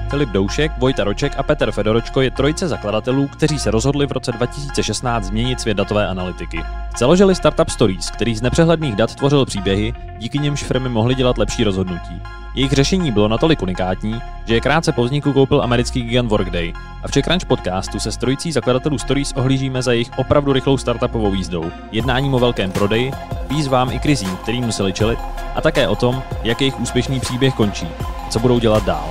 Filip Doušek, Vojta Roček a Petr Fedoročko je trojice zakladatelů, kteří se rozhodli v roce 2016 změnit svět datové analytiky. Založili startup Stories, který z nepřehledných dat tvořil příběhy, díky nimž firmy mohly dělat lepší rozhodnutí. Jejich řešení bylo natolik unikátní, že je krátce po vzniku koupil americký gigant Workday a v CzechCrunch podcastu se s trojicí zakladatelů Stories ohlížíme za jejich opravdu rychlou startupovou jízdou, jednáním o velkém prodeji, výzvám i krizím, kterým museli čelit, a také o tom, jak jejich úspěšný příběh končí, co budou dělat dál.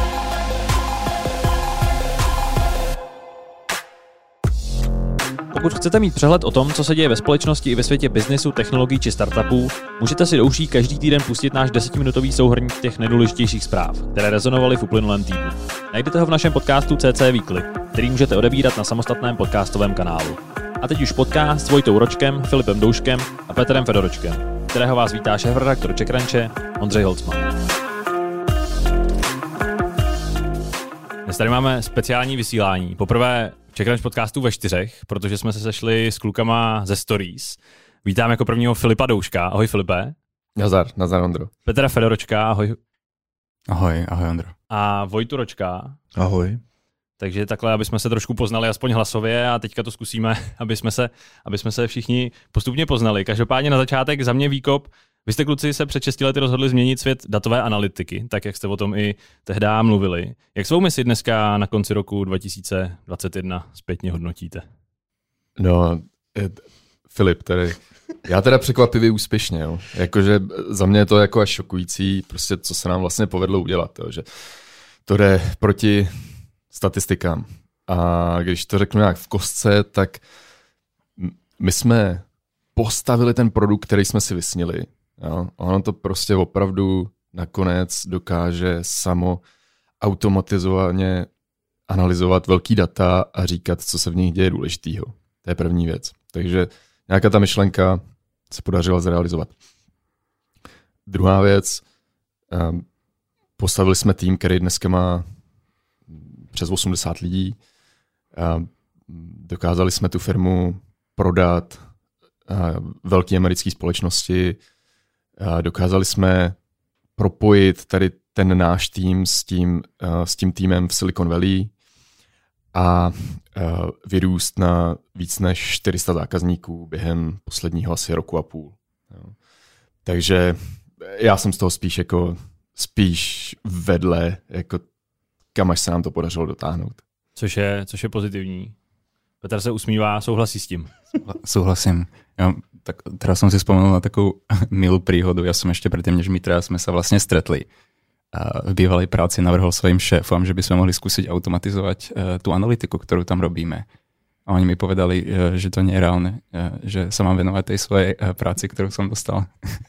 Pokud chcete mít přehled o tom, co se děje ve společnosti i ve světě biznesu, technologií či startupů, můžete si do uší každý týden pustit náš 10minutový souhrn těch nejdůležitějších zpráv, které rezonovaly v uplynulém týdnu. Najdete ho v našem podcastu CC Weekly, který můžete odebírat na samostatném podcastovém kanálu. A teď už podcast s Vojtou Ročkem, Filipem Douškem a Petrem Fedoročkem, kterého vás vítá šéfredaktor CzechCrunche Ondřej Holcman. Dnes tady máme speciální vysílání. Poprvé v CzechCrunch podcastu ve 4, protože jsme se sešli s klukama ze Stories. Vítám jako prvního Filipa Douška. Ahoj Filipe. Nazdar Ondro. Petra Fedoročka. Ahoj. Ahoj Ondro. A Vojtu Ročka. Ahoj. Takže takhle, aby jsme se trošku poznali aspoň hlasově a teďka to zkusíme, aby jsme se všichni postupně poznali. Každopádně na začátek za mě výkop. Vy jste kluci se před 6 lety rozhodli změnit svět datové analytiky, tak jak jste o tom i tehdy mluvili. Jak svou misi dneska na konci roku 2021 zpětně hodnotíte? No, Filip, tady. Já teda překvapivě úspěšně, jo. Jakože za mě je to jako až šokující, prostě co se nám vlastně povedlo udělat, jo. Že to jde proti statistikám. A když to řeknu nějak v kostce, tak my jsme postavili ten produkt, který jsme si vysnili. Jo. Ono to prostě opravdu nakonec dokáže samo automatizovaně analyzovat velký data a říkat, co se v nich děje důležitýho. To je první věc. Takže nějaká ta myšlenka se podařila zrealizovat. Druhá věc, postavili jsme tým, který dneska má přes 80 lidí. Dokázali jsme tu firmu prodat velké americké společnosti. Dokázali jsme propojit tady ten náš tým s tím týmem v Silicon Valley a vyrůst na víc než 400 zákazníků během posledního asi roku a půl. Takže já jsem z toho spíš vedle, jako kam až se nám to podařilo dotáhnout. Což je pozitivní. Petr se usmívá, souhlasí s tím. Súhlasím. Ja, tak teraz som si spomenul na takú milú príhodu. Ja som ešte predtým, než my teraz sme sa vlastne stretli. V bývalej práci navrhol svojim šéfom, že by sme mohli skúsiť automatizovať tú analytiku, ktorú tam robíme. A oni mi povedali, že to nie je reálne, že sa mám venovať tej svojej práci, ktorú som dostal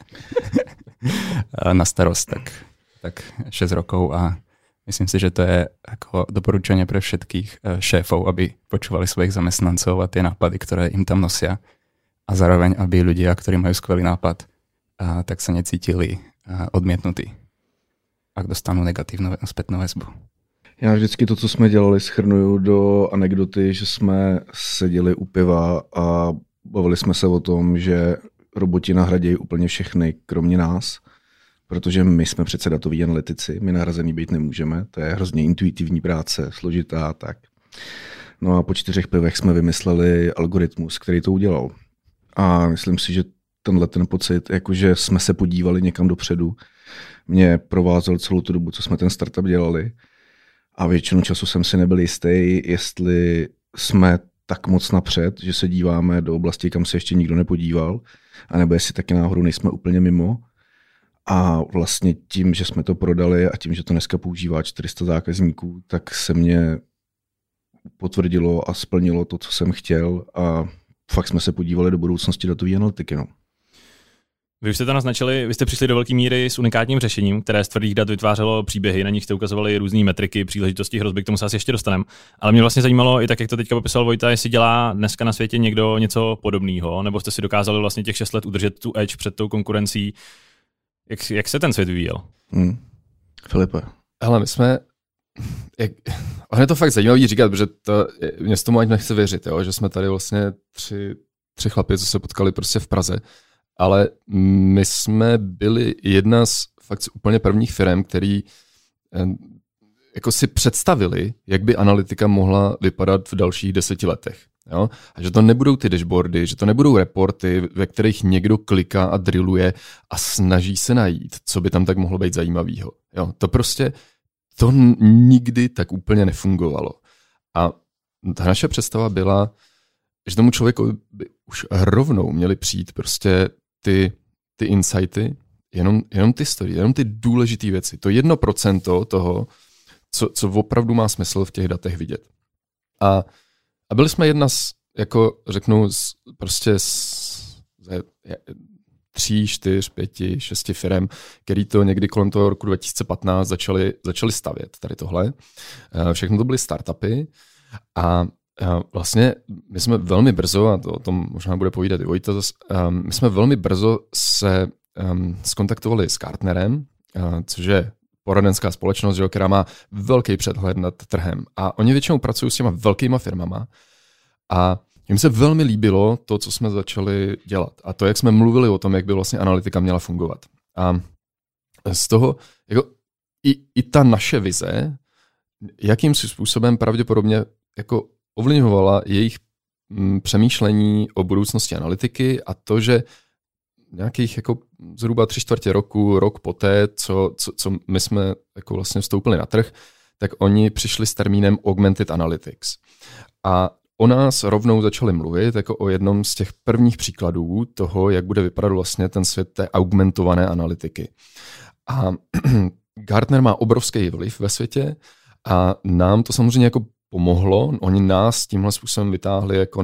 na starosť tak 6 rokov a myslím si, že to je ako doporučenie pre všetkých šéfov, aby počúvali svojich zamestnancov a tie nápady, ktoré im tam nosia. A zároveň, aby ľudia, ktorí majú skvelý nápad, tak sa necítili odmietnutí, ak dostanú negatívnu spätnú väzbu. Já vždycky to, co jsme dělali, shrnuju do anekdoty, že jsme seděli u piva a bavili jsme se o tom, že roboti nahradějí úplně všechny, kromě nás. Protože my jsme přece datoví analytici, my nahrazený být nemůžeme, to je hrozně intuitivní práce, složitá, tak. No a po 4 pivech jsme vymysleli algoritmus, který to udělal. A myslím si, že ten pocit, jakože jsme se podívali někam dopředu, mě provázel celou tu dobu, co jsme ten startup dělali. A většinu času jsem si nebyl jistý, jestli jsme tak moc napřed, že se díváme do oblasti, kam se ještě nikdo nepodíval, anebo jestli taky náhodou nejsme úplně mimo. A vlastně tím, že jsme to prodali a tím, že to dneska používá 400 zákazníků, tak se mě potvrdilo a splnilo to, co jsem chtěl a fakt jsme se podívali do budoucnosti datové analytiky. No. Vy už jste to naznačili, vy jste přišli do velké míry s unikátním řešením, které z tvrdých dat vytvářelo příběhy, na nich jste ukazovali různé metriky, příležitosti, hrozby, k tomu se asi ještě dostaneme. Ale mě vlastně zajímalo, i tak, jak to teďka popisal Vojta, jestli dělá dneska na světě někdo něco podobného, nebo jste si dokázali vlastně těch 6 let udržet tu edge před tou konkurencí. Jak se ten svět vyvíjel? Filipe. Hele, my jsme... je to fakt zajímavý říkat, protože mě z tomu ani nechce věřit, jo? Že jsme tady vlastně tři chlapi, co se potkali prostě v Praze. Ale my jsme byli jedna z fakt úplně prvních firm, který jako si představili, jak by analytika mohla vypadat v dalších 10 letech. Jo? A že to nebudou ty dashboardy, že to nebudou reporty, ve kterých někdo kliká a drilluje a snaží se najít, co by tam tak mohlo být zajímavého. Jo? To nikdy tak úplně nefungovalo. A ta naše představa byla, že tomu člověku by už rovnou měly přijít prostě ty insighty, jenom ty story, jenom ty důležité věci. To 1% toho, co opravdu má smysl v těch datech vidět. A byli jsme jedna z 3, 4, 5, 6 firem, který to někdy kolem toho roku 2015 začali stavět, tady tohle. Všechno to byly startupy a vlastně my jsme velmi brzo, a to o tom možná bude povídat i Vojta, my jsme velmi brzo se skontaktovali s Gartnerem, což je poradenská společnost, která má velký přehled nad trhem. A oni většinou pracují s těma velkýma firmama a jim se velmi líbilo to, co jsme začali dělat. A to, jak jsme mluvili o tom, jak by vlastně analytika měla fungovat. A z toho jako i ta naše vize, jakým způsobem pravděpodobně jako ovlivňovala jejich přemýšlení o budoucnosti analytiky a to, že nějakých jako zhruba 3/4 roku, rok poté, co my jsme jako vlastně vstoupili na trh, tak oni přišli s termínem Augmented Analytics. A o nás rovnou začali mluvit jako o jednom z těch prvních příkladů toho, jak bude vypadat vlastně ten svět té augmentované analytiky. A Gartner má obrovský vliv ve světě a nám to samozřejmě jako pomohlo. Oni nás tímhle způsobem vytáhli jako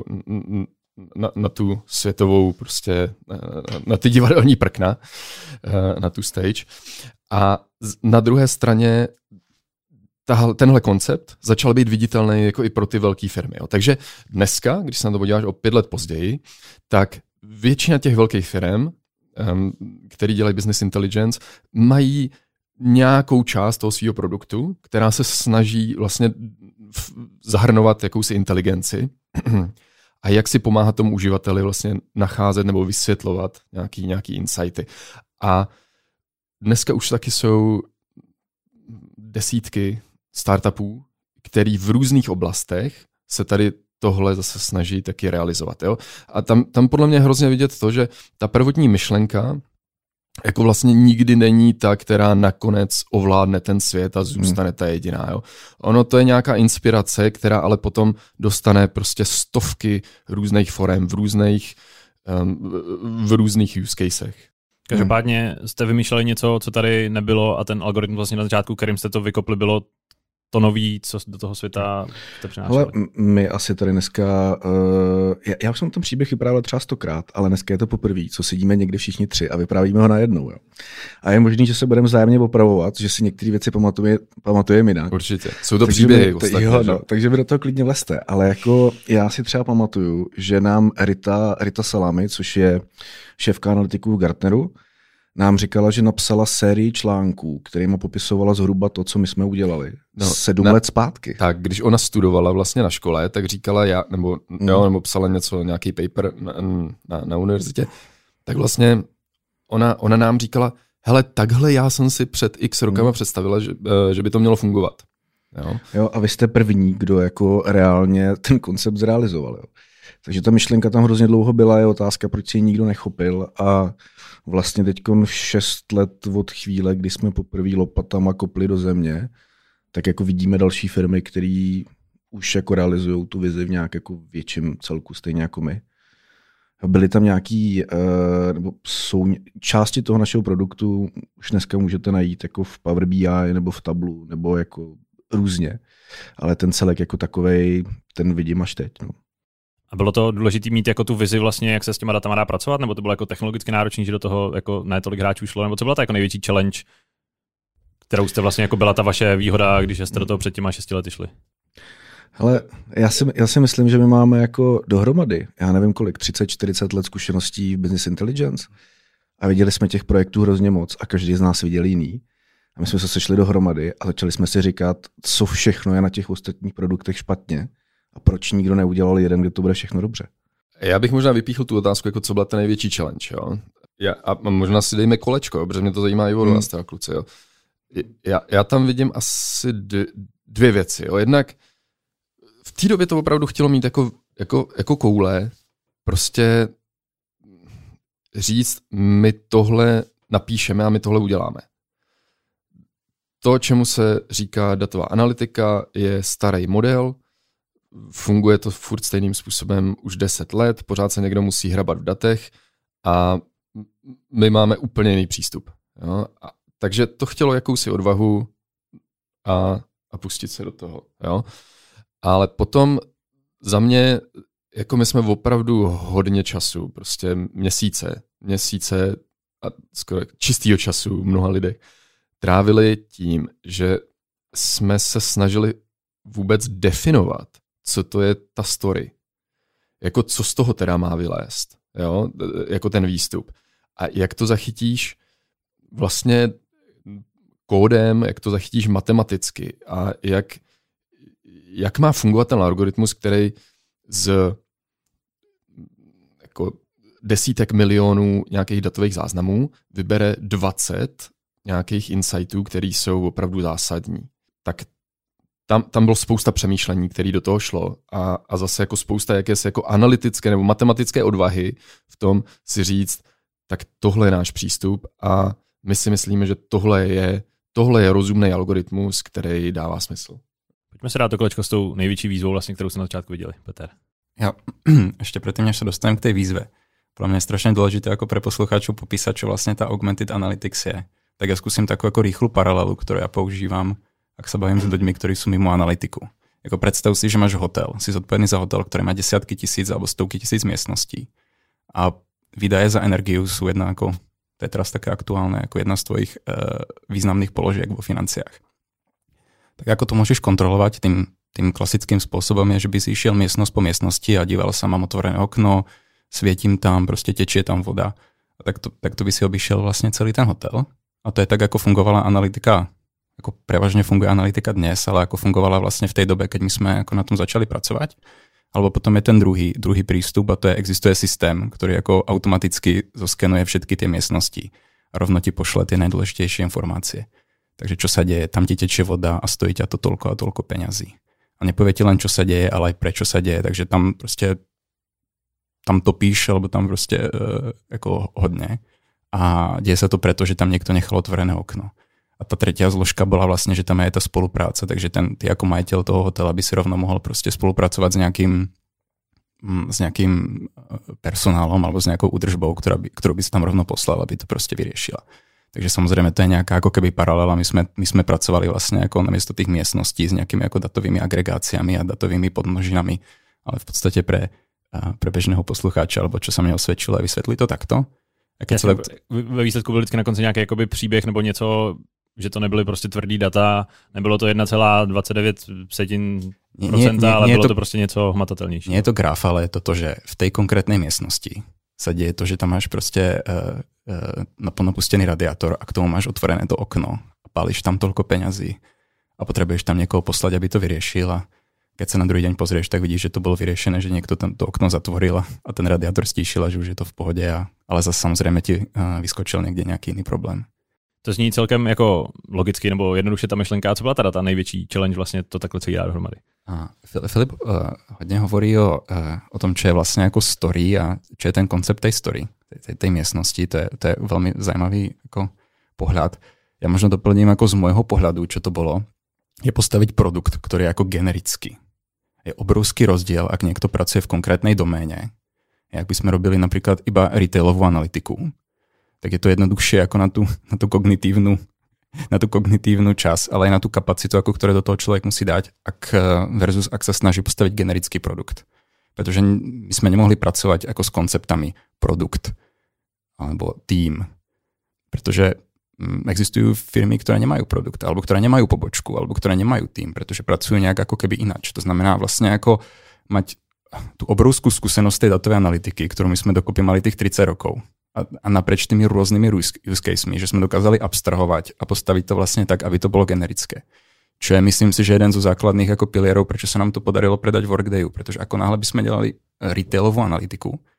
na tu světovou prostě, na ty divadelní prkna, na tu stage. A na druhé straně tenhle koncept začal být viditelný jako i pro ty velké firmy. Jo. Takže dneska, když se na to podíváš o 5 let později, tak většina těch velkých firm, který dělají business intelligence, mají nějakou část toho svého produktu, která se snaží vlastně zahrnovat jakousi inteligenci a jak si pomáhat tomu uživateli vlastně nacházet nebo vysvětlovat nějaký insighty. A dneska už taky jsou desítky startupů, který v různých oblastech se tady tohle zase snaží taky realizovat. Jo? A tam podle mě hrozně vidět to, že ta prvotní myšlenka jako vlastně nikdy není ta, která nakonec ovládne ten svět a zůstane ta jediná. Jo? Ono to je nějaká inspirace, která ale potom dostane prostě stovky různých forem v různých use casech. Každopádně jste vymýšleli něco, co tady nebylo a ten algoritmus vlastně na začátku, kterým jste to vykopli, bylo to nový, co do toho světa jste přinášeli. Ale my asi tady dneska, já už jsem ten příběh vyprávěl třeba 100krát, ale dneska je to poprvé, co sedíme někdy všichni 3 a vyprávíme ho najednou. Jo. A je možný, že se budeme vzájemně opravovat, že si některé věci pamatujeme jinak. Určitě, jsou to příběhy ostatně. Takže vy do toho klidně vlezte, ale jako já si třeba pamatuju, že nám Rita Salami, což je šéfka analytiků v Gartneru, nám říkala, že napsala sérii článků, kterýma popisovala zhruba to, co my jsme udělali 7 let zpátky. Tak, když ona studovala vlastně na škole, tak říkala nebo psala nějaký paper na univerzitě, tak vlastně ona nám říkala, hele, takhle já jsem si před x rokama představila, že by to mělo fungovat. Jo, a vy jste první, kdo jako reálně ten koncept zrealizoval. Jo. Takže ta myšlenka tam hrozně dlouho byla, je otázka, proč si ji nikdo nechopil a vlastně teď 6 let od chvíle, kdy jsme poprvé lopatama kopli do země, tak jako vidíme další firmy, které už jako realizují tu vizi v nějak jako větším celku, stejně jako my. Byly tam nějaký, nebo jsou části toho našeho produktu, už dneska můžete najít jako v Power BI nebo v Tableau, nebo jako různě. Ale ten celek jako takovej, ten vidím až teď. No. A bylo to důležité mít jako tu vizi vlastně, jak se s těma datama dá pracovat, nebo to bylo jako technologicky náročné, že do toho jako ne tolik hráčů šlo, nebo co byla ta jako největší challenge, kterou jste vlastně jako byla ta vaše výhoda, když jste do toho před těma 6 lety šli? Hele, já si myslím, že my máme jako dohromady, já nevím kolik, 30-40 let zkušeností v business intelligence a viděli jsme těch projektů hrozně moc a každý z nás viděl jiný. A my jsme se sešli dohromady a začali jsme si říkat, co všechno je na těch ostatních produktech špatně a proč nikdo neudělal jeden, kde to bude všechno dobře. Já bych možná vypíchl tu otázku, jako co byla ta největší challenge. Jo? A možná si dejme kolečko, protože mě to zajímá i od vás, kluci. Jo? Já tam vidím asi dvě věci. Jo. Jednak v té době to opravdu chtělo mít jako koule, prostě říct, my tohle napíšeme a my tohle uděláme. To, čemu se říká datová analytika, je starý model, funguje to furt stejným způsobem už 10 let, pořád se někdo musí hrabat v datech a my máme úplně jiný přístup. Jo? Takže to chtělo jakousi odvahu a pustit se do toho. Jo? Ale potom za mě, jako my jsme opravdu hodně času, prostě měsíce a skoro čistýho času mnoha lidech trávili tím, že jsme se snažili vůbec definovat, co to je ta story. Jako co z toho teda má vylézt, jo? Jako ten výstup. A jak to zachytíš vlastně kódem, jak to zachytíš matematicky a jak má fungovat ten algoritmus, který z jako desítek milionů nějakých datových záznamů vybere 20 nějakých insightů, které jsou opravdu zásadní. Tak tam bylo spousta přemýšlení, které do toho šlo a zase jako spousta jakési jako analytické nebo matematické odvahy v tom si říct, tak tohle je náš přístup a my si myslíme, že tohle je rozumný algoritmus, který dává smysl. Pojďme se dát to kolečko s tou největší výzvou, vlastně, kterou jsme na začátku viděli, Peter. Ja, ešte predtým, než sa dostanem k tej výzve. Podľa mňa je strašne dôležité ako pre poslucháčov popísať, čo vlastne tá Augmented Analytics je. Tak ja skúsim takú ako rýchlu paralelu, ktorú ja používam, ak sa bavím s ľuďmi, ktorí sú mimo analytiku. Jako predstav si, že máš hotel, si zodpovedný za hotel, ktorý má desiatky tisíc alebo stovky tisíc miestností. A výdaje za energiu sú jedna ako, to je teraz také aktuálne, ako jedna z tvojich významných položiek vo financiách. Tak ako to môžeš kontrolovať tým klasickým spôsobom je, že by si išiel miestnosť po miestnosti a díval sa, mám otvorené okno, svietím tam, proste tečie tam voda. A takto by si obišiel vlastne celý ten hotel. A to je tak, ako fungovala analytika, ako prevažne funguje analytika dnes, ale ako fungovala vlastne v tej dobe, keď my sme ako na tom začali pracovať. Alebo potom je ten druhý prístup a to je, existuje systém, ktorý ako automaticky zoskenuje všetky tie miestnosti a rovno ti pošle tie najdôležitejšie informácie. Takže čo sa deje, tam ti tečie voda a stojí ťa to toľko a toľko peňazí. A nepovie ti len, čo sa deje, ale aj prečo sa deje. Takže tam proste tam topíš, alebo tam proste ako hodne. A deje sa to preto, že tam niekto nechal otvorené okno. A tá tretia zložka bola vlastne, že tam je tá spolupráca. Takže ty ako majiteľ toho hotela by si rovno mohol proste spolupracovať s nejakým personálom alebo s nejakou údržbou, ktorú by si tam rovno poslal, aby to proste vyriešila. Takže samozrejme to je nejaká ako keby paralela. My sme pracovali vlastne ako namiesto tých miestností s nejakými ako datovými agregáciami a datovými podmnožinami, ale v podstate pre bežného poslucháča, alebo čo sa mne osvedčilo, a vysvetli to takto. Ve výsledku byl vždycky na konci nějaký jakoby příběh nebo něco, že to nebyly prostě tvrdý data, nebylo to 1,29%, ale bylo to prostě něco hmatatelnější. Nie je to graf, ale je to, že v tej konkrétnej miestnosti sa deje to, že tam máš proste napustený radiátor a k tomu máš otvorené to okno a pálíš tam toľko peňazí a potrebuješ tam niekoho poslať, aby to vyriešil a keď sa na druhý deň pozrieš, tak vidíš, že to bolo vyriešené, že niekto tam to okno zatvoril a ten radiátor stíšil a že už je to v pohode, ale zase samozrejme ti vyskočil niekde nejaký iný problém. To zní celkem jako logicky nebo jednoduše ta myšlenka. Co byla teda ta největší challenge vlastně to takhle celý dá dohromady? Filip hodně hovorí o tom, čo je vlastně jako story a čo je ten koncept tej story, tej miestnosti. To je velmi zajímavý jako pohled. Já možno doplním jako z môjho pohľadu, čo to bolo, je postaviť produkt, ktorý je jako generický. Je obrovský rozdiel, ak niekto pracuje v konkrétnej doméne. Jak by sme robili napríklad iba retailovú analytiku, tak je to jednoduchšie ako na tú kognitívnu čas, ale aj na tú kapacitu, ako ktoré do toho človek musí dať, versus ak sa snaží postaviť generický produkt. Pretože my sme nemohli pracovať ako s konceptami produkt alebo tým. Pretože existujú firmy, ktoré nemajú produkt, alebo ktoré nemajú pobočku, alebo ktoré nemajú tým, pretože pracujú nejak ako keby inač. To znamená vlastne ako mať tú obrovskú skúsenosť tej datovej analytiky, ktorú my sme dokopy mali tých 30 rokov. A naprieč tými rôznymi use casemi, že sme dokázali abstrahovať a postaviť to vlastne tak, aby to bolo generické. Čo je, myslím si, že jeden zo základných ako pilierov, prečo sa nám to podarilo predať v Workdayu, pretože ako náhle by sme delali retailovú analytiku,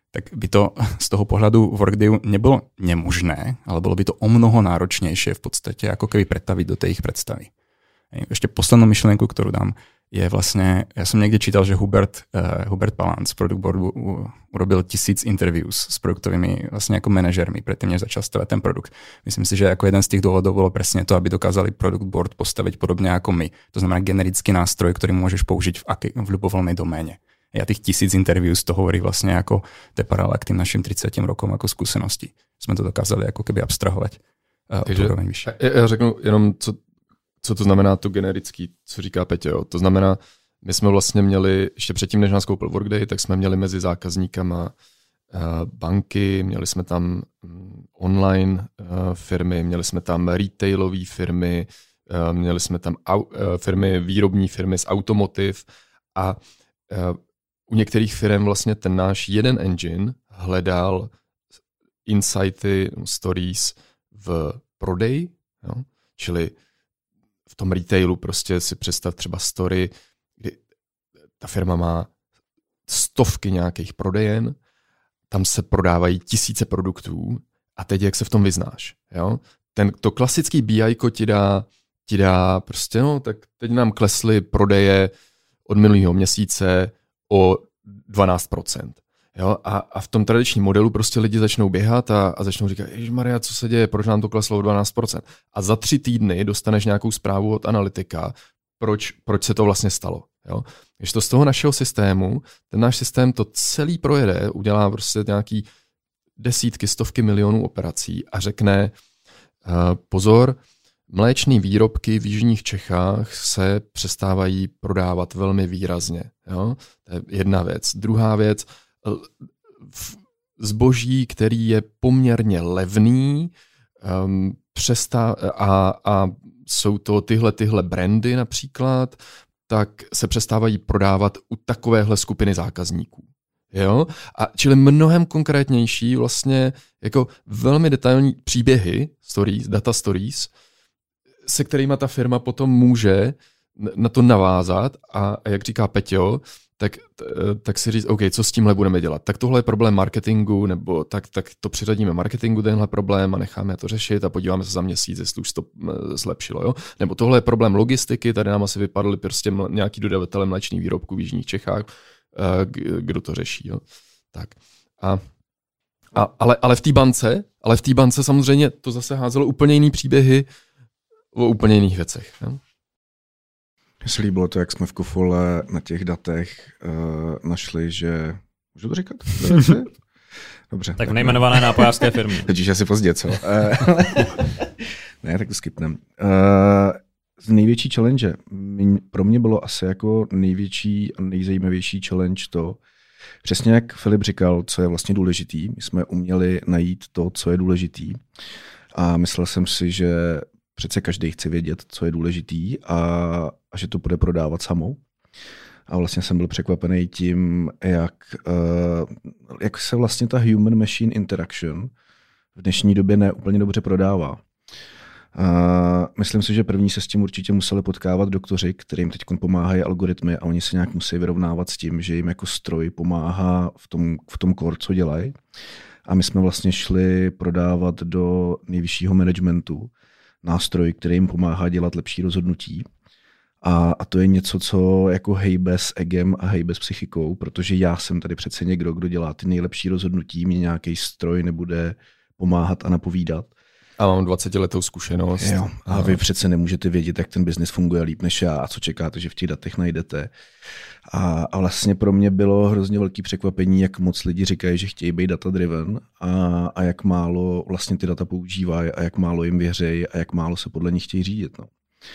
tak by to z toho pohľadu Workdayu nebolo nemožné, ale bolo by to o mnoho náročnejšie v podstate, ako keby pretaviť do tej ich predstavy. Ešte poslednú myšlienku, ktorú dám, je vlastne, ja som niekde čítal, že Hubert Palán z Product Boardu urobil 1000 interviews s produktovými vlastne ako manažermi predtým, než začal stavať ten produkt. Myslím si, že ako jeden z tých dôvodov bolo presne to, aby dokázali Product Board postaviť podobne ako my. To znamená generický nástroj, ktorý môžeš použiť v ľubovoľnej doméne. Ja tých 1000 interviews to hovorí vlastne ako to je paralela k tým našim 30 rokom ako skúsenosti. Sme to dokázali ako keby abstrahovať. Takže já řeknu jenom, co to znamená to generický, co říká Petě. Jo. To znamená, my jsme vlastně měli, ještě předtím, než nás koupil Workday, tak jsme měli mezi zákazníkama banky, měli jsme tam online firmy, měli jsme tam retailové firmy, měli jsme tam firmy, výrobní firmy z automotiv a u některých firm vlastně ten náš jeden engine hledal insighty, stories v prodeji, jo? Čili v tom retailu prostě si představ třeba story, kdy ta firma má stovky nějakých prodejen, tam se prodávají tisíce produktů a teď jak se v tom vyznáš. Jo? To klasický BI-ko ti dá prostě, no tak teď nám klesly prodeje od minulého měsíce o 12%. Jo? A v tom tradičním modelu prostě lidi začnou běhat a začnou říkat, ježišmarja, co se děje, proč nám to kleslo o 12%. A za 3 týdny dostaneš nějakou zprávu od analytika, proč se to vlastně stalo. Jo? Když to z toho našeho systému, ten náš systém to celý projede, udělá prostě nějaký desítky, stovky milionů operací a řekne, pozor, mléčné výrobky v jižních Čechách se přestávají prodávat velmi výrazně. Jo? To je jedna věc. Druhá věc, zboží, který je poměrně levný a jsou to tyhle brandy například, tak se přestávají prodávat u takovéhle skupiny zákazníků. Jo? A čili mnohem konkrétnější vlastně jako velmi detailní příběhy, stories, data stories, se kterýma ta firma potom může na to navázat a jak říká Peťo, tak si říct, OK, co s tímhle budeme dělat? Tak tohle je problém marketingu, nebo tak to přiřadíme marketingu tenhle problém a necháme to řešit a podíváme se za měsíc, jestli už to zlepšilo. Jo? Nebo tohle je problém logistiky, tady nám asi vypadly prostě nějaký dodavatelé mléčných výrobků v jižních Čechách, kdo to řeší. Jo? Tak. Ale v té bance samozřejmě to zase házelo úplně jiný příběhy o úplně jiných věcech. Jo? Mně se líbilo to, jak jsme v Kofole na těch datech našli, že... Můžu to říkat? Dobře. Tak v nejmenované nápojářské firmě. Teď už asi pozdě, co? Ne, tak to skipnem. Z největší challenge pro mě bylo asi jako největší a nejzajímavější challenge to, přesně jak Filip říkal, co je vlastně důležitý. My jsme uměli najít to, co je důležitý. A myslel jsem si, že přece každý chce vědět, co je důležitý a že to bude prodávat samou. A vlastně jsem byl překvapený tím, jak se vlastně ta human-machine interaction v dnešní době neúplně dobře prodává. Myslím si, že první se s tím určitě museli potkávat doktoři, kterým teď pomáhají algoritmy a oni se nějak musí vyrovnávat s tím, že jim jako stroj pomáhá v tom core, co dělají. A my jsme vlastně šli prodávat do nejvyššího managementu nástroj, který jim pomáhá dělat lepší rozhodnutí. A to je něco, co jako hejbe s egem a hejbe s psychikou, protože já jsem tady přece někdo, kdo dělá ty nejlepší rozhodnutí, mě nějaký stroj nebude pomáhat a napovídat. A mám 20letou zkušenost. Jo, a vy přece nemůžete vědět, jak ten biznis funguje líp než já a co čekáte, že v těch datech najdete. A vlastně pro mě bylo hrozně velký překvapení, jak moc lidi říkají, že chtějí být data-driven a jak málo vlastně ty data používají a jak málo jim věří a jak málo se podle nich chtějí řídit. No.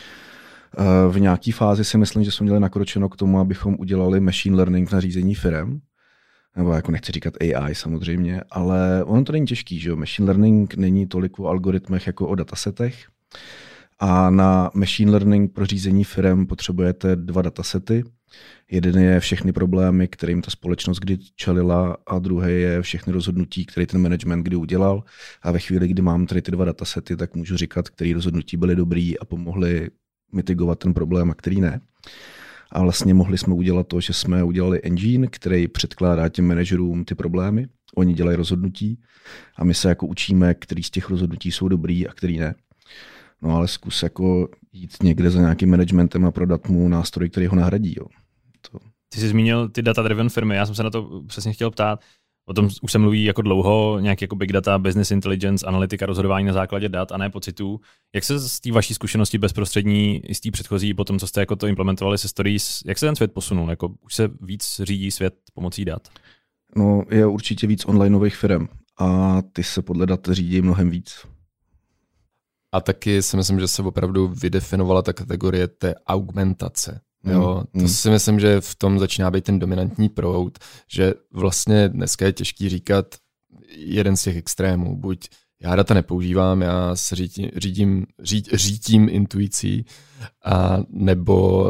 V nějaké fázi si myslím, že jsme měli nakročeno k tomu, abychom udělali machine learning na řízení firem. Nebo jako nechci říkat AI samozřejmě, ale ono to není těžký, že jo? Machine learning není tolik o algoritmech jako o datasetech. A na machine learning pro řízení firem potřebujete 2 datasety. Jeden je všechny problémy, kterým ta společnost kdy čelila, a druhý je všechny rozhodnutí, které ten management kdy udělal. A ve chvíli, kdy mám tady ty 2 datasety, tak můžu říkat, které rozhodnutí byly dobrý a pomohly mitigovat ten problém a který ne. A vlastně mohli jsme udělat to, že jsme udělali engine, který předkládá těm manažerům ty problémy Oni dělají rozhodnutí a my se jako učíme, který z těch rozhodnutí jsou dobrý a který ne. No ale zkus jako jít někde za nějakým managementem a prodat mu nástroj, který ho nahradí. Jo. Ty jsi zmínil ty data-driven firmy, já jsem se na to přesně chtěl ptát. O tom už se mluví jako dlouho, nějak jako big data, business intelligence, analytika, rozhodování na základě dat a ne pocitů. Jak se z té vaší zkušenosti bezprostřední i z té předchozí, potom co jste jako to implementovali se stories, jak se ten svět posunul? Jako už se víc řídí svět pomocí dat? No, je určitě víc onlineových firm a ty se podle dat řídí mnohem víc. A taky si myslím, že se opravdu vydefinovala ta kategorie té augmentace. Jo, to si myslím, že v tom začíná být ten dominantní proud, že vlastně dneska je těžký říkat jeden z těch extrémů. Buď já data nepoužívám, já se řídím intuicí, a nebo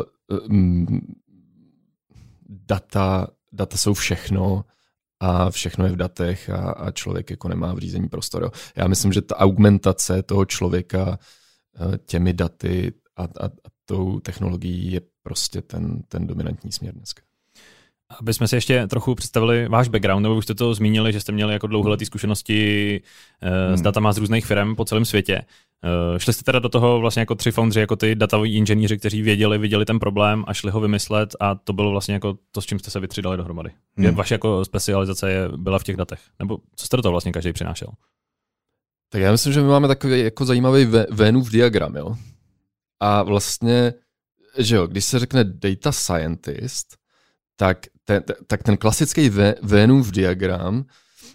data jsou všechno a všechno je v datech a člověk jako nemá v řízení prostor. Jo. Já myslím, že ta augmentace toho člověka těmi daty a tou technologií je prostě ten dominantní směr dneska. Aby jsme si ještě trochu představili váš background, nebo už jste to zmínili, že jste měli jako dlouholetý zkušenosti s datama z různých firm po celém světě. Šli jste teda do toho vlastně jako 3 foundři, jako ty datoví inženýři, kteří viděli ten problém a šli ho vymyslet a to bylo vlastně jako to, s čím jste se vy 3 dali dohromady. Vaše jako specializace byla v těch datech. Nebo co jste do toho vlastně každý přinášel? Tak já myslím, že my máme takový jako zajímavý Vénův diagram, jo. A vlastně, že jo, když se řekne data scientist, tak ten klasický Vénův diagram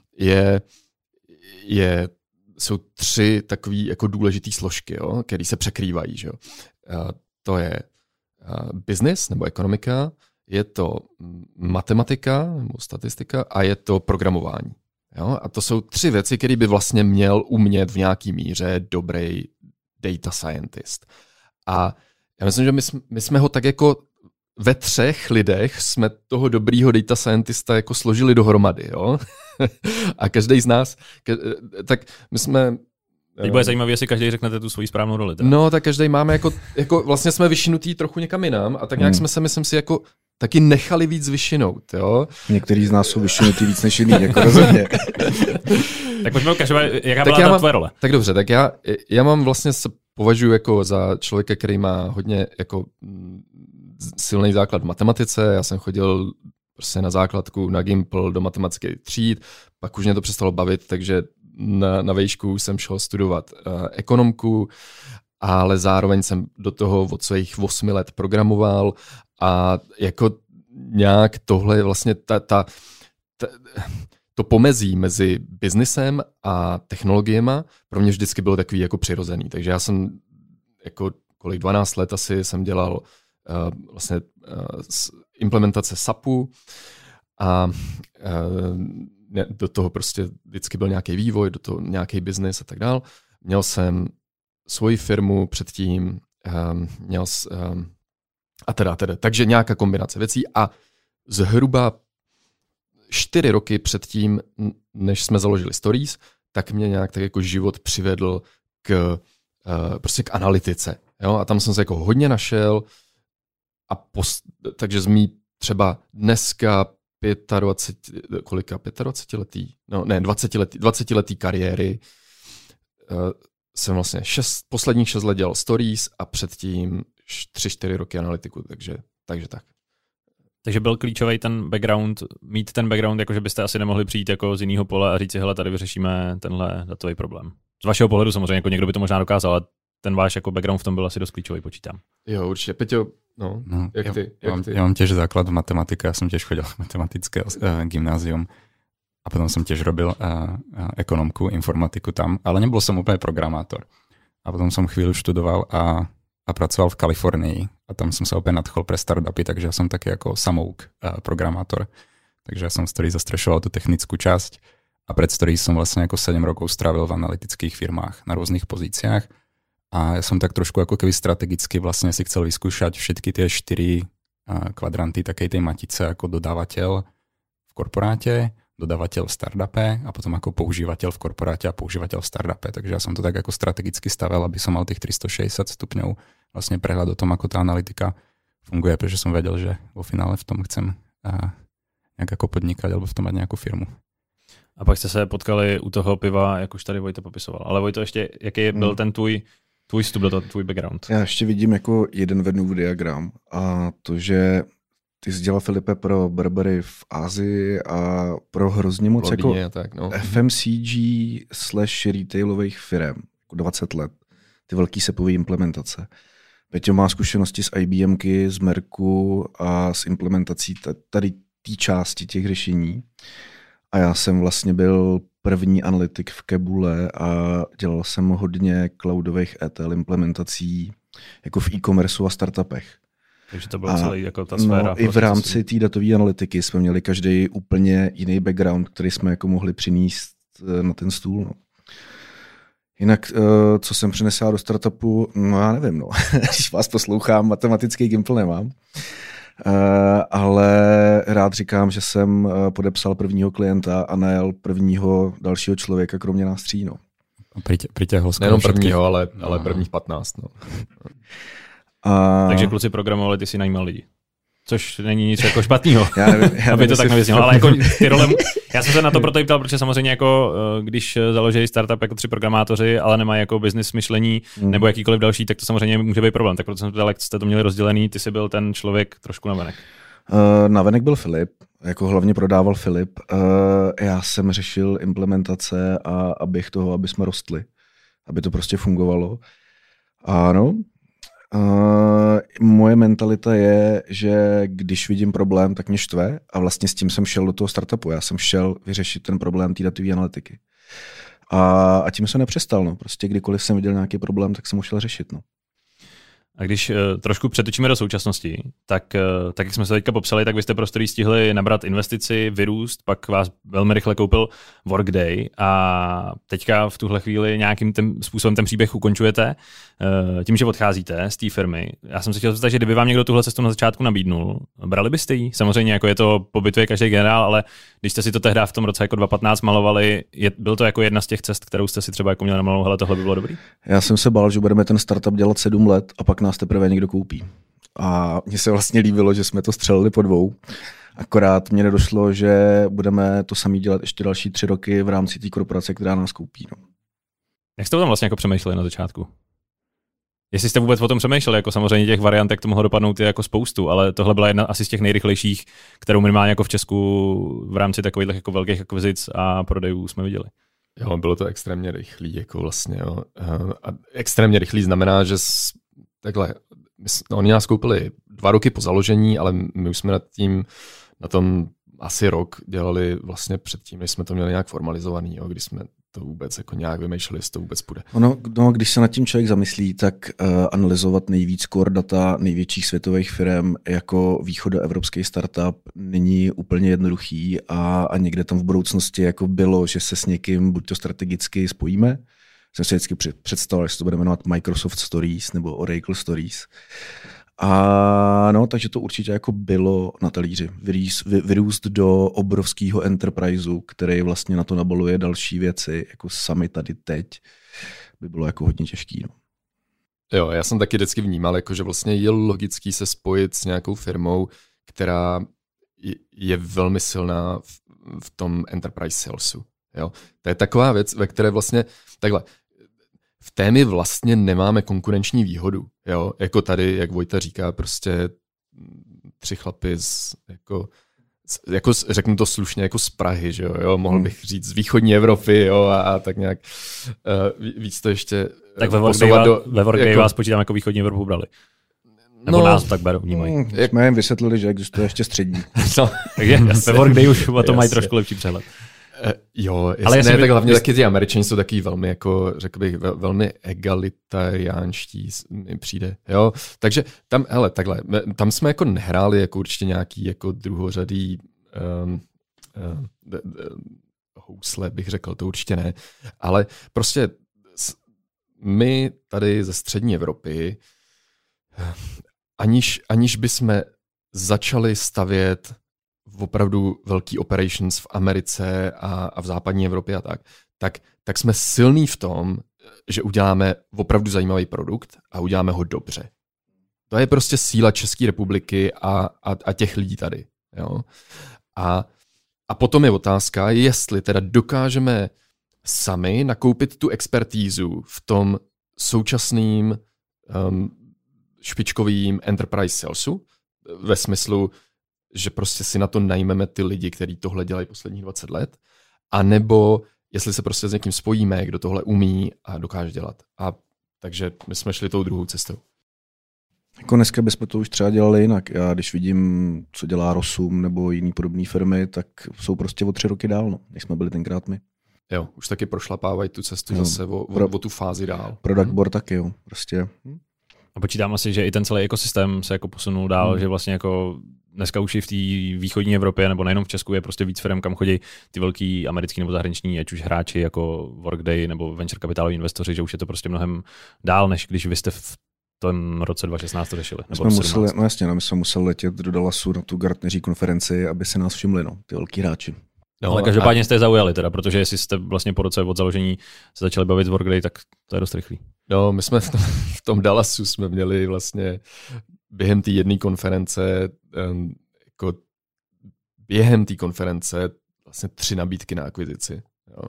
jsou 3 takové jako důležité složky, jo, které se překrývají. Že jo. To je business nebo ekonomika, je to matematika nebo statistika a je to programování. Jo. A to jsou 3 věci, které by vlastně měl umět v nějaký míře dobrý data scientist. A já myslím, že my jsme ho tak jako ve 3 lidech jsme toho dobrýho data scientista jako složili dohromady, jo? A každý z nás, tak my jsme... Teď bude zajímavé, jestli každý řeknete tu svoji správnou roli. Teda. No, tak každý máme jako vlastně jsme vyšinutý trochu někam jinam a tak nějak jsme se, myslím si, jako taky nechali víc vyšinout, jo? Některý z nás jsou vyšinutý víc než jiný, jako rozhodně. Tak pojďme ukážeme, jaká byla ta tvoje role. Tak dobře, tak já mám vlastně považuji jako za člověka, který má hodně jako silný základ v matematice. Já jsem chodil prostě na základku, na Gimpl, do matematických tříd, pak už mě to přestalo bavit, takže na vejšku jsem šel studovat ekonomku, ale zároveň jsem do toho od svých 8 let programoval a jako nějak tohle je vlastně to pomezí mezi biznisem a technologiema pro mě vždycky bylo takový jako přirozený. Takže já jsem jako 12 let asi jsem dělal vlastně implementace SAPu a do toho prostě vždycky byl nějaký vývoj, do toho nějaký biznis a tak dál. Měl jsem svoji firmu předtím, takže nějaká kombinace věcí a zhruba 4 roky předtím, než jsme založili Stories, tak mě nějak tak jako život přivedl prostě k analytice. Jo? A tam jsem se jako hodně našel a takže z mý třeba dneska 20letý kariéry jsem vlastně posledních 6 let dělal Stories a předtím 3-4 roky analytiku, takže tak. Takže byl klíčový ten background, mít ten background, jakože byste asi nemohli přijít jako z jiného pole a říct si, hele, tady vyřešíme tenhle datový problém. Z vašeho pohledu samozřejmě, jako někdo by to možná dokázal, ale ten váš jako background v tom byl asi dost klíčový, počítám. Jo, určitě. Peťo, jak ty? Ja mám tiež základ v matematike, ja som tiež chodil v matematické gymnázium a potom som tiež robil ekonomku, informatiku tam, ale nebol som úplne programátor. A potom som chvíľu študoval a pracoval v Kalifornii a tam som sa opäť nadchol pre startupy, takže ja som taký ako samouk programátor. Takže ja som Stories zastrešoval tú technickú časť a pred Stories som vlastne ako 7 rokov strávil v analytických firmách na rôznych pozíciách. A ja som tak trošku ako keby strategicky vlastne si chcel vyskúšať všetky tie 4 kvadranty takej tej matice ako dodávateľ v korporáte, dodávateľ v startupe a potom ako používateľ v korporáte a používateľ v startupe. Takže ja som to tak ako strategicky stavel, aby som mal tých 360 stupňov vlastne prehľad o tom, ako tá analytika funguje, pretože som vedel, že vo finále v tom chcem nejak ako podnikať alebo v tom mať nejakú firmu. A pak jste se potkali u toho piva, jak už tady Vojta popisoval. Ale Vojto, ještě, jaký byl ten tvůj vstup do toho, tvůj background? Já ještě vidím jako jeden Venův diagram a to, že ty jsi dělal, Filipe, pro Burberry v Asii a pro hrozně moc jako tak, no. FMCG/retailových firm, jako 20 let, ty velký sepový implementace. Peťo má zkušenosti z IBMky, z Merku a s implementací tady té části těch řešení. A já jsem vlastně byl první analytik v Kabule a dělal jsem hodně cloudových ETL implementací jako v e-commerceu a startupech. Takže to bylo celý jako ta sféra. No, i v rámci té datové analytiky jsme měli každý úplně jiný background, který jsme jako mohli přinést na ten stůl. No. Jinak, co jsem přinesl do startupu, no já nevím, no. Když vás poslouchám, matematický gimpl nemám. Ale rád říkám, že jsem podepsal prvního klienta a najel prvního dalšího člověka, kromě nás tří. No. Priťahol nejenom prvního, ale prvních 15. No. Takže kluci programovali, ty si najímal lidi. Což není nic jako špatného, já aby to tak nevyznělo. Ale jako ty role, já jsem se na to proto ptal, protože samozřejmě jako, když založí startup jako 3 programátoři, ale nemají jako business myšlení nebo jakýkoliv další, tak to samozřejmě může být problém. Tak proto jsem ptal, jak jste to měli rozdělený, ty jsi byl ten člověk trošku navenek. Navenek byl Filip, jako hlavně prodával Filip. Já jsem řešil implementace a běh toho, aby jsme rostli, aby to prostě fungovalo. Ano. Moje mentalita je, že když vidím problém, tak mě štve a vlastně s tím jsem šel do toho startupu. Já jsem šel vyřešit ten problém té datové analytiky. A tím jsem nepřestal. No. Prostě kdykoliv jsem viděl nějaký problém, tak jsem ho šel řešit. No. A když trošku přetočíme do současnosti, tak jak jsme se teďka popsali, tak vy jste prostě stihli nabrat investici, vyrůst, pak vás velmi rychle koupil Workday a teďka v tuhle chvíli nějakým způsobem ten příběh ukončujete tím, že odcházíte z té firmy. Já jsem se chtěl zeptat, že kdyby vám někdo tuhle cestu na začátku nabídnul, brali byste ji? Samozřejmě jako je to pobytuje každý generál, ale když jste si to tehdy v tom roce jako 2015 malovali, byl to jako jedna z těch cest, kterou jste si třeba jako měli namalovat, hele, tohle by bylo dobrý? Já jsem se bál, že budeme ten startup dělat 7 let a pak nás teprve někdo koupí. A mně se vlastně líbilo, že jsme to střelili po 2. Akorát mně nedošlo, že budeme to samý dělat ještě další 3 roky v rámci té korporace, která nás koupí. No. Jak jste o tom vlastně jako přemýšleli na začátku? Jestli jste vůbec o tom přemýšleli, jako samozřejmě těch variant, jak to mohlo dopadnout je jako spoustu, ale tohle byla jedna asi z těch nejrychlejších, kterou minimálně jako v Česku v rámci takových jako velkých akvizic a prodejů jsme viděli. Jo, bylo to extrémně rychlý, jako vlastně, jo. A extrémně rychlý znamená, že takhle, oni nás koupili 2 roky po založení, ale my už jsme na tom asi rok dělali vlastně předtím, než jsme to měli nějak formalizovaný, jo, když jsme to vůbec jako nějak vymýšleli, jestli to vůbec půjde. No, když se nad tím člověk zamyslí, tak analyzovat nejvíc core data největších světových firm jako východoevropský startup není úplně jednoduchý a někde tam v budoucnosti jako bylo, že se s někým buď to strategicky spojíme, jsem si vždycky představil, že se to bude jmenovat Microsoft Stories nebo Oracle Stories. A no, takže to určitě jako bylo na talíři. Vyrůst do obrovského enterpriseu, který vlastně na to nabaluje další věci, jako sami tady teď, by bylo jako hodně těžký. No. Jo, já jsem taky vždycky vnímal, jako, že vlastně je logický se spojit s nějakou firmou, která je velmi silná v tom enterprise salesu. Jo? To je taková věc, ve které vlastně takhle, v té my vlastně nemáme konkurenční výhodu. Jo? Jako tady, jak Vojta říká, prostě 3 chlapy jako řeknu to slušně, jako z Prahy, že jo? Mohl bych říct z východní Evropy, jo? A tak nějak víc to ještě tak ve Workday jako, vás počítám jako východní Evropu brali. Nebo nás tak vnímají. Jsme jim vysvětlili, že existuje ještě střední. No, takže ve Workday už o tom mají trošku lepší přehled. Jo, ale ne, tak hlavně taky ty Američani jsou taky velmi, jako, řekl bych, velmi egalitariánští mi přijde, jo. Takže tam, hele, takhle, tam jsme jako nehráli jako určitě nějaký jako druhořadý housle, bych řekl, to určitě ne, ale prostě my tady ze střední Evropy, aniž bychom začali stavět opravdu velký operations v Americe a v západní Evropě a tak jsme silní v tom, že uděláme opravdu zajímavý produkt a uděláme ho dobře. To je prostě síla České republiky a těch lidí tady. Jo? A potom je otázka, jestli teda dokážeme sami nakoupit tu expertízu v tom současným špičkovým enterprise salesu, ve smyslu, že prostě si na to najmeme ty lidi, kteří tohle dělají posledních 20 let, anebo jestli se prostě s někým spojíme, kdo tohle umí a dokáže dělat. A takže my jsme šli tou druhou cestou. Jako dneska bychom to už třeba dělali jinak. Já když vidím, co dělá Rosum nebo jiný podobné firmy, tak jsou prostě o 3 roky dál, no, než jsme byli tenkrát my. Jo, už taky prošlapávají tu cestu zase o tu fázi dál. Product board taky, jo, prostě. A počítám asi, že i ten celý ekosystém se jako posunul dál, že vlastně jako dneska už i v té východní Evropě, nebo nejenom v Česku, je prostě víc firm, kam chodí ty velký americký nebo zahraniční, ať už hráči jako Workday nebo venture kapitáloví investoři, že už je to prostě mnohem dál, než když vy jste v tom roce 2016 to řešili. My jsme museli letět do Dallasu na tu Gartneří konferenci, aby se nás všimli, no, ty velký hráči. No, ale každopádně jste je zaujali teda, protože jestli jste vlastně po roce od založení se začali bavit s Workday, tak to je dost rychlý. No, my jsme v tom Dallasu jsme měli vlastně během té jedné konference, jako během té konference vlastně 3 nabídky na akvizici. Jo.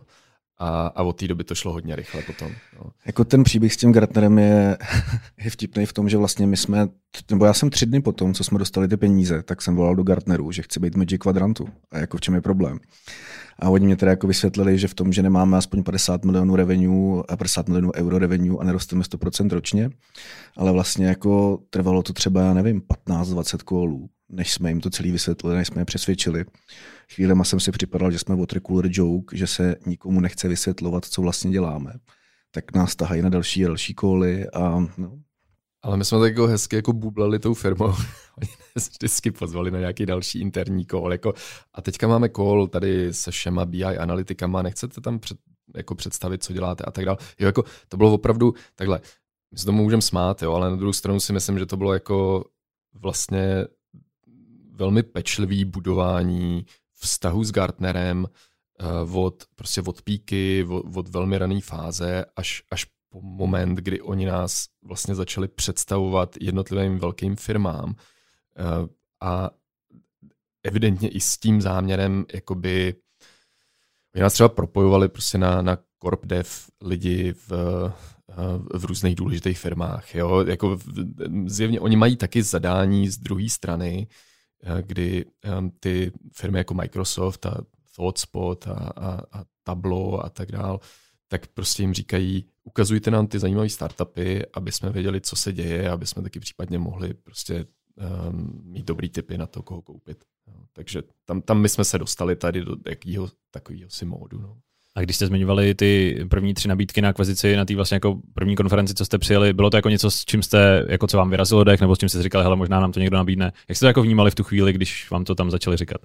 A od té doby to šlo hodně rychle potom. Jo. Jako ten příběh s tím Gartnerem je vtipný v tom, že vlastně já jsem 3 dny potom, co jsme dostali ty peníze, tak jsem volal do Gartneru, že chci být Magic Quadrantu. A jako v čem je problém. A oni mě teda jako vysvětlili, že v tom, že nemáme aspoň 50 milionů revenue a 50 milionů euro revenue a nerosteme 100% ročně, ale vlastně jako trvalo to třeba, já nevím, 15-20 kolů, než jsme jim to celý vysvětlili, než jsme je přesvědčili. Chvílema jsem si připadal, že jsme water cooler joke, že se nikomu nechce vysvětlovat, co vlastně děláme. Tak nás tahají na další a další koly a no. Ale my jsme tak jako hezky jako bublali tou firmou. Oni vždycky pozvali na nějaký další interní call. Jako, a teďka máme call tady se všema BI analytikama, nechcete tam představit, co děláte a tak dále. Jo, jako, to bylo opravdu takhle. My se tomu můžeme smát, jo, ale na druhou stranu si myslím, že to bylo jako vlastně velmi pečlivý budování vztahu s Gartnerem od píky, od velmi rané fáze až po moment, kdy oni nás vlastně začali představovat jednotlivým velkým firmám a evidentně i s tím záměrem, jakoby oni nás třeba propojovali prostě na corp dev lidi v různých důležitých firmách. Jo? Jako zjevně oni mají taky zadání z druhé strany, kdy ty firmy jako Microsoft a ThoughtSpot a Tableau a tak dál, tak prostě jim říkají, ukazujte nám ty zajímavé startupy, aby jsme věděli, co se děje, aby jsme taky případně mohli prostě mít dobrý tipy na to, koho koupit. No, takže tam my jsme se dostali tady do jakého takového si módu. No. A když jste zmiňovali ty první 3 nabídky na akvizici na té vlastně jako první konferenci, co jste přijeli, bylo to jako něco, s čím jste, jako co vám vyrazilo dech, nebo s čím jste říkali, hele, možná nám to někdo nabídne. Jak jste to jako vnímali v tu chvíli, když vám to tam začali říkat?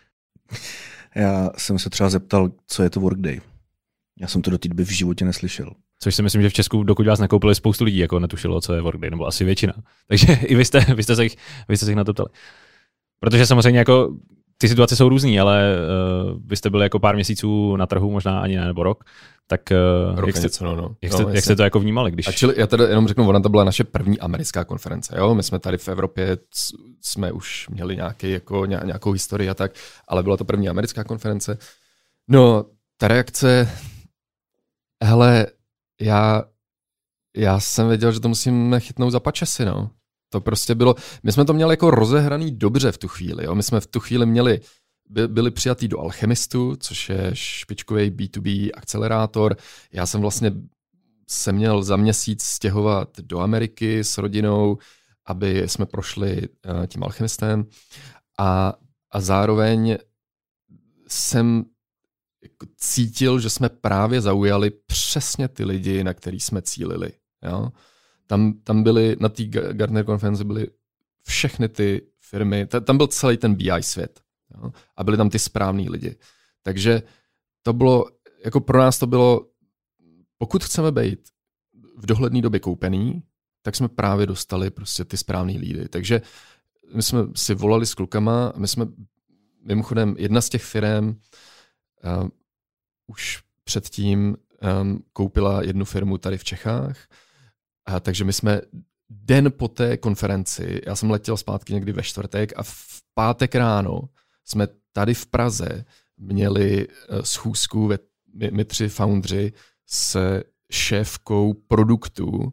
Já jsem se třeba zeptal, co je to Workday. Já jsem to do té doby v životě neslyšel. Což si myslím, že v Česku, dokud vás nakoupili, spoustu lidí jako netušilo, co je Workday, nebo asi většina. Takže i vy jste se jich na to ptali. Protože samozřejmě jako ty situace jsou různý, ale vy jste byli jako pár měsíců na trhu, možná ani ne, nebo rok. Tak jak jste to jako vnímali? Já teda jenom řeknu, ona to byla naše první americká konference. Jo? My jsme tady v Evropě jsme už měli nějakou historii a tak, ale byla to první americká konference. No, ta reakce, hele, já jsem věděl, že to musíme chytnout za pačesy, no. To prostě bylo, my jsme to měli jako rozehraný dobře v tu chvíli, jo. My jsme v tu chvíli byli přijatí do Alchemistu, což je špičkový B2B akcelerátor. Já jsem vlastně se měl za měsíc stěhovat do Ameriky s rodinou, aby jsme prošli tím Alchemistem a zároveň jsem cítil, že jsme právě zaujali přesně ty lidi, na který jsme cílili. Jo? Tam byly, na té Gartner konferenci byly všechny ty firmy, tam byl celý ten BI svět. Jo? A byli tam ty správní lidi. Takže to bylo, jako pro nás to bylo, pokud chceme být v dohledné době koupený, tak jsme právě dostali prostě ty správný lidi. Takže my jsme si volali s klukama, my jsme mimochodem jedna z těch firem už předtím koupila jednu firmu tady v Čechách, takže my jsme den po té konferenci, já jsem letěl zpátky někdy ve čtvrtek a v pátek ráno jsme tady v Praze měli schůzku my 3 foundři s šéfkou produktu,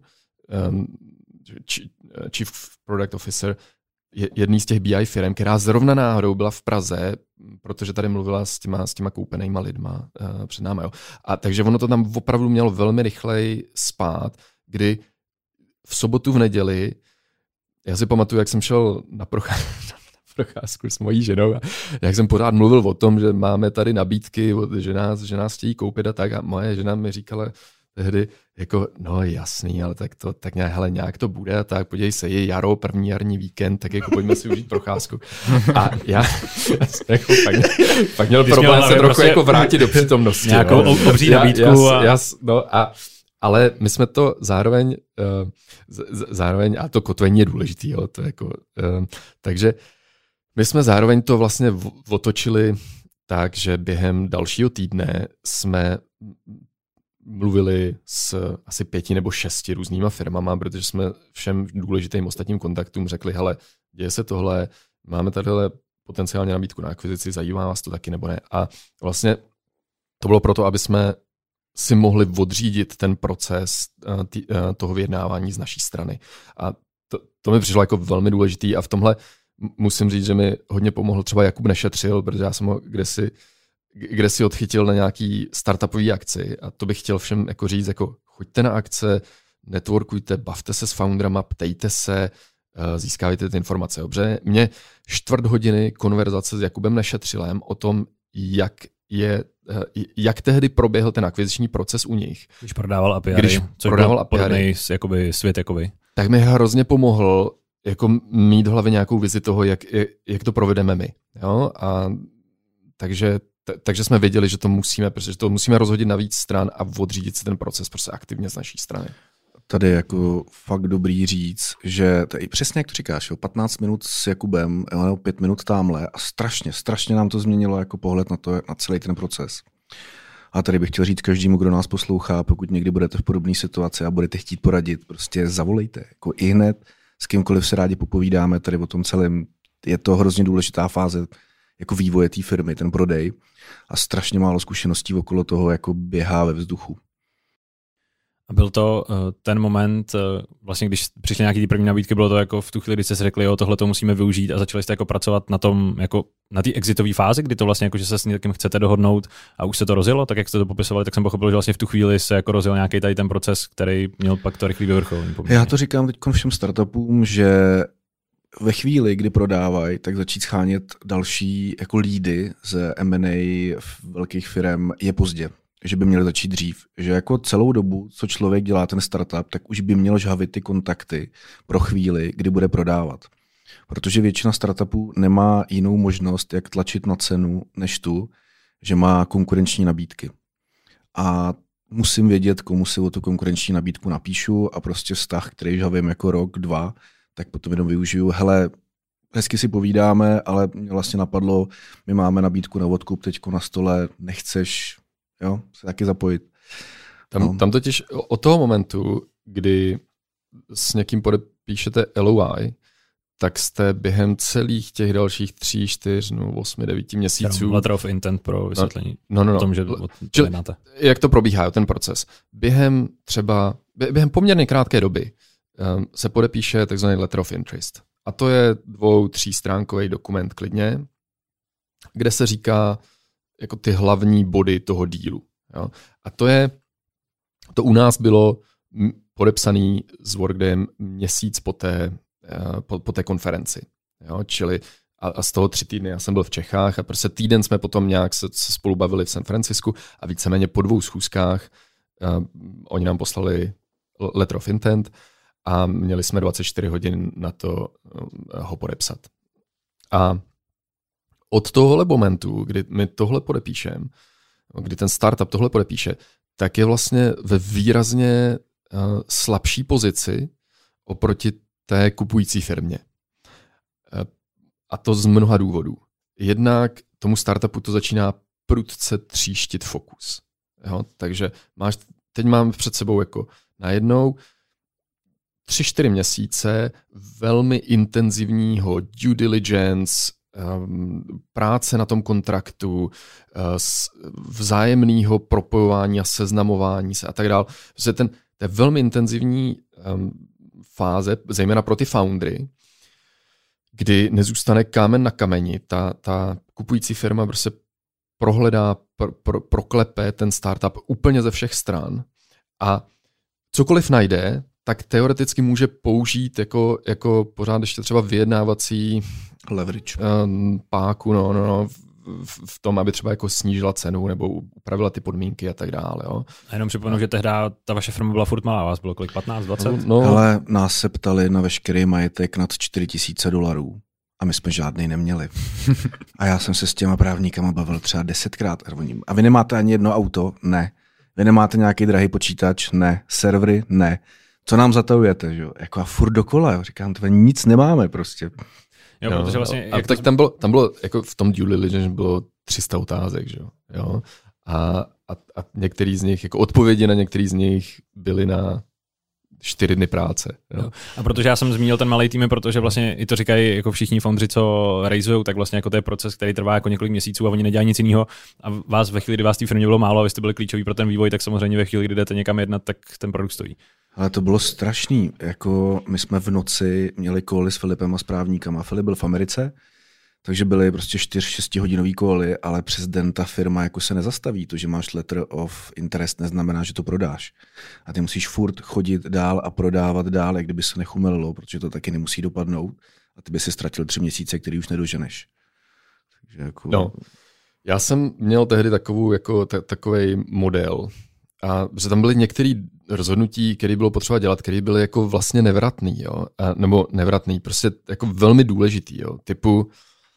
Chief Product Officer, jedný z těch BI firm, která zrovna náhodou byla v Praze, protože tady mluvila s těma koupenýma lidma před námi. Jo. A takže ono to tam opravdu mělo velmi rychlej spát, kdy v sobotu, v neděli, já si pamatuju, jak jsem šel na procházku s mojí ženou a jak jsem pořád mluvil o tom, že máme tady nabídky, že nás chtějí koupit a tak, a moje žena mi říkala tehdy, jako, no jasný, ale tak nějak to bude a tak, podívej se, je jaro, první jarní víkend, tak jako pojďme si užít procházku. A já jako pak měl problém se trochu prostě jako vrátit do přítomnosti. Nějakou obří nabídku. Ale my jsme to zároveň, a to kotvení je důležitý, jo, to jako, takže my jsme zároveň to vlastně otočili tak, že během dalšího týdne jsme mluvili s asi 5 nebo 6 různýma firmama, protože jsme všem důležitým ostatním kontaktům řekli, hele, děje se tohle, máme tadyhle potenciálně nabídku na akvizici, zajímá vás to taky nebo ne. A vlastně to bylo proto, aby jsme si mohli odřídit ten proces toho vyjednávání z naší strany. A to mi přišlo jako velmi důležitý a v tomhle musím říct, že mi hodně pomohl třeba Jakub Nešetřil, protože já jsem ho kde si odchytil na nějaký startupový akci a to bych chtěl všem jako říct, jako choďte na akce, networkujte, bavte se s founderama, ptejte se, získávajte ty informace. Dobře? Mě 4 hodiny konverzace s Jakubem Nešetřilem o tom, jak tehdy proběhl ten akviziční proces u nich. Když prodával API, což byl podobný svět jako vy. Tak mi hrozně pomohl jako mít v hlavě nějakou vizi toho, jak to provedeme my. Jo? A takže jsme věděli, že to musíme, protože to musíme rozhodit na víc stran a odřídit si ten proces prostě aktivně z naší strany. Tady je jako fakt dobrý říct, že tady přesně jak to říkáš, 15 minut s Jakubem, 5 minut támhle a strašně nám to změnilo jako pohled na celý ten proces. A tady bych chtěl říct každému, kdo nás poslouchá, pokud někdy budete v podobné situaci a budete chtít poradit, prostě zavolejte. Jako i hned s kýmkoliv se rádi popovídáme tady o tom celém. Je to hrozně důležitá fáze jako vývoje té firmy, ten prodej a strašně málo zkušeností okolo toho jako běhá ve vzduchu. A byl to ten moment, vlastně když přišly nějaký ty první nabídky, bylo to jako v tu chvíli, kdy jste si řekli, jo, tohle to musíme využít a začali jste jako pracovat na tom, jako na té exitové fázi, kdy to vlastně jako, že se s někým chcete dohodnout a už se to rozjelo, tak jak jste to popisovali, tak jsem pochopil, že vlastně v tu chvíli se jako rozjel nějaký tady ten proces, který měl pak to rychlý vyvrcholení. Já to říkám teď všem startupům, že ve chvíli, kdy prodávají, tak začít schánět další jako lídy z M&A velkých firm je pozdě. Že by měli začít dřív. Že jako celou dobu, co člověk dělá ten startup, tak už by měl žhavit ty kontakty pro chvíli, kdy bude prodávat. Protože většina startupů nemá jinou možnost, jak tlačit na cenu, než tu, že má konkurenční nabídky. A musím vědět, komu si o tu konkurenční nabídku napíšu a prostě vztah, který žhavím jako rok, 2, tak potom jenom využiju. Hele, hezky si povídáme, ale mě vlastně napadlo, my máme nabídku na odkup teďko na stole, nechceš se taky zapojit. Tam totiž od toho momentu, kdy s někým podepíšete LOI, tak jste během celých těch dalších 3, 4, 8, 9 měsíců... Letter of intent pro vysvětlení o tom, že jednáte. Jak to probíhá, ten proces? Během poměrně krátké doby se podepíše takzvaný letter of interest. A to je 2-3 stránkový dokument klidně, kde se říká jako ty hlavní body toho dílu. Jo? A to u nás bylo podepsaný s Workdayem měsíc po té konferenci. Jo? Čili a z toho 3 týdny já jsem byl v Čechách a prostě týden jsme potom nějak se spolu bavili v San Francisku a víceméně po 2 schůzkách oni nám poslali letter of intent a měli jsme 24 hodin na to ho podepsat. A od tohohle momentu, kdy my tohle podepíšeme, kdy ten startup tohle podepíše, tak je vlastně ve výrazně slabší pozici oproti té kupující firmě. A to z mnoha důvodů. Jednak tomu startupu to začíná prudce tříštit fokus. Jo? Takže teď mám před sebou jako najednou 3-4 měsíce velmi intenzivního due diligence, práce na tom kontraktu, vzájemného propojování a seznamování se a tak dále. To je velmi intenzivní fáze, zejména pro ty foundry, kdy nezůstane kámen na kameni. Ta kupující firma prostě prohledá, proklepe ten startup úplně ze všech stran a cokoliv najde, tak teoreticky může použít jako pořád ještě třeba vyjednávací leverage páku v tom, aby třeba jako snížila cenu nebo upravila ty podmínky a tak dále. Jo. A jenom připomenu, že tehdy ta vaše firma byla furt malá, vás bylo kolik, 15, 20? No. Ale nás se ptali na veškerý majetek nad $4,000 a my jsme žádnej neměli. A já jsem se s těma právníkama bavil třeba 10krát. A vy nemáte ani jedno auto? Ne. Vy nemáte nějaký drahý počítač? Ne. Servery? Ne. Co nám zatajujete? Že? Jako a furt dokola. Jo. Říkám, to nic nemáme prostě. Jo, protože vlastně, a tak tam bylo jako v tom due diligence bylo 300 otázek, že jo. A některý z nich, jako odpovědi na některý z nich byly na 4 dny práce. Jo. A protože já jsem zmínil ten malý tým, protože vlastně i to říkají jako všichni foundři, co raisujou, tak vlastně jako to je proces, který trvá jako několik měsíců a oni nedělají nic jiného. A vás ve chvíli, kdy vás té firmě bylo málo a vy jste byli klíčoví pro ten vývoj, tak samozřejmě ve chvíli, kdy jdete někam jednat, tak ten produkt stojí. Ale to bylo strašný. Jako my jsme v noci měli cally s Filipem a s právníkama. Filip byl v Americe, takže byly prostě 4-6 hodinový cally, ale přes den ta firma jako se nezastaví. To, že máš letter of interest, neznamená, že to prodáš. A ty musíš furt chodit dál a prodávat dál, jak kdyby se nechumelilo, protože to taky nemusí dopadnout. A ty by si ztratil 3 měsíce, který už nedoženeš. Takže jako... No, já jsem měl tehdy takovej model, a že tam byly některé rozhodnutí, které bylo potřeba dělat, které byly jako vlastně nevratný, jo? Nebo nevratný, prostě jako velmi důležitý, jo? Typu,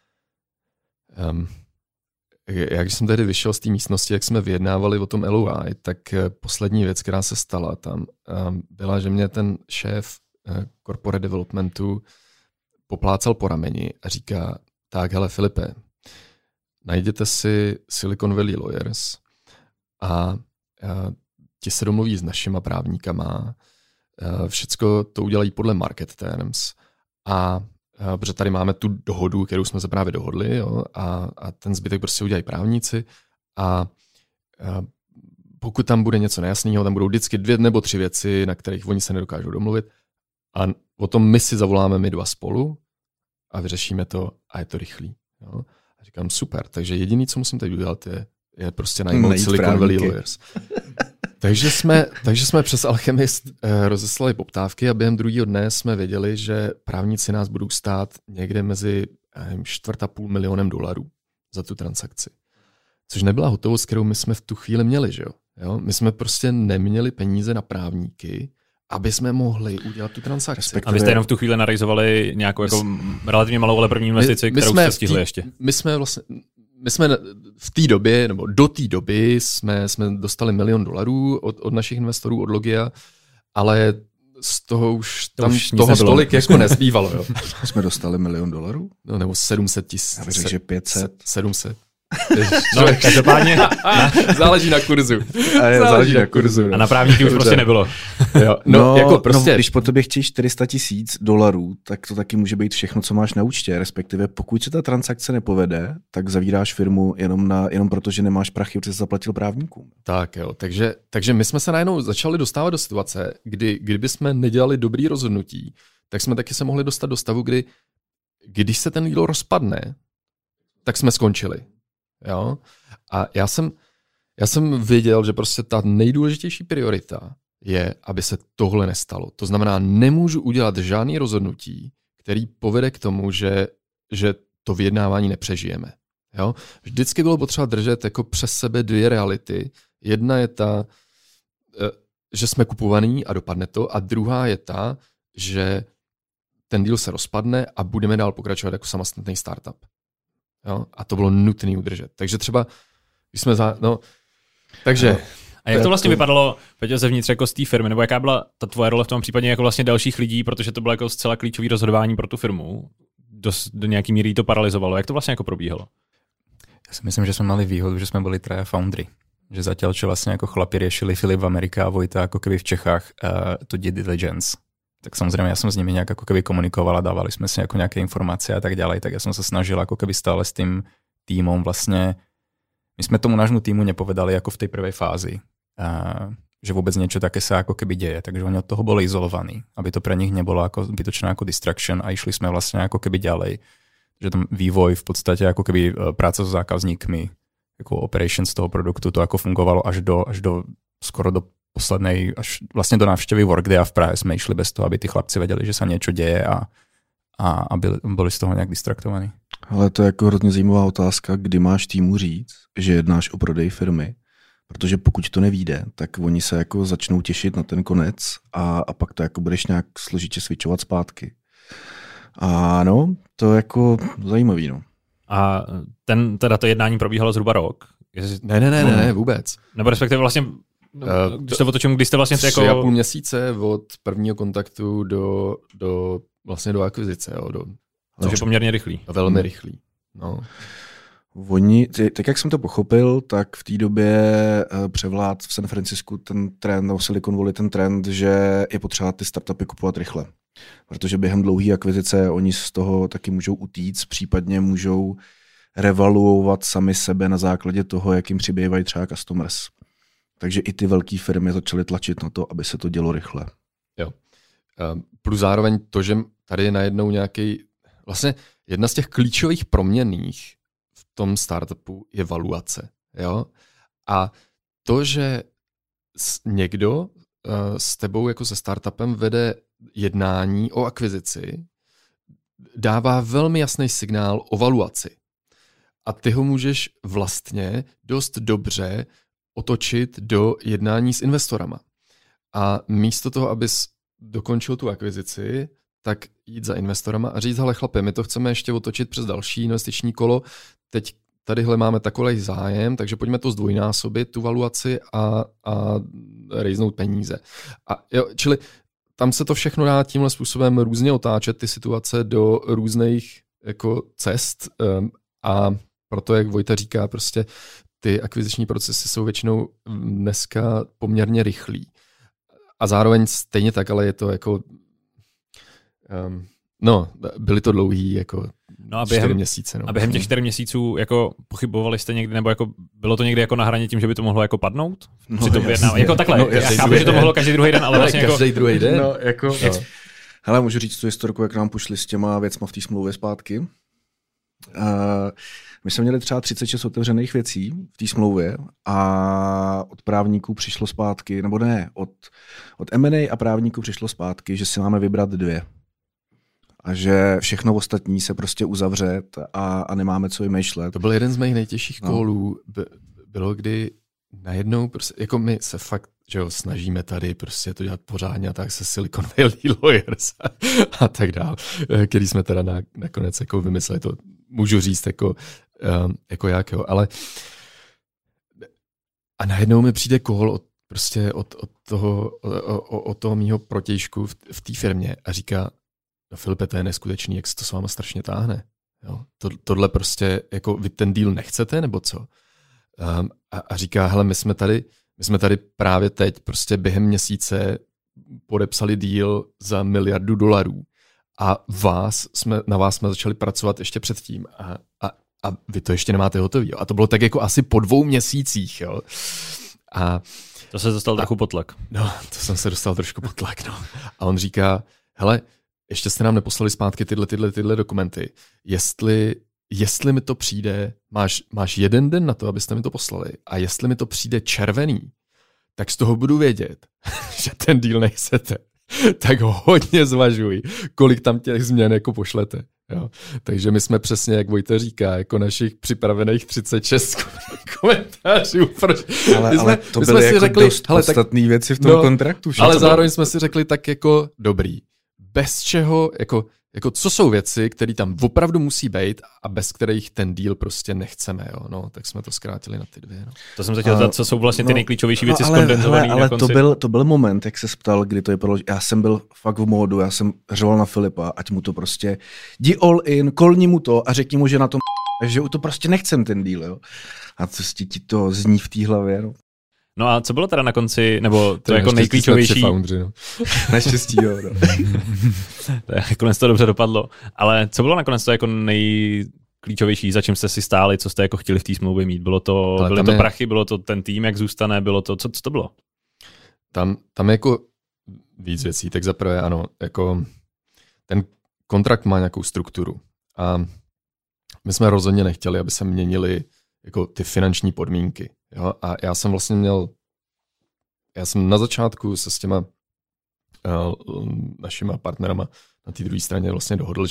jak jsem tehdy vyšel z té místnosti, jak jsme vyjednávali o tom LOI, tak poslední věc, která se stala tam, byla, že mě ten šéf corporate developmentu poplácal po rameni a říká, tak hele Filipe, najděte si Silicon Valley Lawyers a ti se domluví s našima právníkama, všecko to udělají podle market terms a protože tady máme tu dohodu, kterou jsme se právě dohodli, jo, a ten zbytek prostě udělají právníci a pokud tam bude něco nejasného, tam budou vždycky 2 nebo 3 věci, na kterých oni se nedokážou domluvit a o tom my si zavoláme my 2 spolu a vyřešíme to a je to rychlý. Jo. A říkám super, takže jediný, co musím teď udělat, je prostě najmout Silicon Valley Lawyers. Takže jsme přes Alchemist rozeslali poptávky a během druhého dne jsme věděli, že právníci nás budou stát někde mezi $4,5 milionu za tu transakci. Což nebyla hotovost, kterou my jsme v tu chvíli měli. Že jo? My jsme prostě neměli peníze na právníky, aby jsme mohli udělat tu transakci. A vy jste jenom v tu chvíli narejzovali nějakou jako relativně malou, ale první investici, kterou jste stihli ještě. My jsme v té době, nebo do té doby jsme dostali $1 milion od našich investorů, od Logia, ale z toho už tam toho tolik jako nezbývalo. Jo. Jsme dostali $1 milion? No, nebo 700 000. Já bych řekl, že 500. 700. No, každopádně záleží na kurzu. Záleží na kurzu. A na právníky už prostě nebylo. Jo. No, jako prostě... Když po tobě chtějí $400,000, tak to taky může být všechno, co máš na účtě. Respektive pokud se ta transakce nepovede, tak zavíráš firmu jenom proto, že nemáš prachy, protože jsi zaplatil právníkům. Tak jo, takže my jsme se najednou začali dostávat do situace, kdyby jsme nedělali dobrý rozhodnutí, tak jsme taky se mohli dostat do stavu, když se ten deal rozpadne, tak jsme skončili. Jo? A já jsem věděl, že prostě ta nejdůležitější priorita je, aby se tohle nestalo. To znamená, nemůžu udělat žádný rozhodnutí, který povede k tomu, že to vyjednávání nepřežijeme. Jo? Vždycky bylo potřeba držet jako přes sebe 2 reality. Jedna je ta, že jsme kupovaní a dopadne to, a druhá je ta, že ten deal se rozpadne a budeme dál pokračovat jako samostatný startup. Jo? A to bylo nutné udržet. Takže třeba, když jsme takže... A jak to vlastně vypadalo, Peťo, zevnitř jako z té firmy, nebo jaká byla ta tvoje role v tom případě jako vlastně dalších lidí, protože to bylo jako zcela klíčové rozhodování pro tu firmu, do nějaký míry to paralyzovalo. Jak to vlastně jako probíhalo? Já si myslím, že jsme mali výhodu, že jsme byli 3 foundry. Že zatiaľ, čo vlastně jako chlapi riešili Filip v Americe a Vojta jako keby v Čechách, to due diligence. tak samozřejmě já jsem s nimi nějak jako keby komunikoval a dávali jsme si jako nějaké informácie a tak ďalej, tak ja som sa snažil ako keby stále s tým týmom vlastne, my sme tomu nášmu týmu nepovedali ako v tej prvej fázi, že vôbec niečo také sa ako keby deje, takže oni od toho boli izolovaní, aby to pre nich nebolo ako zbytočné ako distraction a išli sme vlastne ako keby ďalej, že tam vývoj v podstate ako keby práca so zákazníkmi, ako operations toho produktu, to ako fungovalo až do skoro do poslednej, až vlastne do návštevy Workday a v Prahe sme išli bez toho, aby tí chlapci vedeli, že sa niečo deje a byli z toho nějak distraktovaní. Ale to je jako hrozně zajímavá otázka, kdy máš týmu říct, že jednáš o prodej firmy, protože pokud to nevíde, tak oni se jako začnou těšit na ten konec a pak to jako budeš nějak složitě switchovat zpátky. A no, to je jako zajímavý, no. A to jednání probíhalo zhruba rok? Ne, vůbec. Nebo respektive vlastně, když to otočím, když jste vlastně... 3,5 měsíce od prvního kontaktu do vlastně do akvizice. Což je poměrně rychlý. Velmi rychlý. No. Oni, tak jak jsem to pochopil, tak v té době převlád v San Francisku ten trend, nebo Silicon Valley ten trend, že je potřeba ty startupy kupovat rychle. Protože během dlouhé akvizice oni z toho taky můžou utíct, případně můžou revaluovat sami sebe na základě toho, jak jim přibývají třeba customers. Takže i ty velké firmy začaly tlačit na to, aby se to dělo rychle. Jo. Plus zároveň to, že tady je najednou nějaký, vlastně jedna z těch klíčových proměnných v tom startupu je valuace. Jo? A to, že někdo s tebou jako se startupem vede jednání o akvizici, dává velmi jasný signál o valuaci. A ty ho můžeš vlastně dost dobře otočit do jednání s investorama. A místo toho, abys dokončil tu akvizici, tak jít za investorama a říct, hele chlapi, my to chceme ještě otočit přes další investiční kolo, teď tadyhle máme takový zájem, takže pojďme to zdvojnásobit, tu valuaci a rejznout peníze. A jo, čili tam se to všechno dá tímhle způsobem různě otáčet, ty situace do různých jako cest a proto, jak Vojta říká, prostě ty akviziční procesy jsou většinou dneska poměrně rychlý. A zároveň stejně tak, ale je to jako byly to dlouhý jako 4 měsíce. No. A během těch 4 měsíců jako pochybovali jste někdy, nebo jako bylo to někdy jako na hraně tím, že by to mohlo jako padnout? Jako takhle, já chápu, že to mohlo každý druhý den, ale vlastně každý jako... druhý den? No, jako... Hele, můžu říct tu historku, jak nám pošli s těma věcma v té smlouvě zpátky. My jsme měli třeba 36 otevřených věcí v té smlouvě a od právníků přišlo zpátky, nebo ne, od M&A a právníků přišlo zpátky, že si máme vybrat 2. A že všechno ostatní se prostě uzavřet a nemáme co vymýšlet. To byl jeden z mých nejtěžších kolů. Bylo, kdy najednou, prostě, jako my se fakt, že jo, snažíme tady prostě to dělat pořádně a tak se Silicon Valley Lawyers a tak dál, který jsme teda nakonec jako vymysleli, to můžu říct jako jak, jo, ale a najednou mi přijde call od toho mýho protějšku v té firmě a říká, no Filipe, to je neskutečný, jak se to s váma strašně táhne. Jo? Tohle prostě, jako vy ten deal nechcete, nebo co? A říká, hele, my jsme tady právě teď prostě během měsíce podepsali deal za $1 miliardu a na vás jsme začali pracovat ještě předtím a vy to ještě nemáte hotový. Jo? A to bylo tak jako asi po 2 měsících. Jo? A to se dostal trochu pod tlak. No, to jsem se dostal trošku pod tlak. No. A on říká, hele, ještě jste nám neposlali zpátky tyhle dokumenty. Jestli mi to přijde, máš 1 den na to, abyste mi to poslali. A jestli mi to přijde červený, tak z toho budu vědět, že ten deal nechcete. Tak hodně zvažuj, kolik tam těch změn jako pošlete. Jo. Takže my jsme přesně, jak Vojta říká, jako našich připravených 36 komentářů. Ale to byly jako řekli, dost podstatné věci v tom kontraktu. Ale zároveň jsme si řekli tak jako dobrý. Bez čeho, jako co jsou věci, které tam opravdu musí být a bez kterých ten deal prostě nechceme, jo, no, tak jsme to zkrátili na ty 2, no. To jsem se chtěl zdat, co jsou vlastně ty nejklíčovější věci skondenzované ale na konci. To byl moment, jak se ptal, kdy to je podloží. Já jsem byl fakt v módu, já jsem řval na Filipa, ať mu to prostě jdi all in, kolni mu to a řekni mu, že na tom, že to prostě nechcem ten deal, jo. A co ti to zní v té hlavě, no. No a co bylo teda na konci, nebo to jako nejklíčovější? Foundry, no. Naštěstí, jo. No. Nakonec to dobře dopadlo. Ale co bylo nakonec to jako nejklíčovější, za čím jste si stáli, co jste jako chtěli v té smlouvě mít? Byly to prachy, bylo to ten tým, jak zůstane, bylo to, co to bylo? Tam je jako víc věcí, tak zaprvé ano, jako ten kontrakt má nějakou strukturu a my jsme rozhodně nechtěli, aby se měnily jako ty finanční podmínky. Jo? A já jsem na začátku se s těma našima partnerama na té druhé straně vlastně dohodl,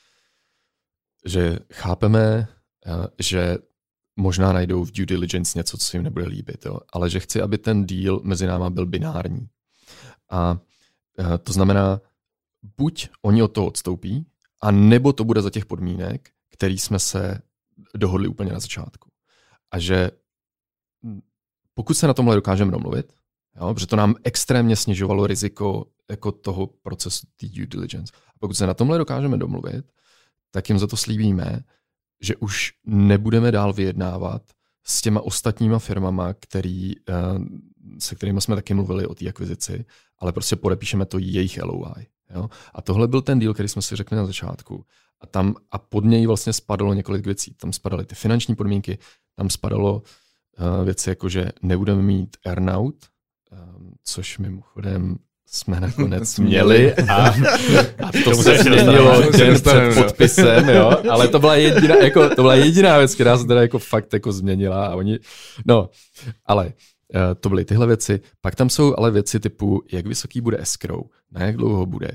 že chápeme, že možná najdou v due diligence něco, co jim nebude líbit, jo? Ale že chci, aby ten deal mezi náma byl binární. A to znamená, buď oni od toho odstoupí, a nebo to bude za těch podmínek, který jsme se dohodli úplně na začátku. A že pokud se na tomhle dokážeme domluvit, jo, protože to nám extrémně snižovalo riziko jako toho procesu due diligence. A pokud se na tomhle dokážeme domluvit, tak jim za to slíbíme, že už nebudeme dál vyjednávat s těma ostatníma firmama, se kterými jsme taky mluvili o té akvizici, ale prostě podepíšeme to jejich LOI. Jo? A tohle byl ten deal, který jsme si řekli na začátku. A pod něj vlastně spadalo několik věcí. Tam spadaly ty finanční podmínky, tam spadalo věci jako, že nebudeme mít earnout, což mimochodem jsme nakonec měli a to se změnilo před podpisem, jo? Ale to byla jediná věc, která se teda jako fakt jako změnila a ale to byly tyhle věci. Pak tam jsou ale věci typu, jak vysoký bude escrow, na jak dlouho bude,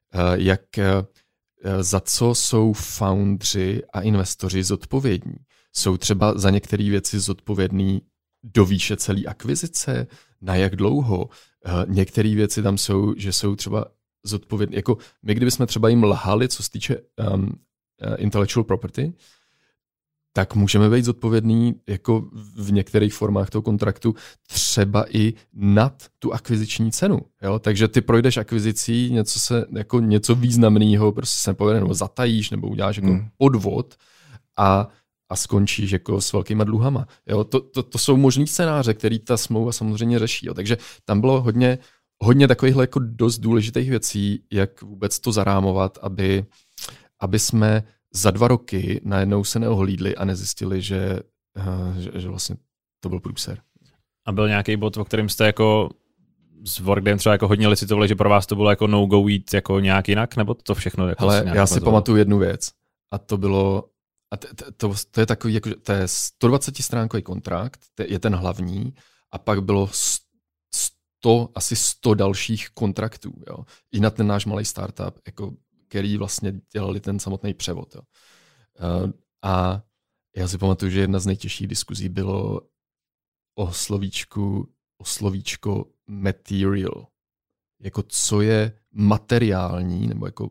za co jsou foundři a investoři zodpovědní. Jsou třeba za některé věci zodpovědní do výše celé akvizice, na jak dlouho. Některé věci tam jsou, že jsou třeba zodpovědní. Jako my, kdybychom třeba jim lhali, co se týče intellectual property, tak můžeme být zodpovědní jako v některých formách toho kontraktu třeba i nad tu akviziční cenu. Jo? Takže ty projdeš akvizicí, něco významného prostě se nepovede, nebo zatajíš, nebo uděláš jako podvod a skončíš jako s velkýma dluhama. Jo? To jsou možný scénáře, který ta smlouva samozřejmě řeší. Jo? Takže tam bylo hodně takovýchhle jako dost důležitých věcí, jak vůbec to zarámovat, aby jsme za 2 roky najednou se neohlídli a nezjistili, že vlastně to byl průser. A byl nějaký bod, o kterém jste jako s Workdayem třeba jako hodně licitovali, že pro vás to bylo jako no-go jít jako nějak jinak, nebo to všechno? Jako hele, já si pamatuju jednu věc a to bylo, to je takový, jako, to je 120-stránkový kontrakt, je ten hlavní a pak bylo asi 100 dalších kontraktů. Jo. I na ten náš malý startup, jako který vlastně dělali ten samotný převod. Jo. A já si pamatuju, že jedna z nejtěžších diskuzí bylo o slovíčko material. Jako co je materiální, nebo jako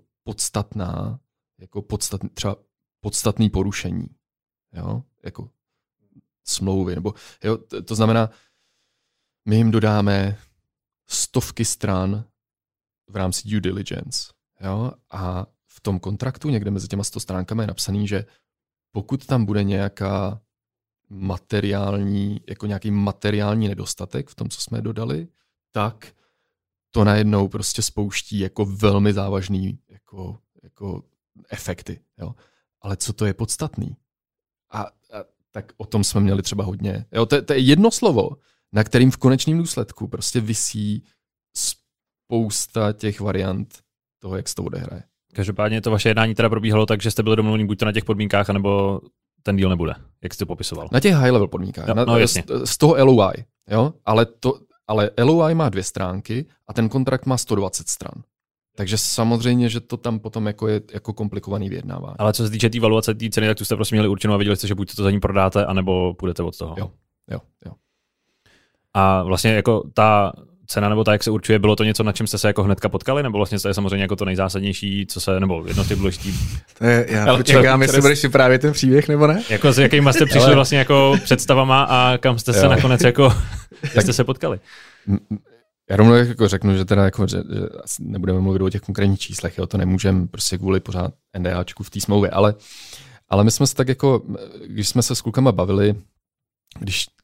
třeba podstatný porušení. Jo? Jako smlouvy. Nebo, jo? To znamená, my jim dodáme 100 stran v rámci due diligence. Jo? A v tom kontraktu někde mezi těma 100 stránkami je napsaný, že pokud tam bude nějaký materiální nedostatek v tom, co jsme dodali, tak to najednou prostě spouští jako velmi závažný jako efekty. Jo? Ale co to je podstatný? A tak o tom jsme měli třeba hodně. Jo? To je jedno slovo, na kterým v konečném důsledku prostě visí spousta těch variant toho, jak se to odehraje. Každopádně to vaše jednání teda probíhalo tak, že jste byli domluveni buď to na těch podmínkách, anebo ten deal nebude, jak jste popisoval. Na těch high level podmínkách. Jasně. Z toho LOI. Jo? Ale LOI má 2 stránky a ten kontrakt má 120 stran. Takže samozřejmě, že to tam potom jako je jako komplikovaný vyjednávání. Ale co se týče té valuace té ceny, tak tu jste prostě měli určenou a věděli jste, že buď to za ní prodáte, anebo půjdete od toho. Jo. A vlastně jako ta cena nebo tak, jak se určuje, bylo to něco, na čem jste se jako hnedka potkali, nebo vlastně to je samozřejmě jako to nejzásadnější, nebo jedno z těch důležitých. Já čekám, jestli budeš vyprávět ten příběh, nebo ne? Jako s jakýma jste přišli vlastně jako představama a kam jste se nakonec jako jste se potkali? Já rovnou jako řeknu, že teda jako, že nebudeme mluvit o těch konkrétních číslech, jo, to nemůžeme prostě kvůli pořád NDAčku v té smlouvě, ale my jsme se tak jako, když jsme se s klukama bavili, když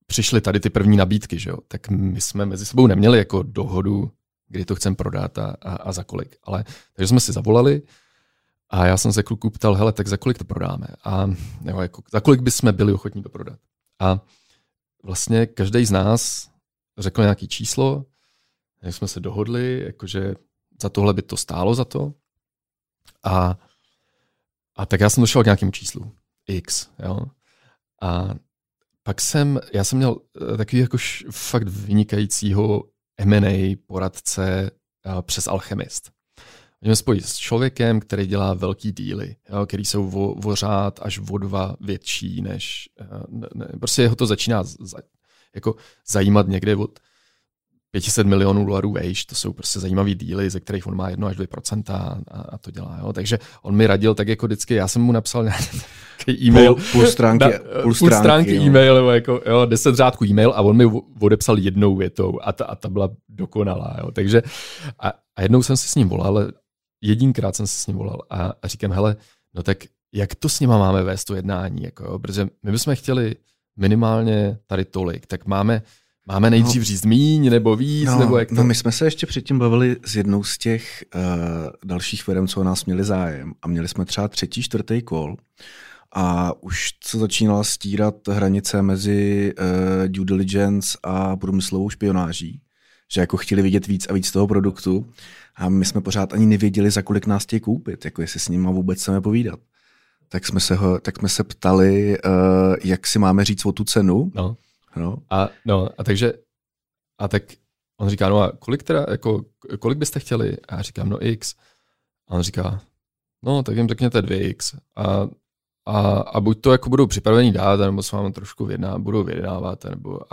přišly tady ty první nabídky, že jo, tak my jsme mezi sebou neměli jako dohodu, kdy to chceme prodat a za kolik. Takže jsme si zavolali a já jsem se kluků ptal, hele, tak za kolik to prodáme? A nebo jako, za kolik bychom byli ochotní to prodat? A vlastně každý z nás řekl nějaký číslo, jak jsme se dohodli, jakože za tohle by to stálo za to. A tak já jsem došel k nějakému číslu. X, jo. A pak já jsem měl takový jako fakt vynikajícího M&A poradce přes Alchemist. Můžeme spojit s člověkem, který dělá velký díly, který jsou o řád až o 2 větší, než prostě jeho to začíná jako zajímat někde od $500 milionů vejš, to jsou prostě zajímavý díly, ze kterých on má 1 až 2% a to dělá. Jo. Takže on mi radil tak jako vždycky, já jsem mu napsal nějaký e-mail. Půl stránky e-mail, nebo jako, 10 řádků e-mail a on mi odepsal 1 větou a ta byla dokonalá. Jo. Takže a jednou jsem si s ním volal, jedinkrát jsem si s ním volal a říkám, hele, no tak jak to s nima máme vést to jednání, jako, jo, protože my bychom chtěli minimálně tady tolik, tak máme nejdřív říct míň nebo víc, nebo jak to? No my jsme se ještě předtím bavili s jednou z těch dalších firm, co o nás měli zájem a měli jsme třeba 3., 4. call a už se začínala stírat hranice mezi due diligence a průmyslovou špionáží, že jako chtěli vidět víc a víc toho produktu a my jsme pořád ani nevěděli, za kolik nás chtějí koupit, jako jestli s nima vůbec chceme povídat. Tak jsme se ptali, jak si máme říct o tu cenu. No. A tak on říká, no a kolik byste chtěli? A já říkám, no X. A on říká, no tak jim řekněte 2X. A buď to jako budou připravení dát, nebo s vámi trošku budou vyjednávat,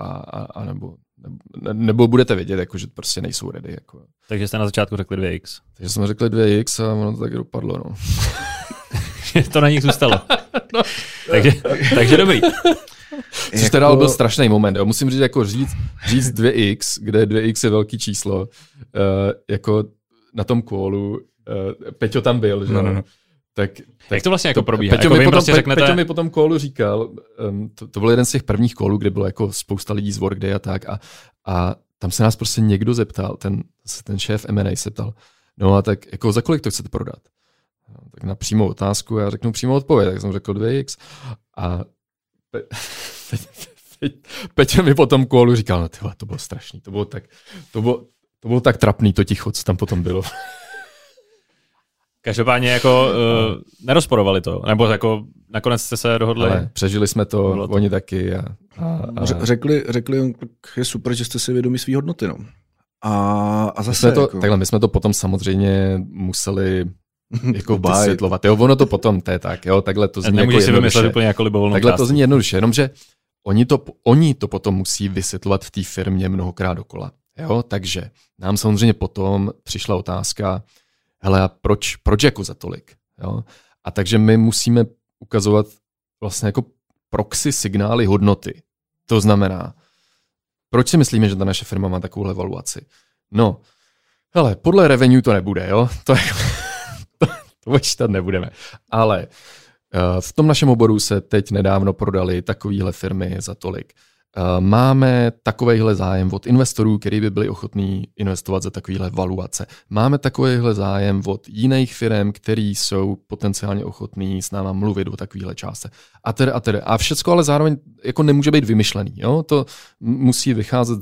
nebo budete vědět, jako, že prostě nejsou ready. Jako. Takže jste na začátku řekli 2X. Takže jsme řekli 2X a ono to tak dopadlo. No. To na nich zůstalo. No. Takže dobrý. Což teda byl strašný moment. Jo. Musím říct, jako říct 2X, kde 2X je velký číslo, jako na tom callu, Peťo tam byl, že no. Tak jak to vlastně jako probíhá? Peťo mi potom callu říkal, to byl jeden z těch prvních callů, kde bylo jako spousta lidí z Workday a tak a tam se nás prostě někdo zeptal, ten šéf M&A se ptal, no a tak jako za kolik to chcete prodat? No, tak na přímou otázku já řeknu přímou odpověď, tak jsem řekl 2X a Peťo mi potom callu říkal, no tyhle, to bylo strašný, to bylo tak trapný to ticho, co tam potom bylo. Každopádně jako nerozporovali to, nebo jako nakonec jste se dohodli. Ale přežili jsme to, oni taky. Řekli, je super, že jste si vědomi svý hodnoty. No. A zase takhle, my jsme to potom samozřejmě museli jako vysvětlovat. Jo, ono to potom tak, jo, takhle to zní jako si vymyslet úplně jako libovolnou takhle část. To zní jednoduše, jenomže oni to potom musí vysvětlovat v té firmě mnohokrát dokola. Jo, takže nám samozřejmě potom přišla otázka, hele, a proč jako za tolik? Jo? A takže my musíme ukazovat vlastně jako proxy signály hodnoty. To znamená, proč si myslíme, že ta naše firma má takovouhle valuaci? No, hele, podle revenue to nebude, jo? To počítat nebudeme. Ale v tom našem oboru se teď nedávno prodali takovéhle firmy za tolik. Máme takovejhle zájem od investorů, který by byli ochotní investovat za takovéhle valuace. Máme takovejhle zájem od jiných firm, který jsou potenciálně ochotní s náma mluvit o takovéhle částce. A všecko ale zároveň jako nemůže být vymyšlený. Jo? To musí vycházet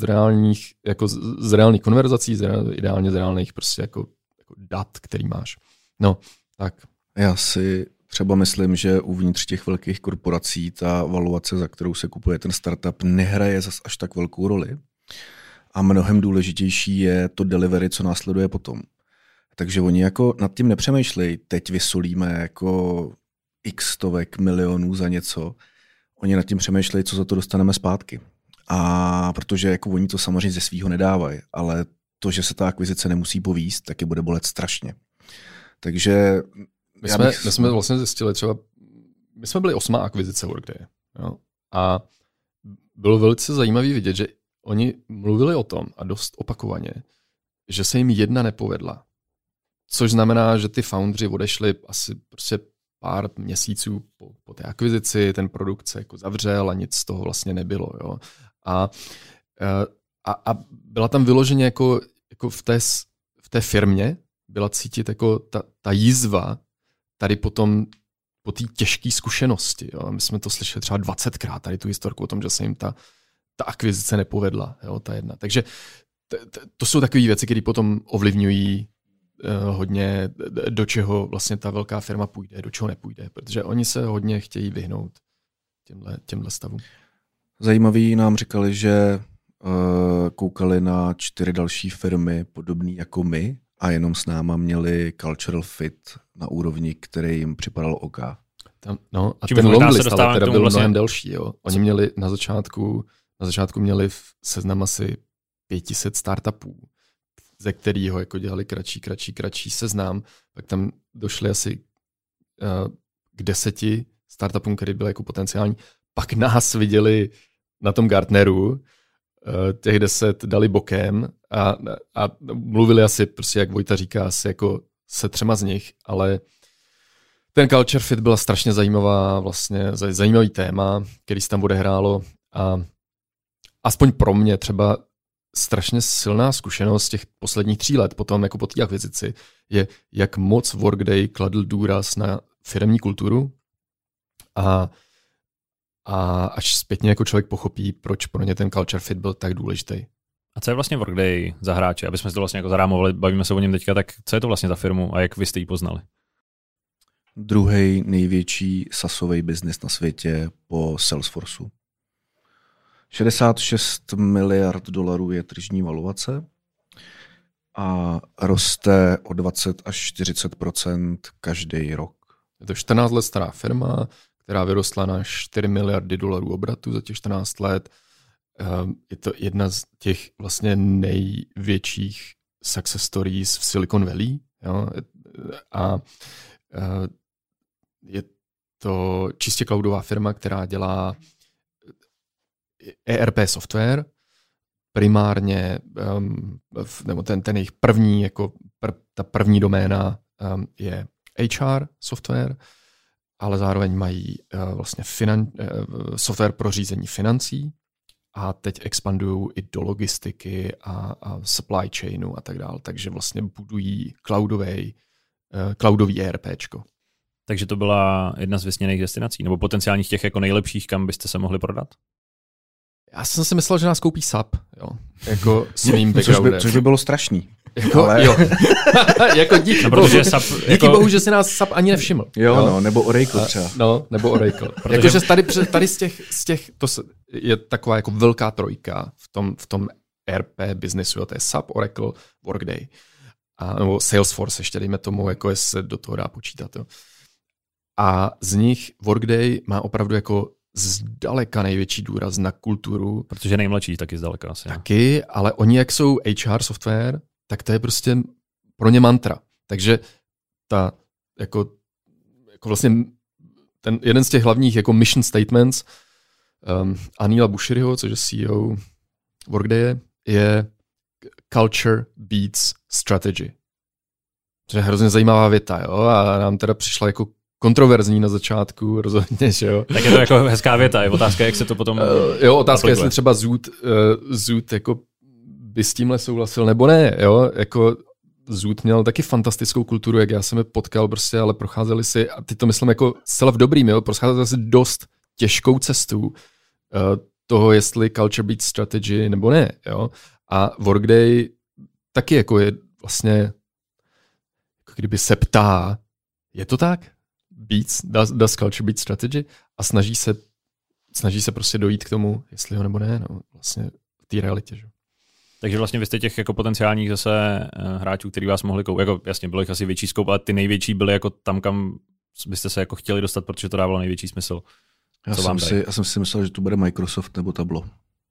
z reálných konverzací, ideálně z reálných prostě jako dat, který máš. No, tak. Já si třeba myslím, že uvnitř těch velkých korporací ta valuace, za kterou se kupuje ten startup, nehraje zas až tak velkou roli. A mnohem důležitější je to delivery, co následuje potom. Takže oni jako nad tím nepřemýšlejí, teď vysolíme jako x stovek milionů za něco. Oni nad tím přemýšlejí, co za to dostaneme zpátky. A protože jako oni to samozřejmě ze svýho nedávají, ale to, že se ta akvizice nemusí povíst, tak je bude bolet strašně. Takže my jsme vlastně zjistili třeba, my jsme byli 8. akvizice Workday. Jo? A bylo velice zajímavé vidět, že oni mluvili o tom a dost opakovaně, že se jim jedna nepovedla. Což znamená, že ty foundři odešli asi prostě pár měsíců po té akvizici, ten produkt se jako zavřel a nic z toho vlastně nebylo. Jo? A byla tam vyloženě jako v té firmě byla cítit jako ta jízva tady potom po té těžké zkušenosti. Jo. My jsme to slyšeli třeba 20krát, tady tu historku o tom, že se jim ta akvizice nepovedla, jo, ta jedna. Takže to jsou takové věci, které potom ovlivňují hodně, do čeho vlastně ta velká firma půjde, do čeho nepůjde, protože oni se hodně chtějí vyhnout těmhle stavům. Zajímaví nám říkali, že koukali na 4 další firmy podobné jako my a jenom s náma měli cultural fit na úrovni, který jim připadal OK. A ten longlist ale teda byl mnohem delší. Jo. Oni měli na začátku měli v seznam asi 500 startupů, ze kterého jako dělali kratší seznam, tak tam došli asi k 10 startupům, které byly jako potenciální. Pak nás viděli na tom Gartneru, těch 10 dali bokem a mluvili asi, prostě jak Vojta říká, asi jako se 3 z nich, ale ten culture fit byla strašně zajímavý téma, který se tam odehrálo a aspoň pro mě třeba strašně silná zkušenost těch posledních 3 let potom jako po té akvizici je, jak moc Workday kladl důraz na firemní kulturu a až zpětně jako člověk pochopí, proč pro ně ten culture fit byl tak důležitý. A co je vlastně Workday za hráče? Aby jsme si to vlastně jako zarámovali, bavíme se o něm teďka, tak co je to vlastně za firmu a jak vy jste ji poznali? Druhý největší SaaSový biznis na světě po Salesforceu. 66 miliard dolarů je tržní valuace a roste o 20 až 40% každý rok. Je to 14 let stará firma, která vyrostla na 4 miliardy dolarů obratu za těch 14 let. Je to jedna z těch vlastně největších success stories v Silicon Valley. Jo? A je to čistě cloudová firma, která dělá ERP software, primárně, nebo ten jejich první, jako ta první doména je HR software, ale zároveň mají vlastně software pro řízení financí a teď expandují i do logistiky a supply chainu a tak dále, takže vlastně budují cloudový ERPčko. Takže to byla jedna z vysněných destinací, nebo potenciálních těch jako nejlepších, kam byste se mohli prodat? Já jsem si myslel, že nás koupí SAP, jo, jako svým backgroundem. Což by bylo strašný. Jako, ale... jo. Jako díky bohu, že si nás SAP ani nevšiml. Jo, no, nebo Oracle třeba. No, nebo Oracle. Jakože tady z těch to je taková jako velká trojka v tom ERP biznesu, jo, to je SAP, Oracle, Workday. Nebo Salesforce ještě, dejme tomu, jako se do toho dá počítat. Jo. A z nich Workday má opravdu jako zdaleka největší důraz na kulturu. Protože nejmladší taky zdaleka asi. Taky, ale oni jak jsou HR software, tak to je prostě pro ně mantra. Takže ta jako vlastně ten jeden z těch hlavních jako mission statements Anila Bushiriho, což je CEO Workday, je culture beats strategy. To je hrozně zajímavá věta, jo? A nám teda přišla jako kontroverzní na začátku, rozhodně, že jo. Tak je to jako hezká věta, je otázka, jak se to potom jo, otázka, jestli třeba Zoot jako by s tímhle souhlasil, nebo ne, jo, jako Zoot měl taky fantastickou kulturu, jak já jsem je potkal prostě, ale procházeli si, a teď to myslím jako zcela v dobrým, jo, procházeli si dost těžkou cestu toho, jestli culture beats strategy, nebo ne, jo. A Workday taky jako je vlastně, jako kdyby se ptá, je to tak? Does culture beat strategy? A snaží se prostě dojít k tomu, jestli ho nebo ne, no, vlastně v té realitě, že? Takže vlastně vy jste těch jako potenciálních zase hráčů, který vás mohli koupit, jako jasně bylo jich asi větší skoup, ale ty největší byly jako tam, kam byste se jako chtěli dostat, protože to dávalo největší smysl. Já jsem si myslel, že to bude Microsoft nebo Tableau.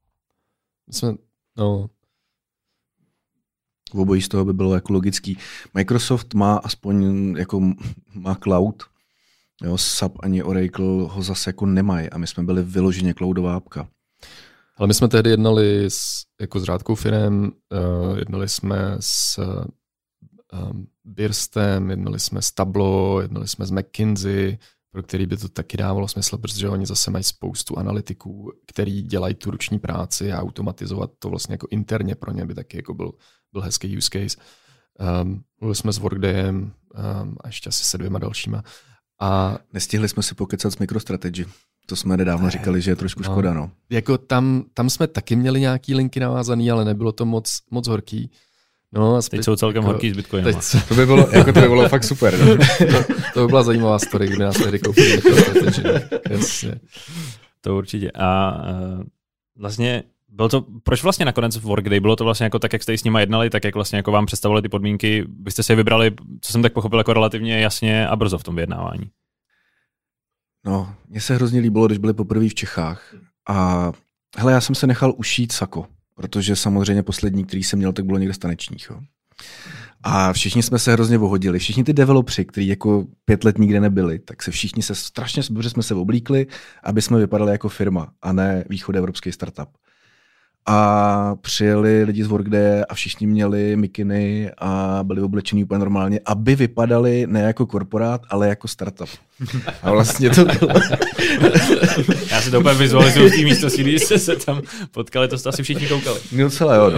V obojí z toho by bylo jako logický. Microsoft má aspoň jako má cloud, jo, SAP ani Oracle ho zase jako nemají a my jsme byli vyloženě cloudová apka. Ale my jsme tehdy jednali s řádkou firem, jednali jsme s Birstem, jednali jsme s Tableau, jednali jsme s McKinsey, pro který by to taky dávalo smysl, protože oni zase mají spoustu analytiků, který dělají tu ruční práci a automatizovat to vlastně jako interně pro ně by taky jako byl hezký use case. Mluvili jsme s Workdayem a ještě asi se 2 dalšíma. A nestihli jsme si pokecat s MicroStrategy. To jsme nedávno říkali, že je trošku škoda. No. Jako tam jsme taky měli nějaký linky navázaný, ale nebylo to moc horký. No, teď jsou celkem horký s Bitcoinem. To by bylo fakt super. No. To by byla zajímavá story, kdyby nás tehdy koupili. Jasně. To určitě. A vlastně bylo to, proč vlastně nakonec v Workday? Bylo to vlastně jako tak, jak jste s nima jednali, tak jak vlastně jako vám představovali ty podmínky, byste si je vybrali, co jsem tak pochopil, jako relativně jasně a brzo v tom vyjednávání? No, mně se hrozně líbilo, když byli poprvé v Čechách. A hele, já jsem se nechal ušít sako, protože samozřejmě poslední, který jsem měl, tak bylo někde z Tanečních. Jo. A všichni jsme se hrozně vohodili. Všichni ty developři, kteří jako 5 let nikde nebyli, tak se všichni strašně dobře jsme se oblíkli, aby jsme vypadali jako firma a ne východoevropský startup. A přijeli lidi z Workday a všichni měli mikiny a byli oblečení úplně normálně, aby vypadali ne jako korporát, ale jako startup. A vlastně to bylo... Já si to úplně vizualizuju v té místnosti, když jste se tam potkali, to jste asi všichni koukali. Docela jo, no.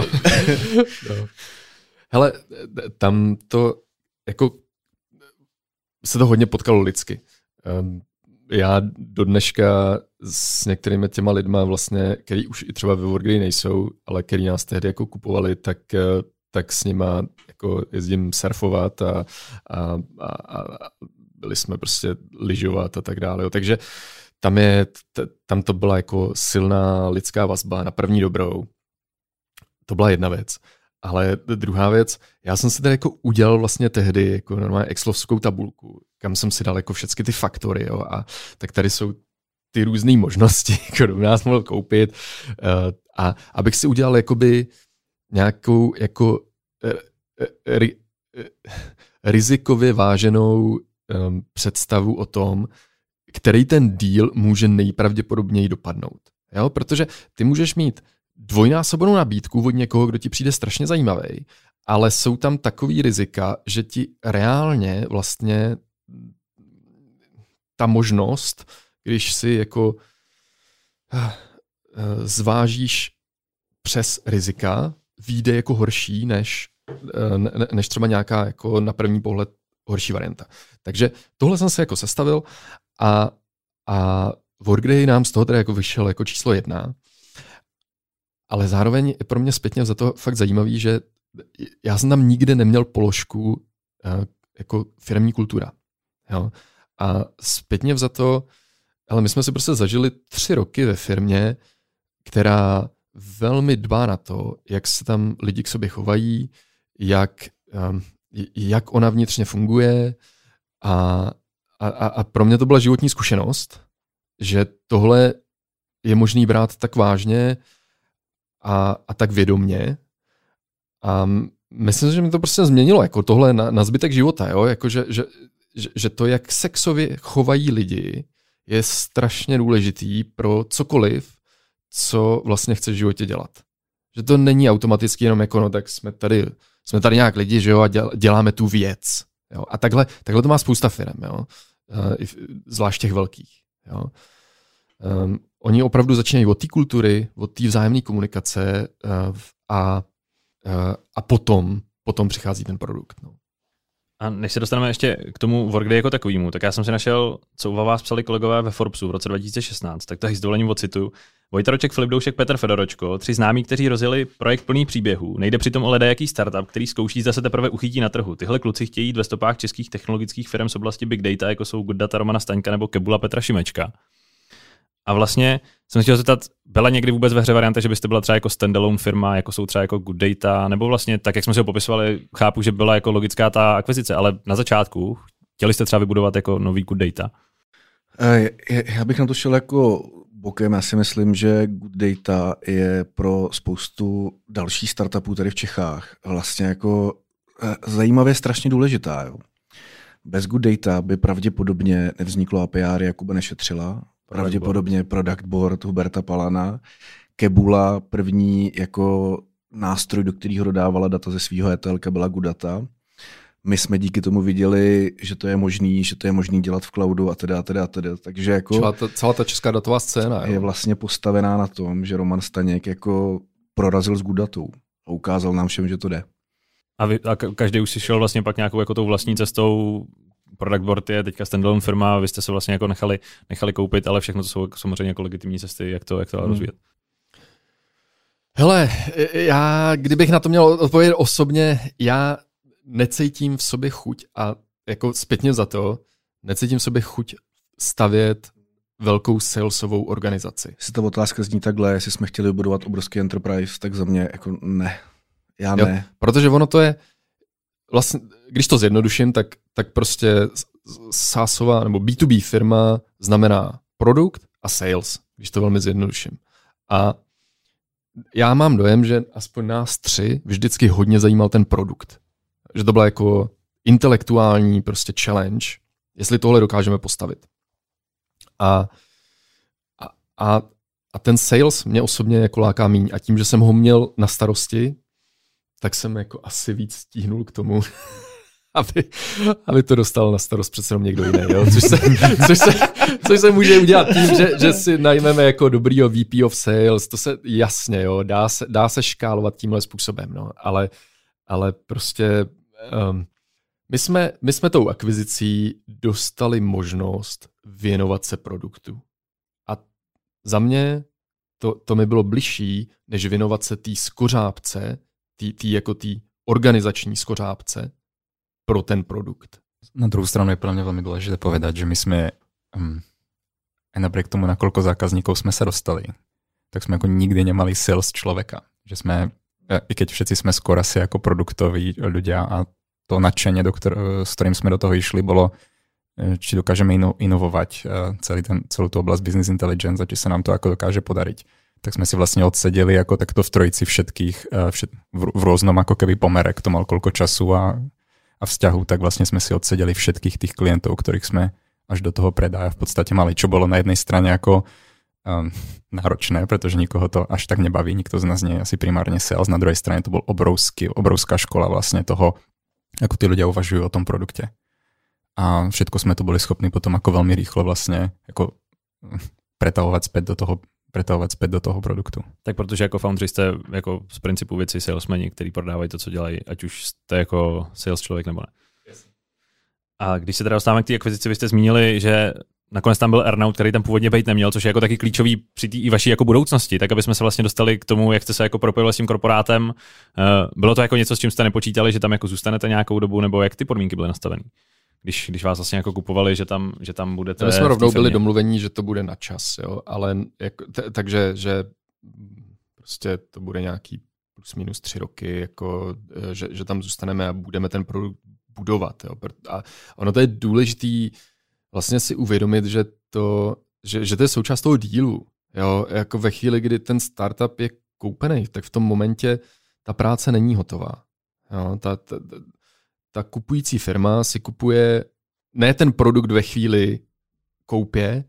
Hele, tam to jako se to hodně potkalo lidsky. Já do dneška s některými těma lidma vlastně, který už i třeba ve Workday nejsou, ale který nás tehdy jako kupovali, tak s nima jako jezdím surfovat a byli jsme prostě lyžovat a tak dále. Takže tam to byla jako silná lidská vazba na první dobrou. To byla jedna věc. Ale druhá věc, já jsem si tady jako udělal vlastně tehdy jako normálně excelovskou tabulku, kam jsem si dal jako všechny ty faktory, jo, a tak tady jsou ty různé možnosti, které u nás mohl koupit, a abych si udělal jakoby nějakou jako rizikově váženou představu o tom, který ten deal může nejpravděpodobněji dopadnout. Jo? Protože ty můžeš mít dvojnásobnou nabídku od někoho, kdo ti přijde strašně zajímavý, ale jsou tam takový rizika, že ti reálně vlastně ta možnost, když si jako zvážíš přes rizika, vyjde jako horší, než třeba nějaká jako na první pohled horší varianta. Takže tohle jsem se jako sestavil a Workday nám z toho teda jako vyšel jako číslo 1. Ale zároveň je pro mě zpětně za to fakt zajímavý, že já jsem tam nikde neměl položku jako firemní kultura. Jo? A zpětně za to, ale my jsme si prostě zažili 3 roky ve firmě, která velmi dbá na to, jak se tam lidi k sobě chovají, jak ona vnitřně funguje, a pro mě to byla životní zkušenost, že tohle je možný brát tak vážně a tak vědomně. A myslím, že mi to prostě změnilo jako tohle na zbytek života. Jo? Jako, že to, jak sexově chovají lidi, je strašně důležitý pro cokoliv, co vlastně chceš v životě dělat. Že to není automaticky jenom jako, no tak jsme tady nějak lidi, že jo, a děláme tu věc. Jo? A takhle to má spousta firem, jo? Zvlášť těch velkých. Jo? Oni opravdu začínají od té kultury, od té vzájemné komunikace a potom přichází ten produkt. No. A než se dostaneme ještě k tomu Workday jako takovému, tak já jsem si našel, co u vás psali kolegové ve Forbesu v roce 2016, tak to s dovolením odcituju. Vojta Roček, Filip Doušek, Petr Fedoročko, 3 známí, kteří rozjeli projekt plný příběhů. Nejde přitom o ledajaký startup, který zkouší, zda se teprve uchytí na trhu. Tyhle kluci chtějí jít ve stopách českých technologických firm z oblasti Big Data, jako jsou Good Data Romana Staňka nebo Kebula Petra Šimečka. A vlastně jsem chtěl zeptat, byla někdy vůbec ve hře varianta, že byste byla třeba jako standalone firma, jako jsou třeba jako Good Data, nebo vlastně tak, jak jsme si ho popisovali, chápu, že byla jako logická ta akvizice, ale na začátku chtěli jste třeba vybudovat jako nový Good Data? Já bych na to šel jako bokem. Já si myslím, že Good Data je pro spoustu dalších startupů tady v Čechách vlastně jako zajímavě strašně důležitá. Jo. Bez Good Data by pravděpodobně nevzniklo APR Jakuba Nešetřila, pravděpodobně Product Board Huberta Palana, Kebula, první jako nástroj, do kterého dodávala data ze svého ETLka, byla Good Data. my jsme díky tomu viděli, že to je možný dělat v cloudu a teda. Takže jako celá ta česká datová scéna je vlastně postavená na tom, že Roman Staněk jako prorazil s Gudatou a ukázal nám všem, že to jde. A každý už si šel vlastně pak nějakou jako tou vlastní cestou. Product Board je teďka standalone firma, vy jste se vlastně jako nechali koupit, ale všechno to jsou samozřejmě jako legitimní cesty, jak to rozvíjet. Hele, já kdybych na to měl odpovědět osobně, já necítím v sobě chuť a jako zpětně za to, necítím v sobě chuť stavět velkou salesovou organizaci. Jestli ta otázka zní takhle, jestli jsme chtěli budovat obrovský enterprise, tak za mě jako ne. Já ne. Jo, protože ono to je, vlastně, když to zjednoduším, tak prostě SaaSová nebo B2B firma znamená produkt a sales, když to velmi zjednoduším. A já mám dojem, že aspoň nás 3 vždycky hodně zajímal ten produkt. Že to byla jako intelektuální prostě challenge, jestli tohle dokážeme postavit. A ten sales mě osobně jako láká míň. A tím, že jsem ho měl na starosti, tak jsem jako asi víc stihnul k tomu, aby to dostal na starost přece jenom někdo jiný. Jo? Což se může udělat tím, že si najmeme jako dobrýho VP of Sales. To se jasně, jo, dá se škálovat tímhle způsobem. No? Ale prostě my jsme tou akvizicí dostali možnost věnovat se produktu. A za mě to mi bylo bližší, než věnovat se té skořápce, té organizační skořápce pro ten produkt. Na druhou stranu je pro mě velmi důležité povedať, že my jsme aj napriek tomu, nakoľko zákazníkov jsme se dostali, tak jsme jako nikdy nemali sales človeka. Že jsme, i keď všetci jsme skoro asi jako produktoví ľudia a to nadšenie, s ktorým jsme do toho išli, bolo, či dokážeme inovovať celú tú oblasť business intelligence a či sa nám to ako dokáže podariť. Tak jsme si vlastně odsedeli jako takto v trojici všetkých v rôznom ako keby pomere, kto mal koľko času a vzťahu, tak vlastně jsme si odsedeli všetkých tých klientov, ktorých jsme až do toho predája v podstate mali, čo bolo na jednej strane ako náročné, pretože nikoho to až tak nebaví, nikto z nás nie je asi primárne sales, na druhej strane to bol obrovská škola vlastne toho, ako tí ľudia uvažujú o tom produkte. A všetko sme to boli schopní potom ako veľmi rýchlo vlastne ako pretavovať späť do toho produktu. Tak protože jako foundry jste jako z principu věci salesmeni, který prodávají to, co dělají, ať už jste jako sales člověk nebo ne. Yes. A když se teda dostáváme k té akvizici, vy jste zmínili, že nakonec tam byl earnout, který tam původně být neměl, což je jako taky klíčový při té i vaší jako budoucnosti, tak aby jsme se vlastně dostali k tomu, jak jste se jako propojili s tím korporátem. Bylo to jako něco, s čím jste nepočítali, že tam jako zůstanete nějakou dobu, nebo jak ty podmínky byly nastavené? Když vás vlastně jako kupovali, že tam budete. My jsme rovnou byli domluvení, že to bude na čas, jo, ale jako, takže že prostě to bude nějaký plus minus 3 roky, jako, že tam zůstaneme a budeme ten produkt budovat. Jo. A ono to je důležitý vlastně si uvědomit, že to je součást toho dílu. Jo. Jako ve chvíli, kdy ten startup je koupený, tak v tom momentě ta práce není hotová. Jo. Ta kupující firma si kupuje ne ten produkt ve chvíli koupě,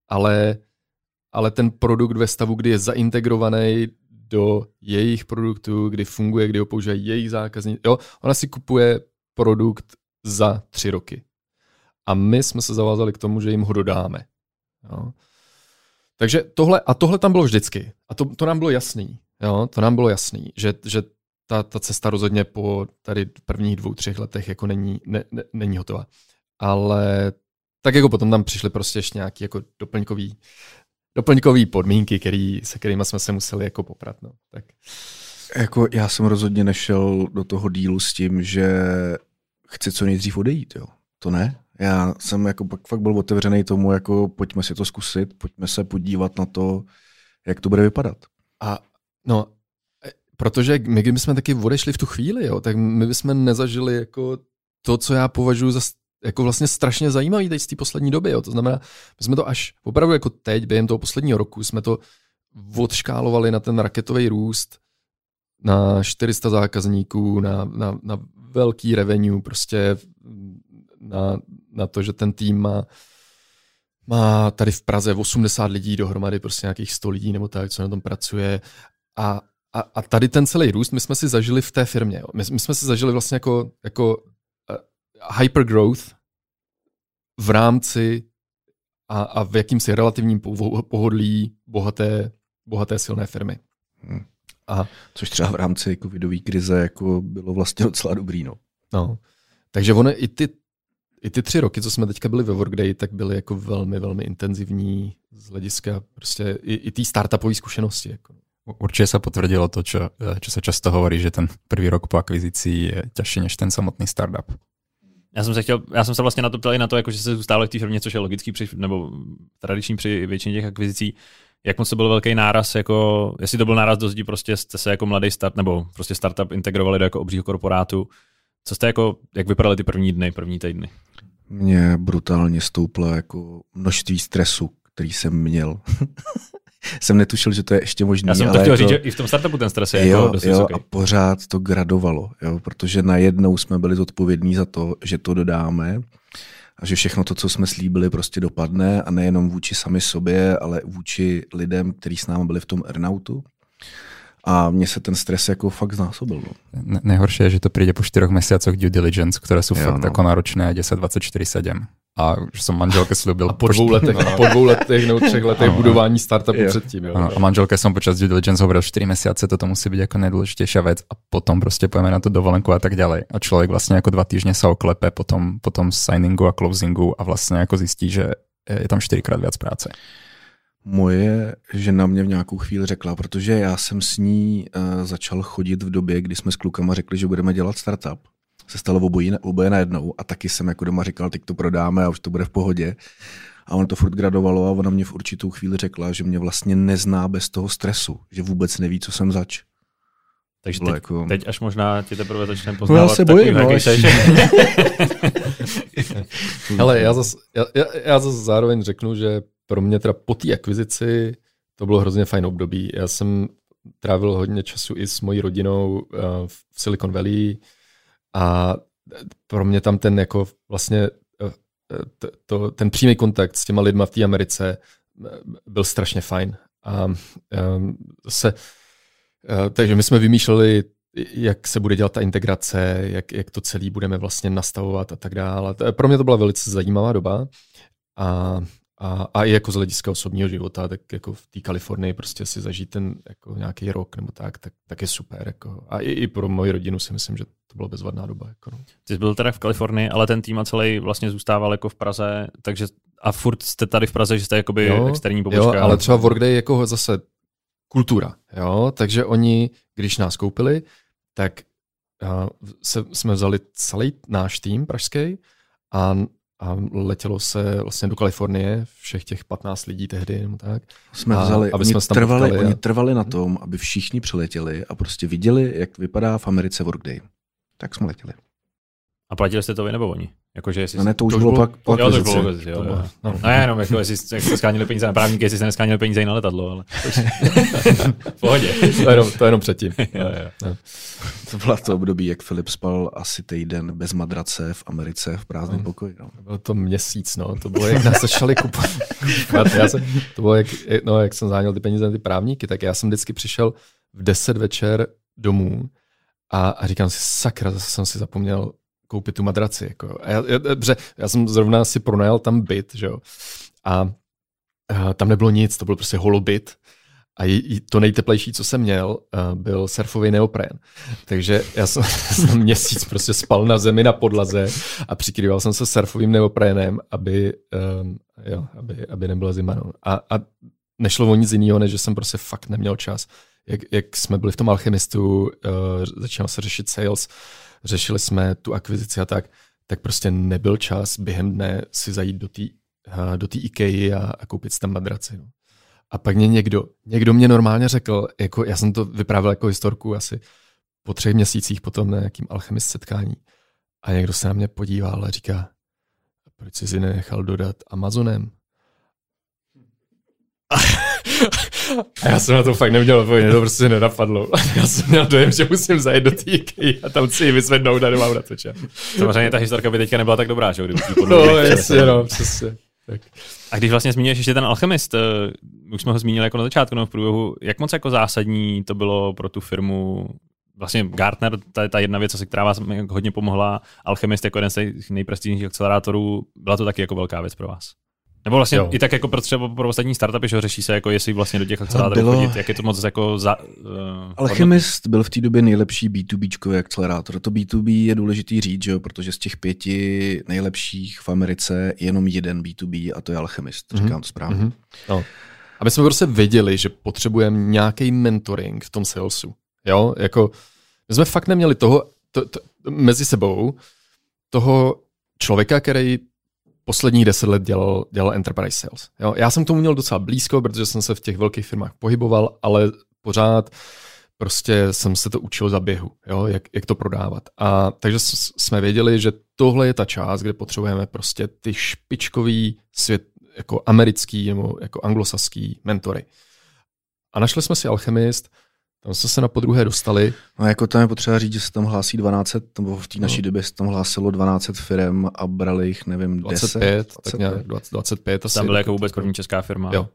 ale ten produkt ve stavu, kdy je zaintegrovaný do jejich produktů, kdy funguje, kdy ho používají jejich zákazníci. Jo, ona si kupuje produkt za 3 roky. A my jsme se zavázali k tomu, že jim ho dodáme. Jo. Takže tohle tam bylo vždycky. A to nám bylo jasný. Jo, to nám bylo jasný, že ta cesta rozhodně po tady prvních 2-3 letech jako není hotová. Ale tak jako potom tam přišly prostě ještě nějaký jako doplňkový podmínky, se kterými jsme se museli jako poprat. No. Tak. Jako já jsem rozhodně nešel do toho dílu s tím, že chci co nejdřív odejít. Jo. To ne. Já jsem jako pak fakt byl otevřený tomu, jako pojďme si to zkusit, pojďme se podívat na to, jak to bude vypadat. A no, protože my kdybychom taky odešli v tu chvíli, jo, tak my bychom nezažili jako to, co já považuji za jako vlastně strašně zajímavý teď z té poslední doby. Jo. To znamená, my jsme to až opravdu jako teď, během toho posledního roku, jsme to odškálovali na ten raketový růst, na 400 zákazníků, na velký revenue, prostě na to, že ten tým má tady v Praze 80 lidí dohromady, prostě nějakých 100 lidí nebo tak, co na tom pracuje. A tady ten celý růst my jsme si zažili v té firmě. Jo. My jsme si zažili vlastně jako hypergrowth v rámci a v jakýmsi relativním pohodlí bohaté silné firmy. Což třeba v rámci covidové krize jako bylo vlastně docela dobrý. No. Takže i ty 3 roky, co jsme teďka byli ve Workday, tak byly jako velmi, velmi intenzivní z hlediska prostě i té startupové zkušenosti. Jako. Určitě se potvrdilo to, čo se často hovorí, že ten první rok po akvizici je těžší než ten samotný startup. Já jsem se vlastně na to ptal i na to, jako, že se zůstalo v té firmě, což je logický nebo tradiční při většině těch akvizicí. Jak moc to byl velký náraz, jako, jestli to byl náraz do zdi, prostě jste se jako mladý start nebo prostě startup integrovali do jako obřího korporátu. Co jste jako, jak vypadaly ty první dny, první týdny? Mně brutálně stouplo jako množství stresu, který jsem měl. Jsem netušil, že to je ještě možné. Já jsem to chtěl říct, že i v tom startupu ten stres je jako dost vysoký. A pořád to gradovalo, protože najednou jsme byli zodpovědní za to, že to dodáme a že všechno to, co jsme slíbili, prostě dopadne a nejenom vůči sami sobě, ale vůči lidem, kteří s námi byli v tom earnoutu. A mně se ten stres jako fakt znásobil. Nejhorší je, že to přijde po 4 měsících due diligence, které jsou fakt jako náročné 10-24/7. A že jsem manželke slúbil... A po 2 letech nebo 3 letech budování startupu předtím. Jo. A manželke som počas due diligence hovoril 4 mesiace, toto musí byť ako najdôležitejšia vec a potom prostě pojeme na to dovolenku a tak ďalej. A človek vlastne ako 2 týždne sa oklepe potom signingu a closingu a vlastne ako zistí, že je tam 4krát viac práce. Moje žena mě v nějakou chvíli řekla, protože já jsem s ní začal chodit v době, kdy jsme s klukama řekli, že budeme dělat startup. Se stalo oboje najednou a taky jsem jako doma říkal, teď to prodáme a už to bude v pohodě. A ono to furt gradovalo a ona mě v určitou chvíli řekla, že mě vlastně nezná bez toho stresu, že vůbec neví, co jsem zač. Takže teď až možná ti teprve začneme poznávat. Já se bojím, Ale já zase zároveň řeknu, že pro mě teda po té akvizici to bylo hrozně fajn období. Já jsem trávil hodně času i s mojí rodinou v Silicon Valley a pro mě tam ten jako vlastně ten přímý kontakt s těma lidma v té Americe byl strašně fajn. Takže my jsme vymýšleli, jak se bude dělat ta integrace, jak to celé budeme vlastně nastavovat a tak dále. Pro mě to byla velice zajímavá doba a i jako z hlediska osobního života, tak jako v té Kalifornii prostě si zažít ten jako nějaký rok nebo tak je super. Jako. A i pro moji rodinu si myslím, že to byla bezvadná doba. Jako, no. Ty jsi byl teda v Kalifornii, ale ten tým a celý vlastně zůstával jako v Praze, takže a furt jste tady v Praze, že jste jakoby externí pobočka. Jo, ale třeba Workday jako zase kultura. Jo? Takže oni, když nás koupili, tak jsme vzali celý náš tým pražský a letělo se vlastně do Kalifornie, všech těch 15 lidí tehdy, nebo tak. Oni trvali na tom, aby všichni přiletěli a prostě viděli, jak vypadá v Americe Workday. Tak jsme letěli. A platili jste to vy nebo oni? Jakože jestli... Ne, to už bylo pak po akvizici. No jenom, jako jestli jste skánili peníze na právníky, jestli jste neskánili peníze i na letadlo, ale... v pohodě. To jenom předtím. jo. To bylo to období, jak Filip spal asi týden bez madrace v Americe v prázdném pokoji. No. Bylo to měsíc, no. To bylo, jak nás začali kupovat. To bylo, jak jsem záněl ty peníze na ty právníky, tak já jsem vždycky přišel v 10 večer domů a říkám si, sakra, zase jsem si zapomněl koupit tu madraci. Jako. Já jsem zrovna si pronajal tam byt, že jo. A tam nebylo nic, to byl prostě holobyt. A to nejteplejší, co jsem měl, byl surfový neopren. Takže já jsem měsíc prostě spal na zemi na podlaze a přikrýval jsem se surfovým neoprénem, aby nebyla zima. No. A nešlo o nic jiného, než že jsem prostě fakt neměl čas. Jak jsme byli v tom Alchemistu, začínal se řešit sales, řešili jsme tu akvizici a tak prostě nebyl čas během dne si zajít do té IKEA a koupit si tam madraci. No. A pak mě někdo mě normálně řekl, jako já jsem to vyprávěl jako historku asi po 3 měsících potom na nějakým Alchemist setkání. A někdo se na mě podíval a říká, proč jsi si nenechal dodat Amazonem? A já jsem na to fakt neměl odpověď, to prostě nenapadlo. Já jsem měl dojem, že musím zajít do té IKEA a tam si ji vyzvednout a nemám na to čas. Samozřejmě ta historka by teďka nebyla tak dobrá, že? Přesně. Tak. A když vlastně zmíníš ještě ten Alchemist, už jsme ho zmínili jako na začátku, v průběhu, jak moc jako zásadní to bylo pro tu firmu vlastně Gartner, ta jedna věc, která vás hodně pomohla, Alchemist jako jeden z těch nejprestižnějších akcelerátorů, byla to taky jako velká věc pro vás? Nebo vlastně i tak jako pro ostatní startupy, že řeší se, jako jestli vlastně do těch akcelerátorů chodit, jak je to moc jako Alchemist byl v té době nejlepší B2Bčkový akcelerátor. To B2B je důležitý říct, že jo, protože z těch 5 nejlepších v Americe je jenom jeden B2B a to je Alchemist. Říkám to správně. No. A my jsme prostě věděli, že potřebujeme nějaký mentoring v tom salesu. Jo, jako my jsme fakt neměli mezi sebou toho člověka, který posledních 10 let dělal enterprise sales. Jo, já jsem k tomu měl docela blízko, protože jsem se v těch velkých firmách pohyboval, ale pořád prostě jsem se to učil za běhu, jo, jak to prodávat. A takže jsme věděli, že tohle je ta část, kde potřebujeme prostě ty špičkový svět, jako americký nebo jako anglosaský mentory. A našli jsme si Alchemist, tam jsme se na podruhé dostali. No jako tam je potřeba říct, že se tam hlásí 1200, nebo v té naší době se tam hlásilo 1200 firem a brali jich, nevím, 25, 10, tak nějak 25 asi. Tam byla jako vůbec první česká firma. Jo.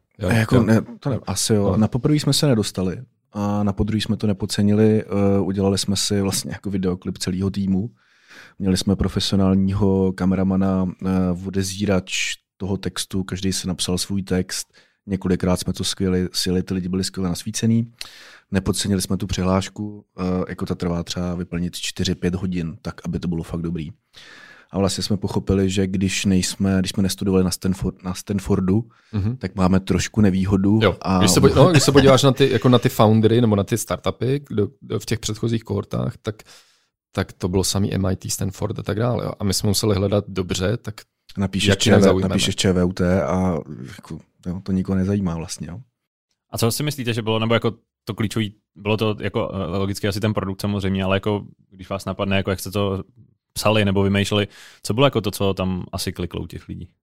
Asi jo. Na poprvé jsme se nedostali a na podruhé jsme to nepodcenili. Udělali jsme si vlastně jako videoklip celého týmu. Měli jsme profesionálního kameramana, odezírač toho textu, každý si napsal svůj text. Několikrát jsme to sjeli, ty lidi byli skvěle nasvícený. Nepodcenili jsme tu přihlášku, jako ta trvá třeba vyplnit 4-5 hodin, tak aby to bylo fakt dobrý. A vlastně jsme pochopili, že když jsme nestudovali na Stanfordu, tak máme trošku nevýhodu. Jo. A když se podíváš na ty foundery nebo na ty startupy v těch předchozích kohortách, tak to bylo samý MIT, Stanford a tak dále. Jo. A my jsme museli hledat dobře, tak napíšeš ČVUT a jako, jo, to nikoho nezajímá vlastně. Jo. A co si myslíte, že bylo, nebo jako to klíčové, bylo to jako logicky asi ten produkt samozřejmě, ale jako když vás napadne, jako jak jste to psali nebo vymýšleli, co bylo jako to, co tam asi kliklo u těch lidí?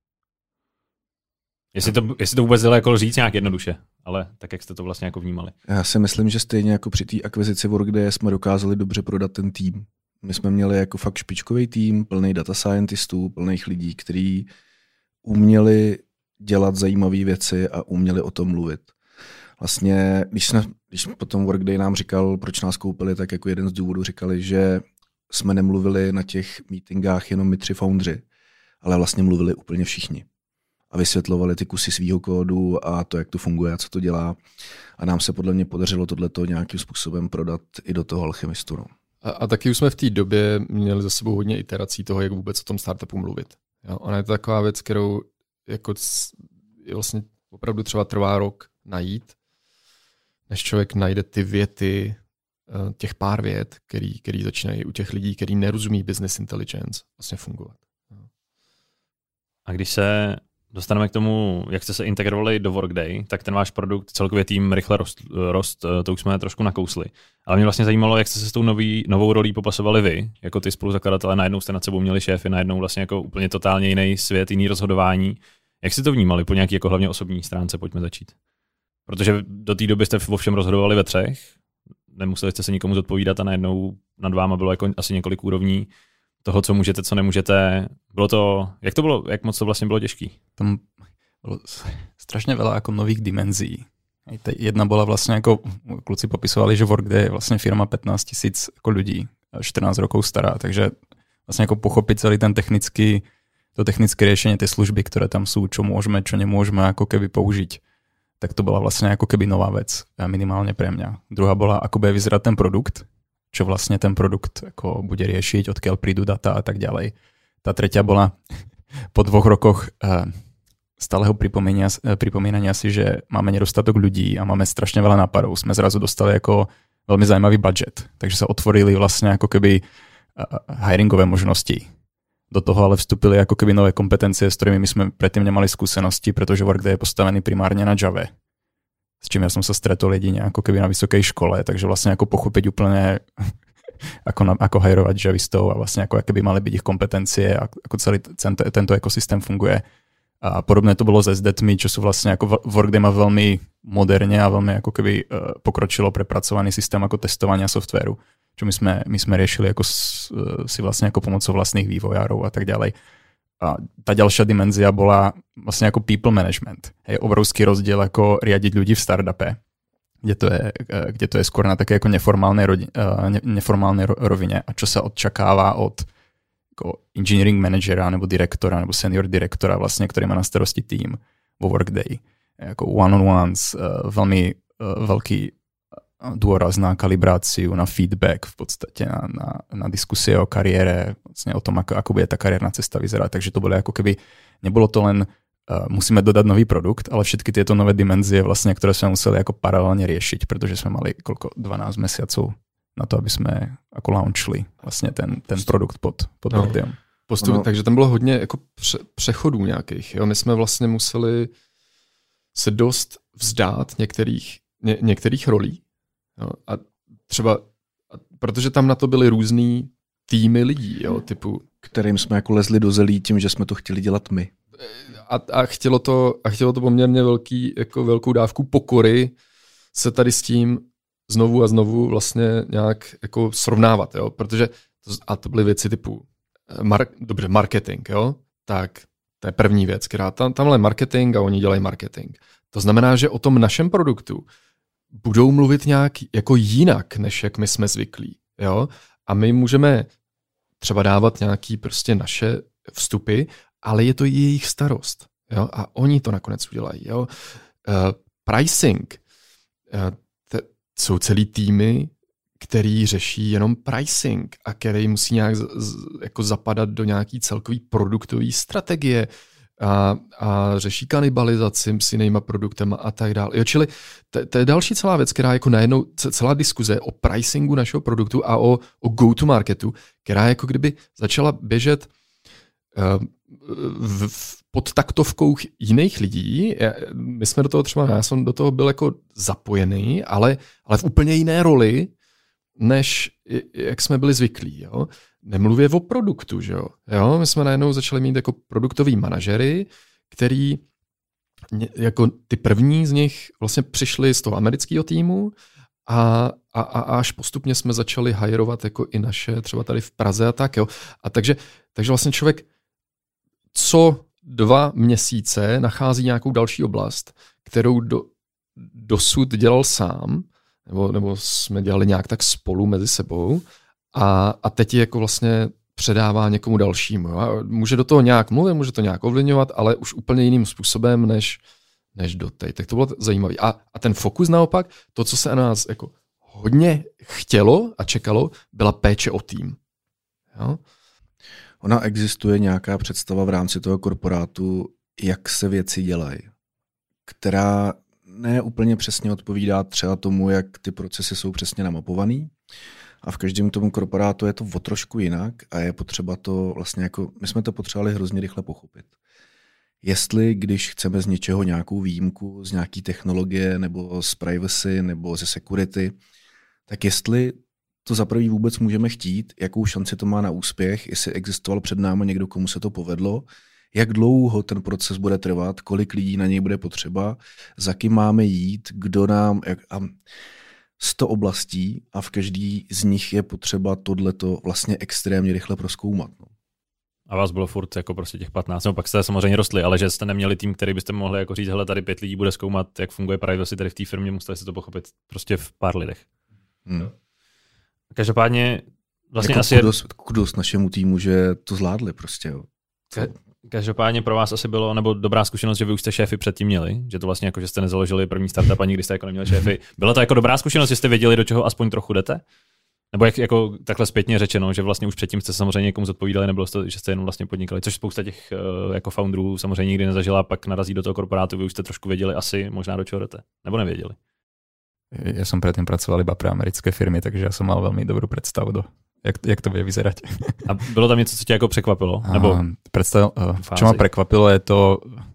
Jestli to vůbec dalo jako říct nějak jednoduše, ale tak jak jste to vlastně jako vnímali? Já si myslím, že stejně jako při té akvizici Workday jsme dokázali dobře prodat ten tým. My jsme měli jako fakt špičkový tým, plný data scientistů, plných lidí, kteří uměli dělat zajímavé věci a uměli o tom mluvit. Vlastně, když potom Workday nám říkal, proč nás koupili, tak jako jeden z důvodů říkali, že jsme nemluvili na těch meetingách jenom my 3 foundři, ale vlastně mluvili úplně všichni. A vysvětlovali ty kusy svýho kódu a to, jak to funguje a co to dělá. A nám se podle mě podařilo tohleto nějakým způsobem prodat i do toho Alchemistu. No. A taky už jsme v té době měli za sebou hodně iterací toho, jak vůbec o tom startupu mluvit. Jo? Ona je to taková věc, kterou jako je vlastně opravdu třeba trvá rok najít, než člověk najde ty věty, těch pár vět, který začínají u těch lidí, který nerozumí business intelligence, vlastně fungovat. A když se dostaneme k tomu, jak jste se integrovali do Workday, tak ten váš produkt, celkově tým rychle rost, to už jsme trošku nakousli. Ale mě vlastně zajímalo, jak jste se s tou novou rolí popasovali vy, jako ty spoluzakladatelé, najednou jste nad sebou měli šéfy, najednou vlastně jako úplně totálně jiný svět, jiný rozhodování. Jak jste to vnímali po nějaký jako hlavně osobní stránce, pojďme začít. Protože do té doby jste o všem rozhodovali ve 3, nemuseli jste se nikomu zodpovídat a najednou nad váma bylo jako asi několik úrovní toho, co můžete, co nemůžete. Bylo to, jak moc to vlastně bylo těžký? Tam bylo strašně veľa jako nových dimenzí. Jedna byla vlastně jako, kluci popisovali, že Workday je vlastně firma 15 000 jako lidí, 14 rokov stará, takže vlastně jako pochopit celý ten to technické riešenie, tie služby, ktoré tam sú, čo môžeme, čo nemôžeme ako keby použiť. Tak to bola vlastne ako keby nová vec, minimálne pre mňa. Druhá bola, ako bude vyzerať ten produkt, čo vlastne ten produkt ako bude riešiť, odkiaľ prídu data a tak ďalej. Tá tretia bola po 2 rokoch stáleho pripomínania si, že máme nedostatok ľudí a máme strašne veľa nápadov. Sme zrazu dostali ako veľmi zaujímavý budget, takže sa otvorili vlastne ako keby hiringové možnosti. Do toho ale vstúpili ako keby nové kompetencie, s ktorými my sme predtým nemali skúsenosti, pretože Workday je postavený primárne na Java. S čím ja som sa stretol jedine ako keby na vysokej škole, takže vlastne ako pochopiť úplne ako hajrovať javistov a vlastne ako keby mali byť ich kompetencie a ako celý tento ekosystém funguje. A podobné to bolo s SDETmi, čo sú vlastne ako Workday má veľmi moderne a veľmi ako keby pokročilo prepracovaný systém ako testovania softvéru, čo my sme riešili ako si vlastne ako pomocou vlastných vývojárov a tak ďalej. A tá ďalšia dimenzia bola vlastne ako people management. Je obrovský rozdiel ako riadiť ľudí v startupe kde to je skôr na také jako neformálnej rovine a čo sa očakáva od jako engineering managera nebo direktora nebo senior direktora vlastne, ktorý má na starosti tým vo Workday. Jako one-on-ones, veľmi veľký dôraz na kalibráciu, na feedback v podstate, na diskusie o kariére, vlastne o tom, ako bude tá kariérna cesta vyzerať. Takže to bolo ako keby, nebolo to len musíme dodať nový produkt, ale všetky tieto nové dimenzie, vlastne, ktoré sme museli ako paralelne riešiť, pretože sme mali 12 mesiacov na to, aby jsme jako launchli vlastně ten produkt pod Workdayem. Takže tam bylo hodně jako přechodů nějakých. Jo? My jsme vlastně museli se dost vzdát některých rolí. Jo? A třeba, protože tam na to byly různý týmy lidí, jo? Typu, kterým jsme jako lezli do zelí tím, že jsme to chtěli dělat my. A chtělo to poměrně velkou dávku pokory se tady s tím znovu a znovu vlastně nějak jako srovnávat, jo? Protože to byly věci typu marketing, jo? Tak to je první věc, která tamhle je marketing a oni dělají marketing. To znamená, že o tom našem produktu budou mluvit nějak jako jinak, než jak my jsme zvyklí, jo? A my můžeme třeba dávat nějaký prostě naše vstupy, ale je to jejich starost, jo? A oni to nakonec udělají, jo? Pricing, jsou celý týmy, který řeší jenom pricing a který musí nějak jako zapadat do nějaký celkový produktový strategie a řeší kanibalizaci s jinýma produktama a tak dále. Jo, čili to je další celá věc, která jako najednou celá diskuze o pricingu našeho produktu a o go-to-marketu, která jako kdyby začala běžet pod taktovkou jiných lidí. My jsme do toho já jsem do toho byl jako zapojený, ale v úplně jiné roli, než jak jsme byli zvyklí. Jo? Nemluvě o produktu. Že jo? My jsme najednou začali mít jako produktový manažery, který jako ty první z nich vlastně přišli z toho amerického týmu a až postupně jsme začali hajrovat jako i naše třeba tady v Praze a tak. Jo? A takže vlastně člověk co 2 měsíce nachází nějakou další oblast, kterou dosud dělal sám, nebo jsme dělali nějak tak spolu mezi sebou a teď je jako vlastně předává někomu dalšímu. A může do toho nějak mluvit, může to nějak ovlivňovat, ale už úplně jiným způsobem, než doteď. Tak to bylo zajímavé. A ten fokus naopak, to, co se na nás jako hodně chtělo a čekalo, byla péče o tým. Jo? Ona existuje nějaká představa v rámci toho korporátu, jak se věci dělají, která ne úplně přesně odpovídá třeba tomu, jak ty procesy jsou přesně namapovaný. A v každém tomu korporátu je to o trošku jinak a je potřeba to vlastně jako, my jsme to potřebovali hrozně rychle pochopit. Jestli, když chceme z něčeho nějakou výjimku, z nějaký technologie nebo z privacy nebo ze security, tak jestli to za prvý vůbec můžeme chtít, jakou šanci to má na úspěch, jestli existoval před námi někdo, komu se to povedlo, jak dlouho ten proces bude trvat, kolik lidí na něj bude potřeba, za kým máme jít, kdo nám... 100 oblastí a v každý z nich je potřeba tohleto vlastně extrémně rychle prozkoumat. No. A vás bylo furt jako prostě těch 15, no pak jste samozřejmě rostli, ale že jste neměli tým, který byste mohli jako říct, hele, tady 5 lidí bude zkoumat, jak funguje privacy tady v té firmě, museli si to pochopit prostě v pár lidech. Každopádně vlastně jako asi... Kudos našemu týmu, že to zvládli prostě. Jo. Každopádně pro vás asi bylo, nebo dobrá zkušenost, že vy už jste šéfy předtím měli, že to vlastně jako, že jste nezaložili první startup, ani když jste jako neměli šéfy. Byla to jako dobrá zkušenost, že jste věděli, do čeho aspoň trochu jdete? Nebo jak jako takhle zpětně řečeno, že vlastně už předtím jste samozřejmě někomu zodpovídali, nebylo to, že jste jenom vlastně podnikali, což spousta těch jako founderů samozřejmě nikdy nezažila, pak narazí do toho korporátu, vy už jste trošku věděli asi možná do čeho jdete, nebo nevěděli. Ja som predtým pracoval iba pre americké firmy, takže ja som mal veľmi dobrú predstavu jak to bude vyzerať. A bylo tam něco, co tě jako překvapilo? Nebo čo ma prekvapilo je to,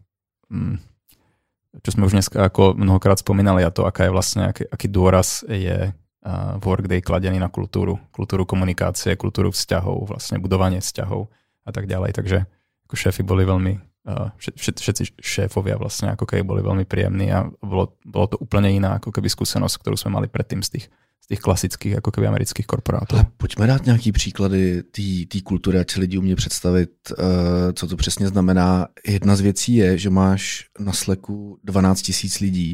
čo sme už dneska ako mnohokrát spomínali, a to, aká je vlastne, aký dôraz je v Workday kladený na kultúru komunikácie, kultúru vzťahov, vlastne budovanie vzťahov a tak ďalej. Takže ako šéfy boli veľmi, všetci šéfovia vlastne ako keby boli veľmi príjemní a bolo to úplne iná ako keby skúsenosť, ktorú sme mali predtým z těch klasických jako keby amerických korporátů. Ale pojďme dát nějaký příklady té kultury, ať si lidi umějí představit, co to přesně znamená. Jedna z věcí je, že máš na Slacku 12 000 lidí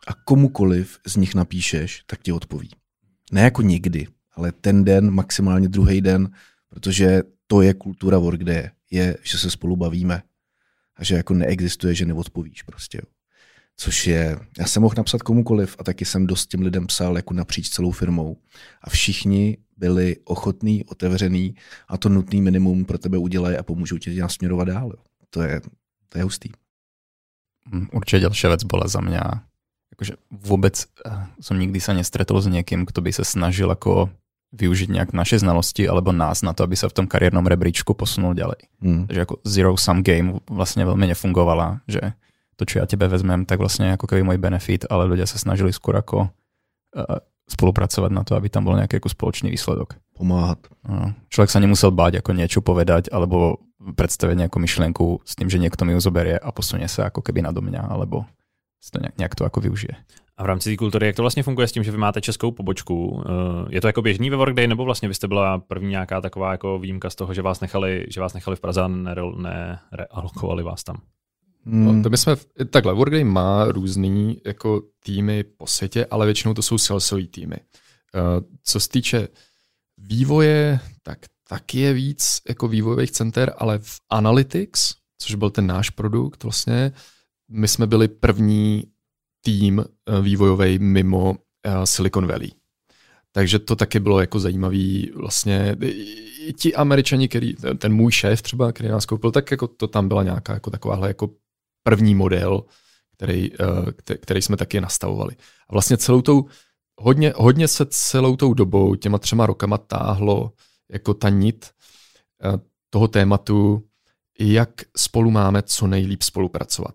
a komukoliv z nich napíšeš, tak ti odpoví. Ne jako někdy, ale ten den, maximálně druhý den, protože to je kultura Workday, je, že se spolu bavíme a že jako neexistuje, že neodpovíš prostě. Což je, já jsem mohl napsat komukoliv a taky jsem dost těm lidem psal jako napříč celou firmou a všichni byli ochotní, otevřený a to nutný minimum pro tebe udělají a pomůžou ti nasměrovat dál. To je hustý. Určite ďalšia vec bola za mňa, akože vôbec som nikdy sa nestretol s niekým, kto by sa snažil ako využiť nejak naše znalosti alebo nás na to, aby sa v tom kariérnom rebríčku posunul ďalej. Takže ako zero-sum game vlastne veľmi nefungovala, že to, čo ja tebe vezmem, tak vlastne ako keby môj benefit, ale ľudia sa snažili skôr ako spolupracovať na to, aby tam bol nejaký spoločný výsledok. Pomáhat. Človek sa nemusel báť ako niečo povedať alebo predstaviť nejakú myšlienku s tým, že niekto mi ju zoberie a posunie sa ako keby nado mňa, alebo si to nejak to ako využije. A v rámci té kultury, jak to vlastně funguje s tím, že vy máte českou pobočku? Je to jako běžný ve Workday, nebo vlastně vy jste byla první nějaká taková jako výjimka z toho, že vás nechali v Praze a nerealokovali vás tam? No, to my jsme, takhle, Workday má různý jako týmy po světě, ale většinou to jsou salesový týmy. Co se týče vývoje, tak je víc jako vývojových center, ale v Analytics, což byl ten náš produkt vlastně, my jsme byli první tým vývojový mimo Silicon Valley. Takže to taky bylo jako zajímavý vlastně. I ti Američani, ten můj šéf třeba, který nás koupil, tak jako to tam byla nějaká jako takováhle jako první model, který jsme taky nastavovali. A vlastně hodně se celou tou dobou, těma 3 rokama táhlo jako ta nit toho tématu, jak spolu máme co nejlíp spolupracovat.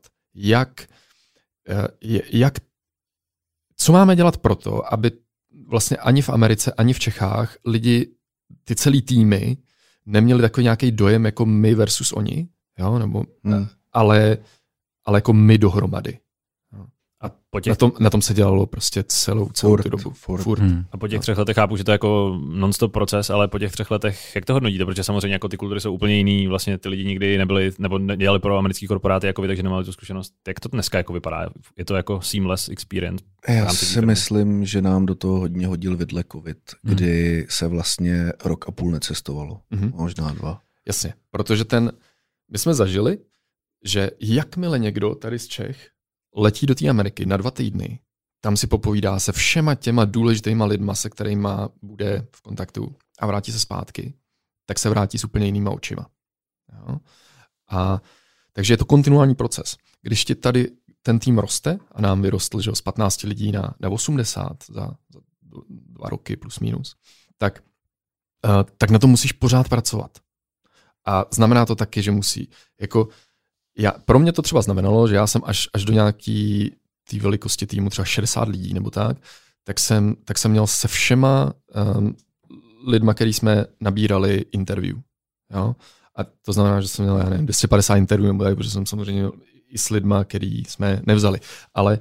Co máme dělat proto, aby vlastně ani v Americe, ani v Čechách lidi, ty celý týmy neměli takový nějaký dojem jako my versus oni, jo? Nebo, ale jako my dohromady. A na tom se dělalo prostě celou tu dobu. Furt. A po těch 3 letech chápu, že to je jako non-stop proces, ale po těch 3 letech, jak to hodnotíte? Protože samozřejmě jako ty kultury jsou úplně jiný, vlastně ty lidi nikdy nebyli nebo nedělali pro americký korporáty jako vy, takže nemali tu zkušenost. Jak to dneska jako vypadá? Je to jako seamless experience? Já si myslím, že nám do toho hodně hodil vidle covid, kdy se vlastně 1,5 roku necestovalo. Možná 2. Jasně, protože my jsme zažili, že jakmile někdo tady z Čech letí do té Ameriky na 2 týdny, tam si popovídá se všema těma důležitýma lidma, se kterými bude v kontaktu a vrátí se zpátky, tak se vrátí s úplně jinýma očima. Jo? Takže je to kontinuální proces. Když ti tady ten tým roste a nám vyrostl že z 15 lidí na 80 za 2 roky plus minus, tak na to musíš pořád pracovat. A znamená to taky, že musí pro mě to třeba znamenalo, že já jsem až do nějaký té velikosti týmu, třeba 60 lidí nebo tak jsem měl se všema lidma, který jsme nabírali interview. Jo? A to znamená, že jsem měl, 250 interview, nebo tak, protože jsem samozřejmě i s lidma, který jsme nevzali. Ale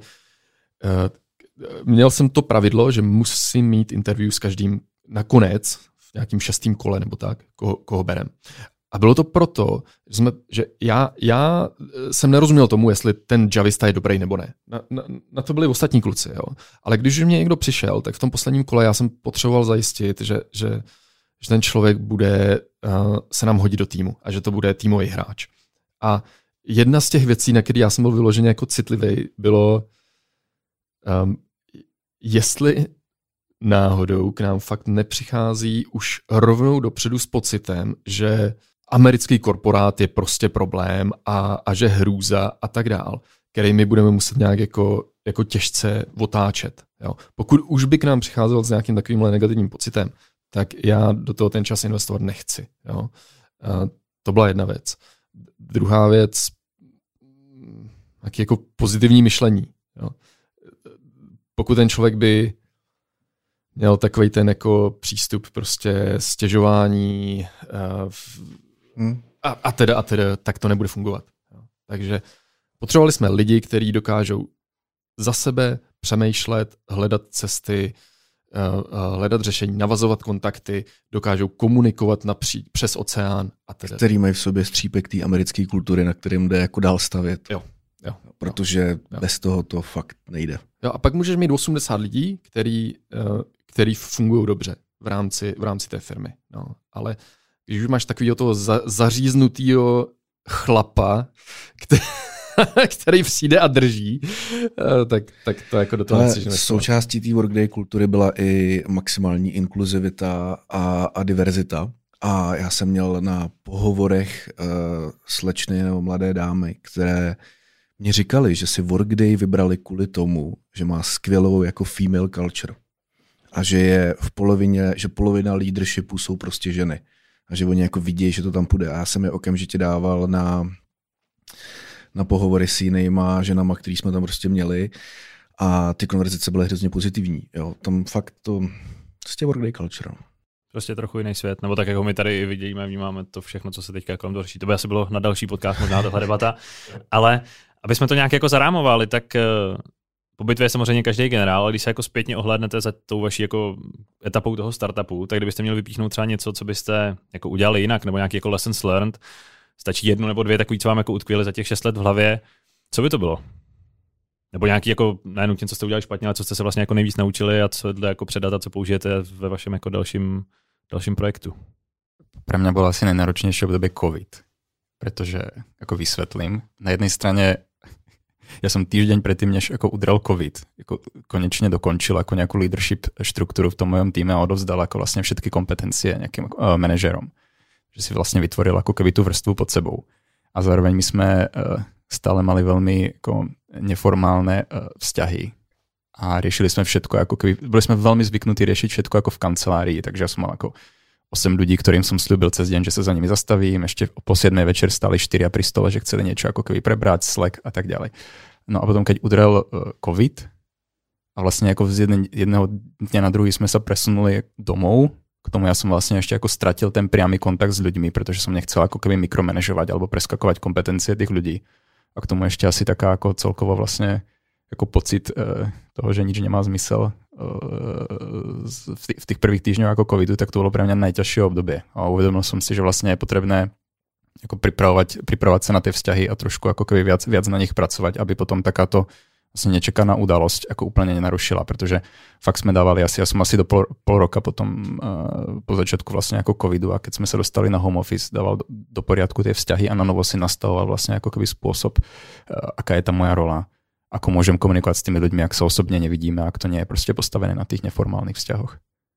měl jsem to pravidlo, že musím mít interview s každým nakonec v nějakým 6. kole nebo tak, koho berem. A bylo to proto, že já jsem nerozuměl tomu, jestli ten javista je dobrý nebo ne. Na to byli ostatní kluci. Jo. Ale když už mě někdo přišel, tak v tom posledním kole já jsem potřeboval zajistit, že ten člověk bude se nám hodit do týmu a že to bude týmový hráč. A jedna z těch věcí, na které já jsem byl vyloženě jako citlivý, bylo, jestli náhodou k nám fakt nepřichází už rovnou dopředu s pocitem, že americký korporát je prostě problém a že hrůza a tak dál, který my budeme muset nějak jako těžce otáčet. Jo. Pokud už by k nám přicházel s nějakým takovýmhle negativním pocitem, tak já do toho ten čas investovat nechci. Jo. To byla jedna věc. Druhá věc, taky jako pozitivní myšlení. Jo. Pokud ten člověk by měl takový ten jako přístup prostě stěžování a teda, tak to nebude fungovat. Takže potřebovali jsme lidi, kteří dokážou za sebe přemýšlet, hledat cesty, hledat řešení, navazovat kontakty, dokážou komunikovat přes oceán a teda. Který mají v sobě střípek té americké kultury, na kterým jde jako dál stavět. Jo. Jo. Protože bez toho to fakt nejde. Jo, a pak můžeš mít 80 lidí, který fungují dobře v rámci té firmy. No, ale když už máš takového toho zaříznutýho chlapa, který přijde a drží, tak to jako do toho nechceš. Součástí té workday kultury byla i maximální inkluzivita a diverzita. A já jsem měl na pohovorech slečny nebo mladé dámy, které mě říkali, že si workday vybrali kvůli tomu, že má skvělou jako female culture. A že je že polovina leadershipu jsou prostě ženy. A že oni jako vidí, že to tam půjde. A já jsem je okamžitě dával na pohovory s jinýma ženama, který jsme tam prostě měli. A ty konverzace byly hrozně pozitivní. Jo. Tam fakt to prostě workday culture. Prostě trochu jiný svět, nebo tak, jako my tady vidíme, vnímáme to všechno, co se teďka kolem toho řeší. To by asi bylo na další podcast, možná tahle debata. Ale aby jsme to nějak jako zarámovali, tak po bitvě je samozřejmě každý generál, ale když se jako zpětně ohlédnete za tou vaší jako etapou toho startupu, tak kdybyste měli vypíchnout třeba něco, co byste jako udělali jinak, nebo nějaký jako lessons learned, stačí 1 nebo 2 takový, co vám jako utkvěli za těch 6 let v hlavě, co by to bylo? Nebo nějaký jako nenutně, co jste udělali špatně, ale co jste se vlastně jako nejvíc naučili a co jako předat a co použijete ve vašem jako dalším projektu? Pre mňa bolo asi najnáročnejšie obdobie COVID, pretože, ako vysvetlím, na jednej strane ja som týždeň predtým, než ako udrel COVID, ako konečne dokončil ako nejakú leadership štruktúru v tom mojom týme a odovzdal ako vlastne všetky kompetencie nejakým manažérom. Že si vlastne vytvoril ako keby tú vrstvu pod sebou. A zároveň my sme stále mali veľmi ako neformálne vzťahy a riešili sme všetko, ako keby, boli sme veľmi zvyknutí riešiť všetko ako v kancelárii, takže ja som mal ako 8 ľudí, ktorým som sľúbil cez deň, že sa za nimi zastavím, ešte po 7 večer stali 4 pri stole, že chceli niečo ako keby prebrať, Slack a tak ďalej. No a potom, keď udrel COVID a vlastne ako z jedného dňa na druhý sme sa presunuli domov, k tomu ja som vlastne ešte ako stratil ten priamy kontakt s ľuďmi, pretože som nechcel ako keby mikromanežovať alebo preskakovať kompetencie tých ľudí. A k tomu ešte asi taká ako celkovo vlastne ako pocit toho, že nič nemá zmysel v tých prvých týždňoch ako covidu, tak to bolo pre mňa najťažšie obdobie. A uvedomil som si, že vlastne je potrebné ako pripravovať sa na tie vzťahy a trošku ako keby viac na nich pracovať, aby potom takáto vlastne nečekaná udalosť ako úplne nenarušila, pretože fakt sme dávali ja som asi do pol roka potom po začiatku vlastne ako covidu a keď sme sa dostali na home office, dával do poriadku tie vzťahy a na novo si nastavoval vlastne ako keby spôsob, aká je tá moja rola, ako môžem komunikovať s tými ľuďmi, ak sa osobne nevidíme, ak to nie je proste postavené na tých neformálnych vzťahoch.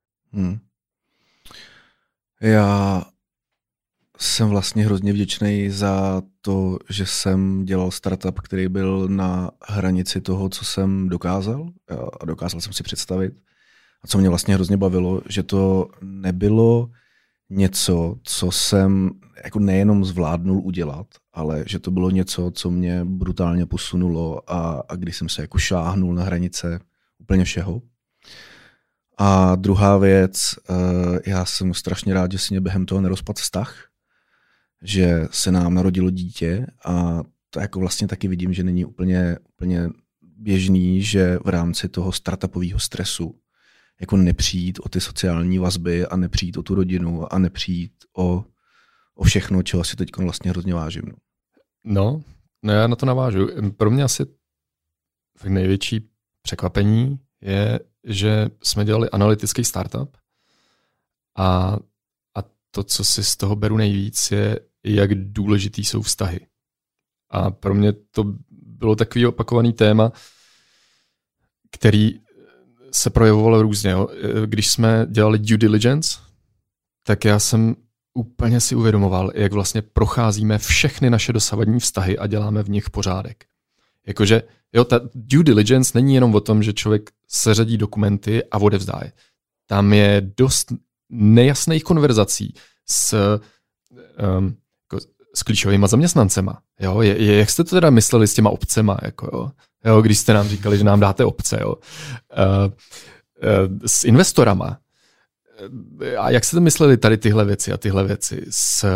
Já jsem vlastně hrozně vděčný za to, že jsem dělal startup, který byl na hranici toho, co jsem dokázal a dokázal jsem si představit. A co mě vlastně hrozně bavilo, že to nebylo něco, co jsem jako nejenom zvládnul udělat, ale že to bylo něco, co mě brutálně posunulo a když jsem se jako šáhnul na hranice úplně všeho. A druhá věc, já jsem strašně rád, že si mě během toho nerozpadl vztah, že se nám narodilo dítě a to jako vlastně taky vidím, že není úplně běžný, že v rámci toho startupového stresu jako nepřijít o ty sociální vazby a nepřijít o tu rodinu a nepřijít o všechno, čeho si teď vlastně hrozně vážím. No, já na to navážu. Pro mě asi největší překvapení je, že jsme dělali analytický startup a to, co si z toho beru nejvíc, je, jak důležitý jsou vztahy. A pro mě to bylo takový opakovaný téma, který se projevovalo různě. Jo. Když jsme dělali due diligence, tak já jsem úplně si uvědomoval, jak vlastně procházíme všechny naše dosavadní vztahy a děláme v nich pořádek. Jakože, jo, ta due diligence není jenom o tom, že člověk seřadí dokumenty a odevzdá je. Tam je dost nejasných konverzací s klíčovými zaměstnancema. Jo? Jak jste to teda mysleli s těma obcema? Jako, jo? Když jste nám říkali, že nám dáte obce. Jo? S investorama. A jak jste mysleli tady tyhle věci a tyhle věci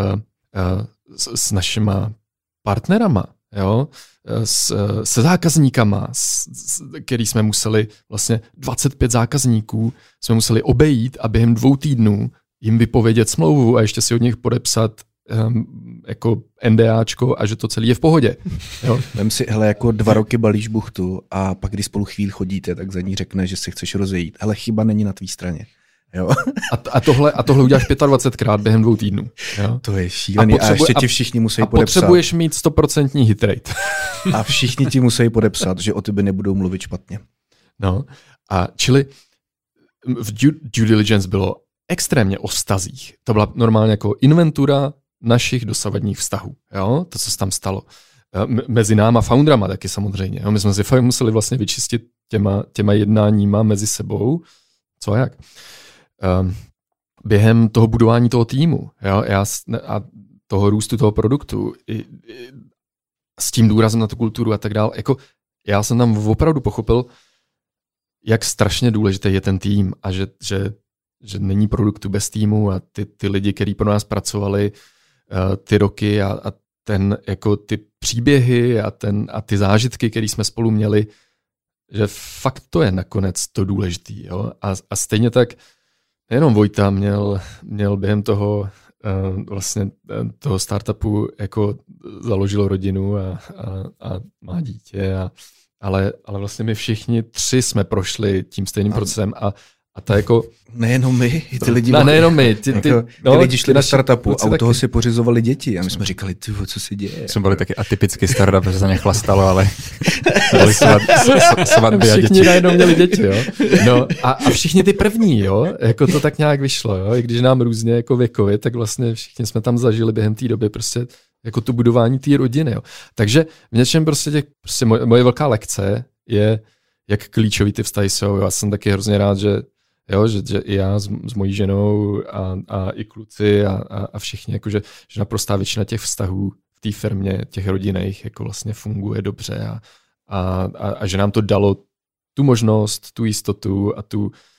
s našima partnerama? Jo? Se zákazníkama, který jsme museli vlastně 25 zákazníků jsme museli obejít a během 2 týdnů jim vypovědět smlouvu a ještě si od nich podepsat jako NDAčko a že to celé je v pohodě. Jo? Vem si, hele, jako 2 roky balíš buchtu a pak, když spolu chvíli chodíte, tak za ní řekne, že se chceš rozejít. Hele, chyba není na tvý straně. Jo? A tohle uděláš 25krát během 2 týdnů. Jo? To je šílený. A ještě ti všichni musí podepsat. A potřebuješ mít 100% hit rate. A všichni ti musí podepsat, že o tebe nebudou mluvit špatně. No, a čili v due diligence bylo extrémně o vztazích. To byla normálně jako inventura našich dosavadních vztahů. Jo? To, co se tam stalo. Mezi náma foundrama taky samozřejmě. Jo? My jsme si fakt museli vlastně vyčistit těma jednáníma mezi sebou. Co a jak? Během toho budování toho týmu, jo? A toho růstu toho produktu, s tím důrazem na tu kulturu a tak dále. Jako, já jsem tam opravdu pochopil, jak strašně důležitý je ten tým a že není produktu bez týmu a ty lidi, kteří pro nás pracovali ty roky a jako ty příběhy a ty zážitky, které jsme spolu měli, že fakt to je nakonec to důležitý. Jo? A stejně tak nejenom Vojta měl během toho vlastně toho startupu jako založil rodinu a má dítě, ale vlastně my všichni 3 jsme prošli tím stejným procesem a ta jako... Nejenom my, ty lidi... Nejenom my. Ty lidi šli do startupu a u toho si pořizovali děti a my jsme říkali, co se děje. Jsme byli taky atypický startup, že se za ně chlastalo, ale byli svatby a děti. Všichni najednou měli děti, jo. No a všichni ty první, jo, jako to tak nějak vyšlo, jo. I když nám různě jako věkově, tak vlastně všichni jsme tam zažili během té doby prostě jako to budování té rodiny, jo. Takže v něčem prostě moje velká lekce je, jak klíčový ty vztahy jsou. Já jsem taky hrozně rád, že i já s mojí ženou a i kluci a všichni, jakože, že naprostá většina těch vztahů v té firmě, těch rodinných, jako vlastně funguje dobře a že nám to dalo tu možnost, tu jistotu a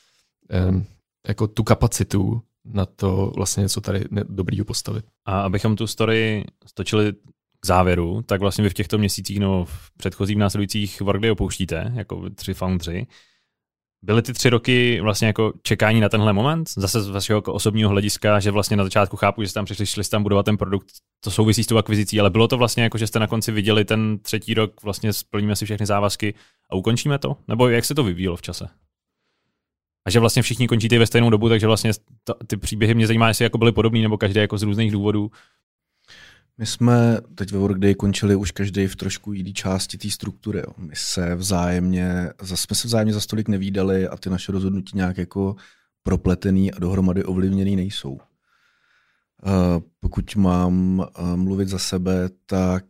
tu kapacitu na to vlastně něco tady dobrýho postavit. A abychom tu story stočili k závěru, tak vlastně vy v těchto měsících nebo v předchozích následujících Workday opouštíte, jako 3 foundři. Byly ty 3 roky vlastně jako čekání na tenhle moment? Zase z vašeho jako osobního hlediska, že vlastně na začátku chápu, že jste tam přišli, šli jste tam budovat ten produkt, to souvisí s tou akvizicí, ale bylo to vlastně jako, že jste na konci viděli ten 3. rok, vlastně splníme si všechny závazky a ukončíme to? Nebo jak se to vyvíjelo v čase? A že vlastně všichni končíte ve stejnou dobu, takže vlastně ty příběhy mě zajímá, jestli jako byly podobný, nebo každý jako z různých důvodů. My jsme teď ve Workday končili už každý v trošku jiný části té struktury. Jo. My se vzájemně za stolik nevídali a ty naše rozhodnutí nějak jako propletený a dohromady ovlivněný nejsou. Pokud mám mluvit za sebe, tak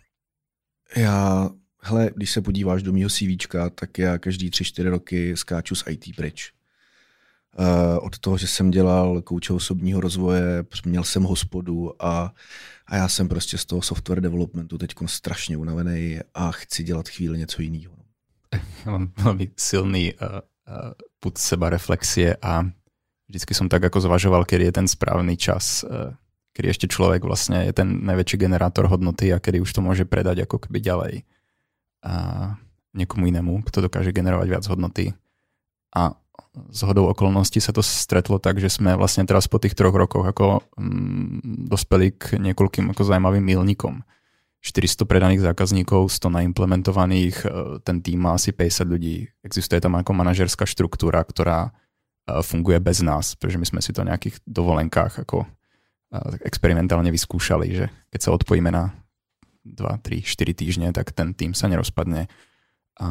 když se podíváš do mýho CVčka, tak já každý 3-4 roky skáču z IT pryč. Od toho, že jsem dělal kouče osobního rozvoje, měl jsem hospodu a já jsem prostě z toho software developmentu teď strašně unavený a chci dělat chvíli něco jiného. Já mám velmi silný pud sebareflexie a vždycky som tak ako zvažoval, kedy je ten správny čas, kedy ešte človek vlastne je ten najväčší generátor hodnoty a kedy už to môže predať ako keby ďalej a niekomu inému, kto dokáže generovať viac hodnoty. A zhodou okolností sa to stretlo tak, že sme vlastne teraz po tých 3 rokoch ako dospeli k niekoľkým ako zaujímavým milníkom. 400 predaných zákazníkov, 100 naimplementovaných, ten tým má asi 50 ľudí. Existuje tam ako manažerská štruktúra, ktorá funguje bez nás, pretože my sme si to na nejakých dovolenkách ako experimentálne vyskúšali, že keď sa odpojíme na 2, 3, 4 týždne, tak ten tým sa nerozpadne a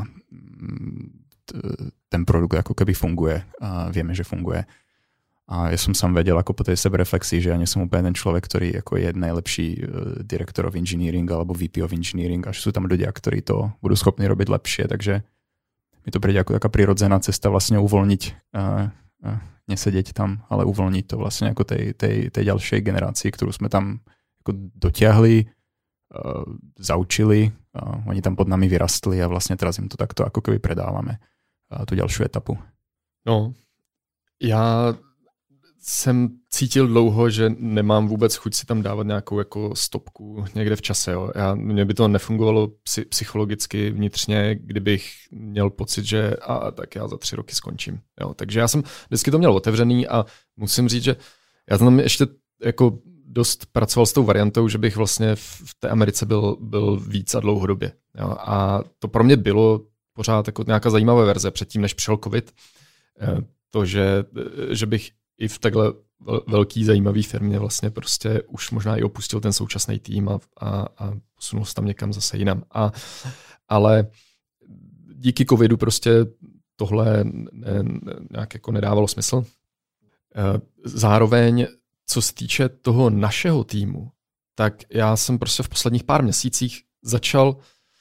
ten produkt ako keby funguje a vieme, že funguje. A ja som sám vedel ako po tej sebereflexii, že ja nie som úplne ten človek, ktorý ako je najlepší director of engineering alebo VP of engineering a že sú tam ľudia, ktorí to budú schopní robiť lepšie, takže mi to príde ako taká prirodzená cesta vlastne uvoľniť, nesedieť tam, ale uvoľniť to vlastne ako tej ďalšej generácii, ktorú sme tam ako dotiahli, zaučili, oni tam pod nami vyrastli a vlastne teraz im to takto ako keby predávame tú ďalšiu etapu. No, já jsem cítil dlouho, že nemám vůbec chuť si tam dávat nějakou jako stopku někde v čase. Jo. Mně by to nefungovalo psychologicky vnitřně, kdybych měl pocit, že tak já za 3 roky skončím. Jo. Takže já jsem vždycky to měl otevřený a musím říct, že já tam ještě jako dost pracoval s tou variantou, že bych vlastně v té Americe byl víc a dlouhodobě. Jo? A to pro mě bylo pořád jako nějaká zajímavá verze předtím, než přišel covid. To, že bych i v takhle velký zajímavý firmě vlastně prostě už možná i opustil ten současný tým a posunul se tam někam zase jinam. Ale díky covidu prostě tohle nějak jako nedávalo smysl. Zároveň, co se týče toho našeho týmu, tak já jsem prostě v posledních pár měsících začal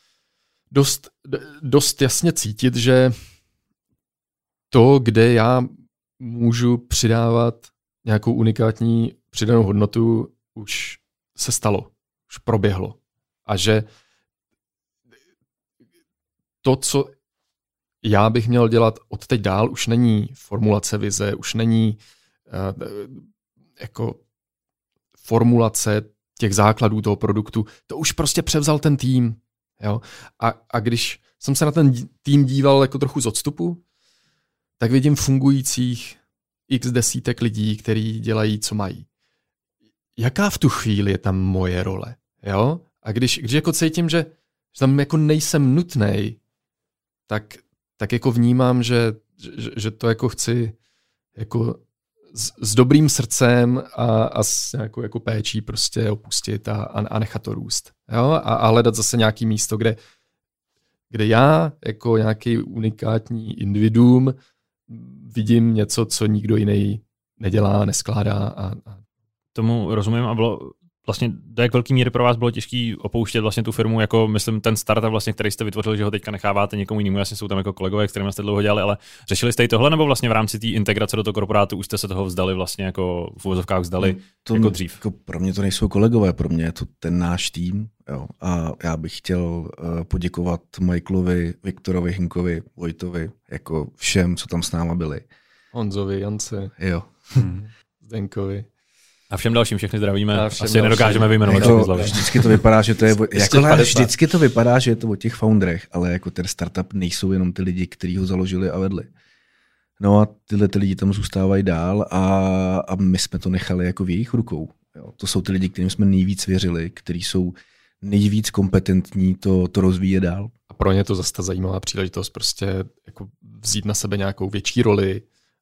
dost jasně cítit, že to, kde já můžu přidávat nějakou unikátní přidanou hodnotu, už se stalo, už proběhlo. A že to, co já bych měl dělat od teď dál, už není formulace vize, už není jako formulace těch základů toho produktu, to už prostě převzal ten tým. Jo? A když jsem se na ten tým díval jako trochu z odstupu, tak vidím fungujících x desítek lidí, kteří dělají, co mají. Jaká v tu chvíli je tam moje role? Jo? A když jako cítím, že tam jako nejsem nutnej, tak jako vnímám, že to jako chci jako s dobrým srdcem a s nějakou jako péčí prostě opustit a nechat to růst. Jo? A hledat zase nějaké místo, kde já jako nějaký unikátní individuum vidím něco, co nikdo jiný nedělá, neskládá. Tomu rozumím a bylo vlastně do jak velký míry pro vás bylo těžký opouštět vlastně tu firmu, jako myslím ten startup vlastně, který jste vytvořili, že ho teďka necháváte někomu jinému, jasně jsou tam jako kolegové, s kterými jste dlouho dělali, ale řešili jste i tohle, nebo vlastně v rámci té integrace do toho korporátu už jste se toho vzdali vlastně jako v uvozovkách vzdali jako dřív? Jako pro mě to nejsou kolegové, pro mě je to ten náš tým. Jo. A já bych chtěl poděkovat Michaelovi, Viktorovi, Hinkovi, Vojtovi, jako všem, co tam s náma byli. Honzovi, Jance, jo. Zdenkovi. A všem dalším všechny zdravíme. Asi nedokážeme vyjmenovat. Vždycky to vypadá, že to je vždycky to vypadá, že je to o těch founderech, ale jako ten startup nejsou jenom ty lidi, kteří ho založili a vedli. No a tyhle ty lidi tam zůstávají dál a my jsme to nechali jako v jejich rukou. Jo. To jsou ty lidi, kterým jsme nejvíc věřili, kteří jsou nejvíc kompetentní to rozvíjet dál. A pro ně to zase ta zajímavá příležitost prostě jako vzít na sebe nějakou větší roli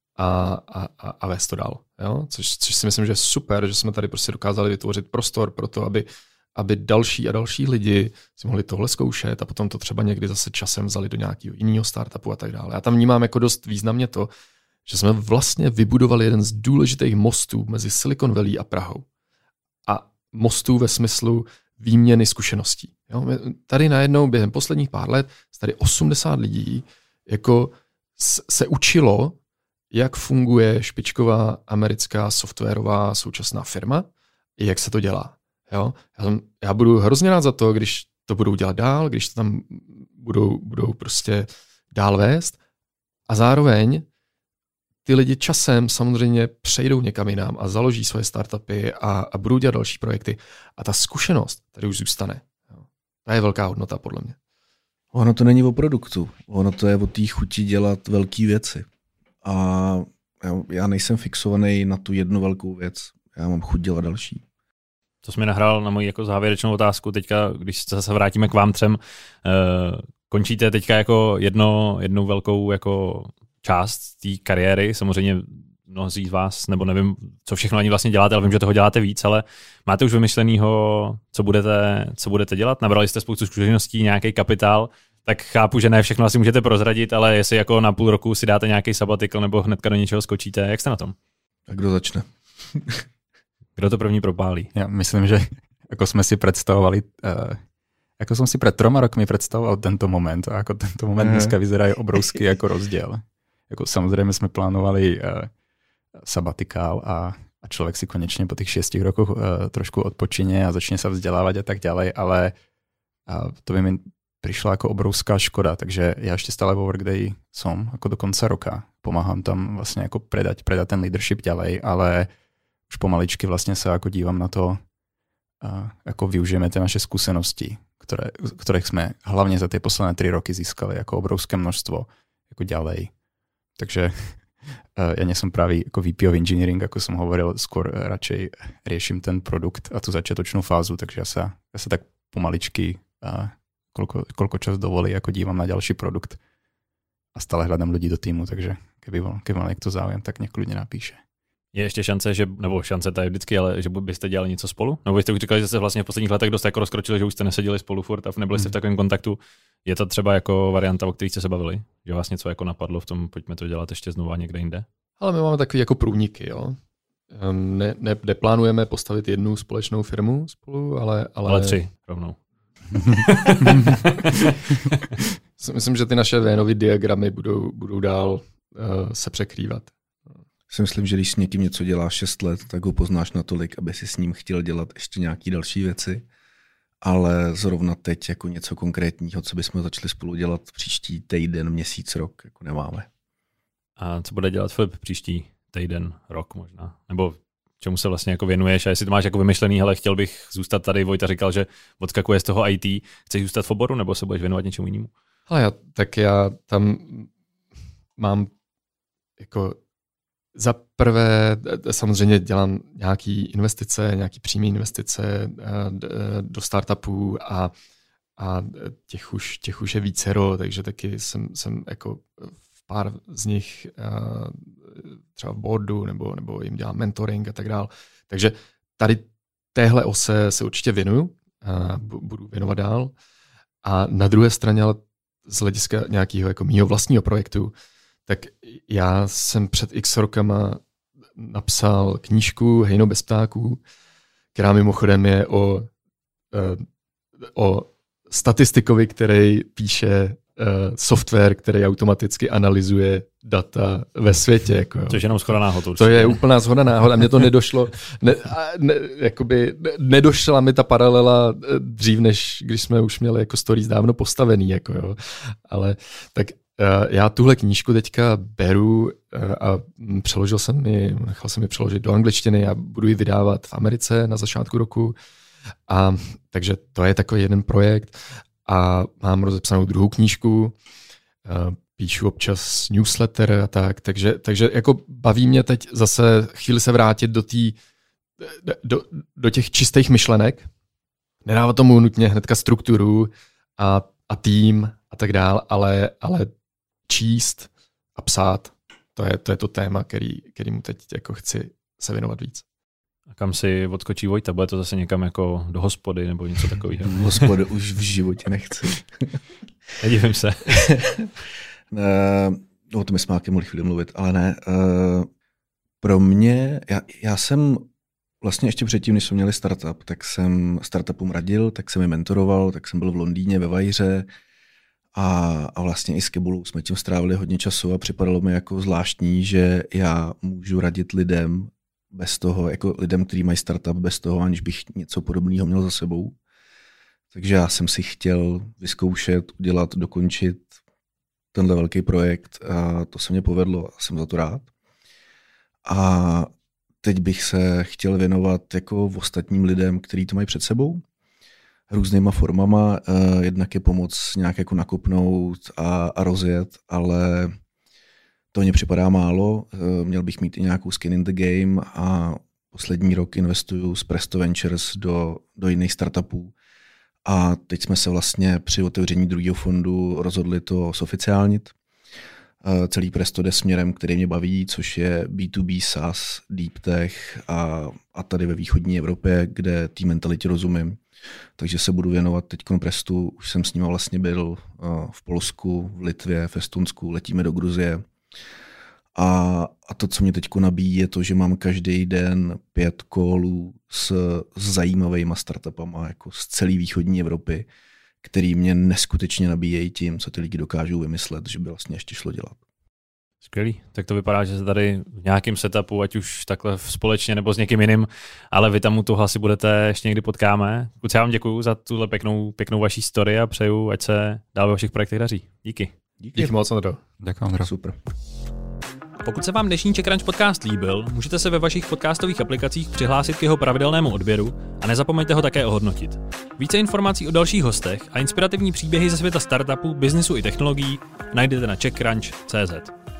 a vést to dál. Jo? Což si myslím, že je super, že jsme tady prostě dokázali vytvořit prostor pro to, aby další a další lidi si mohli tohle zkoušet a potom to třeba někdy zase časem vzali do nějakého jiného startupu a tak dále. Já tam vnímám jako dost významně to, že jsme vlastně vybudovali jeden z důležitých mostů mezi Silicon Valley a Prahou. A mostů ve smyslu výměny zkušeností. Jo? Tady najednou během posledních pár let tady 80 lidí jako se učilo, jak funguje špičková americká softwarová současná firma i jak se to dělá. Jo? Já budu hrozně rád za to, když to budou dělat dál, když to tam budou prostě dál vést a zároveň ty lidi časem samozřejmě přejdou někam jinam a založí svoje startupy a budou dělat další projekty a ta zkušenost tady už zůstane. Jo? To je velká hodnota podle mě. Ono to není o produktu, ono to je o té chuti dělat velké věci. A já nejsem fixovaný na tu jednu velkou věc. Já mám chuť dělat další. To jsi mi nahrál na moji jako závěrečnou otázku. Teďka, když se zase vrátíme k vám třem, končíte teďka jako jednou velkou jako část té kariéry. Samozřejmě mnozí z vás, nebo nevím, co všechno ani vlastně děláte, ale vím, že toho děláte víc, ale máte už vymyšlenýho, co budete dělat? Nabrali jste spoustu zkušeností, nějaký kapitál, tak chápu, že ne všechno asi můžete prozradit, ale jestli jako na půl roku si dáte nějaký sabatikl nebo hnedka do něčeho skočíte, jak jste na tom? A kdo začne? Kdo to první propálí? Já myslím, že jako jsme si představovali, jako jsem si před 3 rokmi představoval tento moment a jako tento moment dneska vyzerá obrovský jako rozdíl. Jako samozřejmě jsme plánovali sabatikál a člověk si konečně po těch 6 rokoch trošku odpočine a začne se vzdělávat a tak ďalej, ale to by mi prišla jako obrovská škoda, takže já ještě stále vo Workday som jako do konca roka. Pomáhám tam vlastně jako predať ten leadership ďalej, ale už pomaličky vlastně se jako dívám na to, jako využijeme ty naše skúsenosti, ktorých jsme hlavně za ty posledné 3 roky získali jako obrovské množstvo jako ďalej. Takže Ja nie som pravý ako VP of engineering, ako som hovoril, skôr radšej riešim ten produkt a tú začiatočnú fázu, takže ja sa tak pomaličky, koľko čas dovolí, ako dívam na ďalší produkt a stále hľadám ľudí do týmu, takže keby mal niekto záujem, tak nech kľudne napíše. Je ještě šance, nebo šance to je vždycky, ale že byste dělali něco spolu? Nebo byste už říkali, že jste vlastně v posledních letech dost jako rozkročili, že už jste neseděli spolu furt a nebyli jste v takovém kontaktu. Je to třeba jako varianta, o které jste se bavili? Že vás něco jako napadlo v tom, pojďme to dělat ještě znovu někde jinde? Ale my máme takový jako průniky, jo. Neplánujeme postavit jednu společnou firmu spolu, ale 3 rovnou. Myslím, že ty naše Vénovy diagramy budou dál se překrývat. Si myslím, že když s někým něco děláš 6 let, tak ho poznáš natolik, aby si s ním chtěl dělat ještě nějaké další věci. Ale zrovna teď jako něco konkrétního, co bychom začali spolu dělat příští týden, měsíc, rok, jako nemáme. A co bude dělat Filip příští týden, rok možná? Nebo čemu se vlastně jako věnuješ? A jestli to máš jako vymyšlený, hele, chtěl bych zůstat tady, Vojta říkal, že odskakuje z toho IT, chceš zůstat v oboru, nebo se budeš věnovat něčemu jinému? Ale já tam mám jako za prvé samozřejmě dělám nějaký investice, nějaký přímé investice do startupů a těch už je vícero, takže taky jsem jako v pár z nich třeba v boardu nebo jim dělám mentoring a tak dále. Takže tady téhle ose se určitě věnuju, budu věnovat dál. A na druhé straně, ale z hlediska nějakého jako mýho vlastního projektu, tak já jsem před x rokama napsal knížku Hejno bez ptáků, která mimochodem je o statistikovi, který píše software, který automaticky analyzuje data ve světě. Jako, jo. Což je jenom shoda náhod. To je úplná shoda náhod a mně to nedošlo. Nedošla mi ta paralela dřív, než když jsme už měli jako stories dávno postavený. Jako, jo. Ale tak já tuhle knížku teďka beru a nechal jsem ji přeložit do angličtiny a budu ji vydávat v Americe na začátku roku. A takže to je takový jeden projekt. A mám rozepsanou druhou knížku, píšu občas newsletter a tak, takže jako baví mě teď zase chvíli se vrátit do těch čistých myšlenek, nedávat tomu nutně hnedka strukturu a tým a tak dál, ale číst a psát, to je to téma, kterému teď jako chci se věnovat víc. A kam si odskočí Vojta? Bude to zase někam jako do hospody nebo něco takového? Hospody už v životě nechci. Nedivím se. O tom jsme mohli chvíli mluvit, ale ne. Pro mě, já jsem vlastně ještě předtím, než jsme měli startup, tak jsem startupům radil, tak jsem je mentoroval, tak jsem byl v Londýně ve Vajře a vlastně i s Kebulou jsme tím strávili hodně času a připadalo mi jako zvláštní, že já můžu radit lidem bez toho, jako lidem, kteří mají startup, bez toho, aniž bych něco podobného měl za sebou. Takže já jsem si chtěl vyzkoušet, udělat, dokončit tenhle velký projekt a to se mě povedlo a jsem za to rád. A teď bych se chtěl věnovat jako ostatním lidem, kteří to mají před sebou, různýma formama. Jednak je pomoc nějak jako nakopnout a rozjet, ale to mně připadá málo. Měl bych mít i nějakou skin in the game a poslední rok investuju z Presto Ventures do jiných startupů. A teď jsme se vlastně při otevření druhého fondu rozhodli to zoficiálnit. Celý Presto jde směrem, který mě baví, což je B2B SaaS, Deep Tech a tady ve východní Evropě, kde té mentalitě rozumím. Takže se budu věnovat teď Prestu. Už jsem s nima vlastně byl v Polsku, v Litvě, v Estonsku, letíme do Gruzie. A to, co mě teď nabíjí, je to, že mám každý den 5 callů s zajímavýma startupama jako z celé východní Evropy, který mě neskutečně nabíjejí tím, co ty lidi dokážou vymyslet, že by vlastně ještě šlo dělat. Skvělý. Tak to vypadá, že se tady v nějakém setupu, ať už takhle společně nebo s někým jiným, ale vy tam u toho asi budete, ještě někdy potkáme. Kluci, já vám děkuju za tuhle pěknou vaší story a přeju, ať se dál ve vašich projektech daří. Díky. Díky moc, Ondro. Děkuji, super. Pokud se vám dnešní Czech Crunch podcast líbil, můžete se ve vašich podcastových aplikacích přihlásit k jeho pravidelnému odběru a nezapomeňte ho také ohodnotit. Více informací o dalších hostech a inspirativní příběhy ze světa startupů, biznisu i technologií najdete na czechcrunch.cz.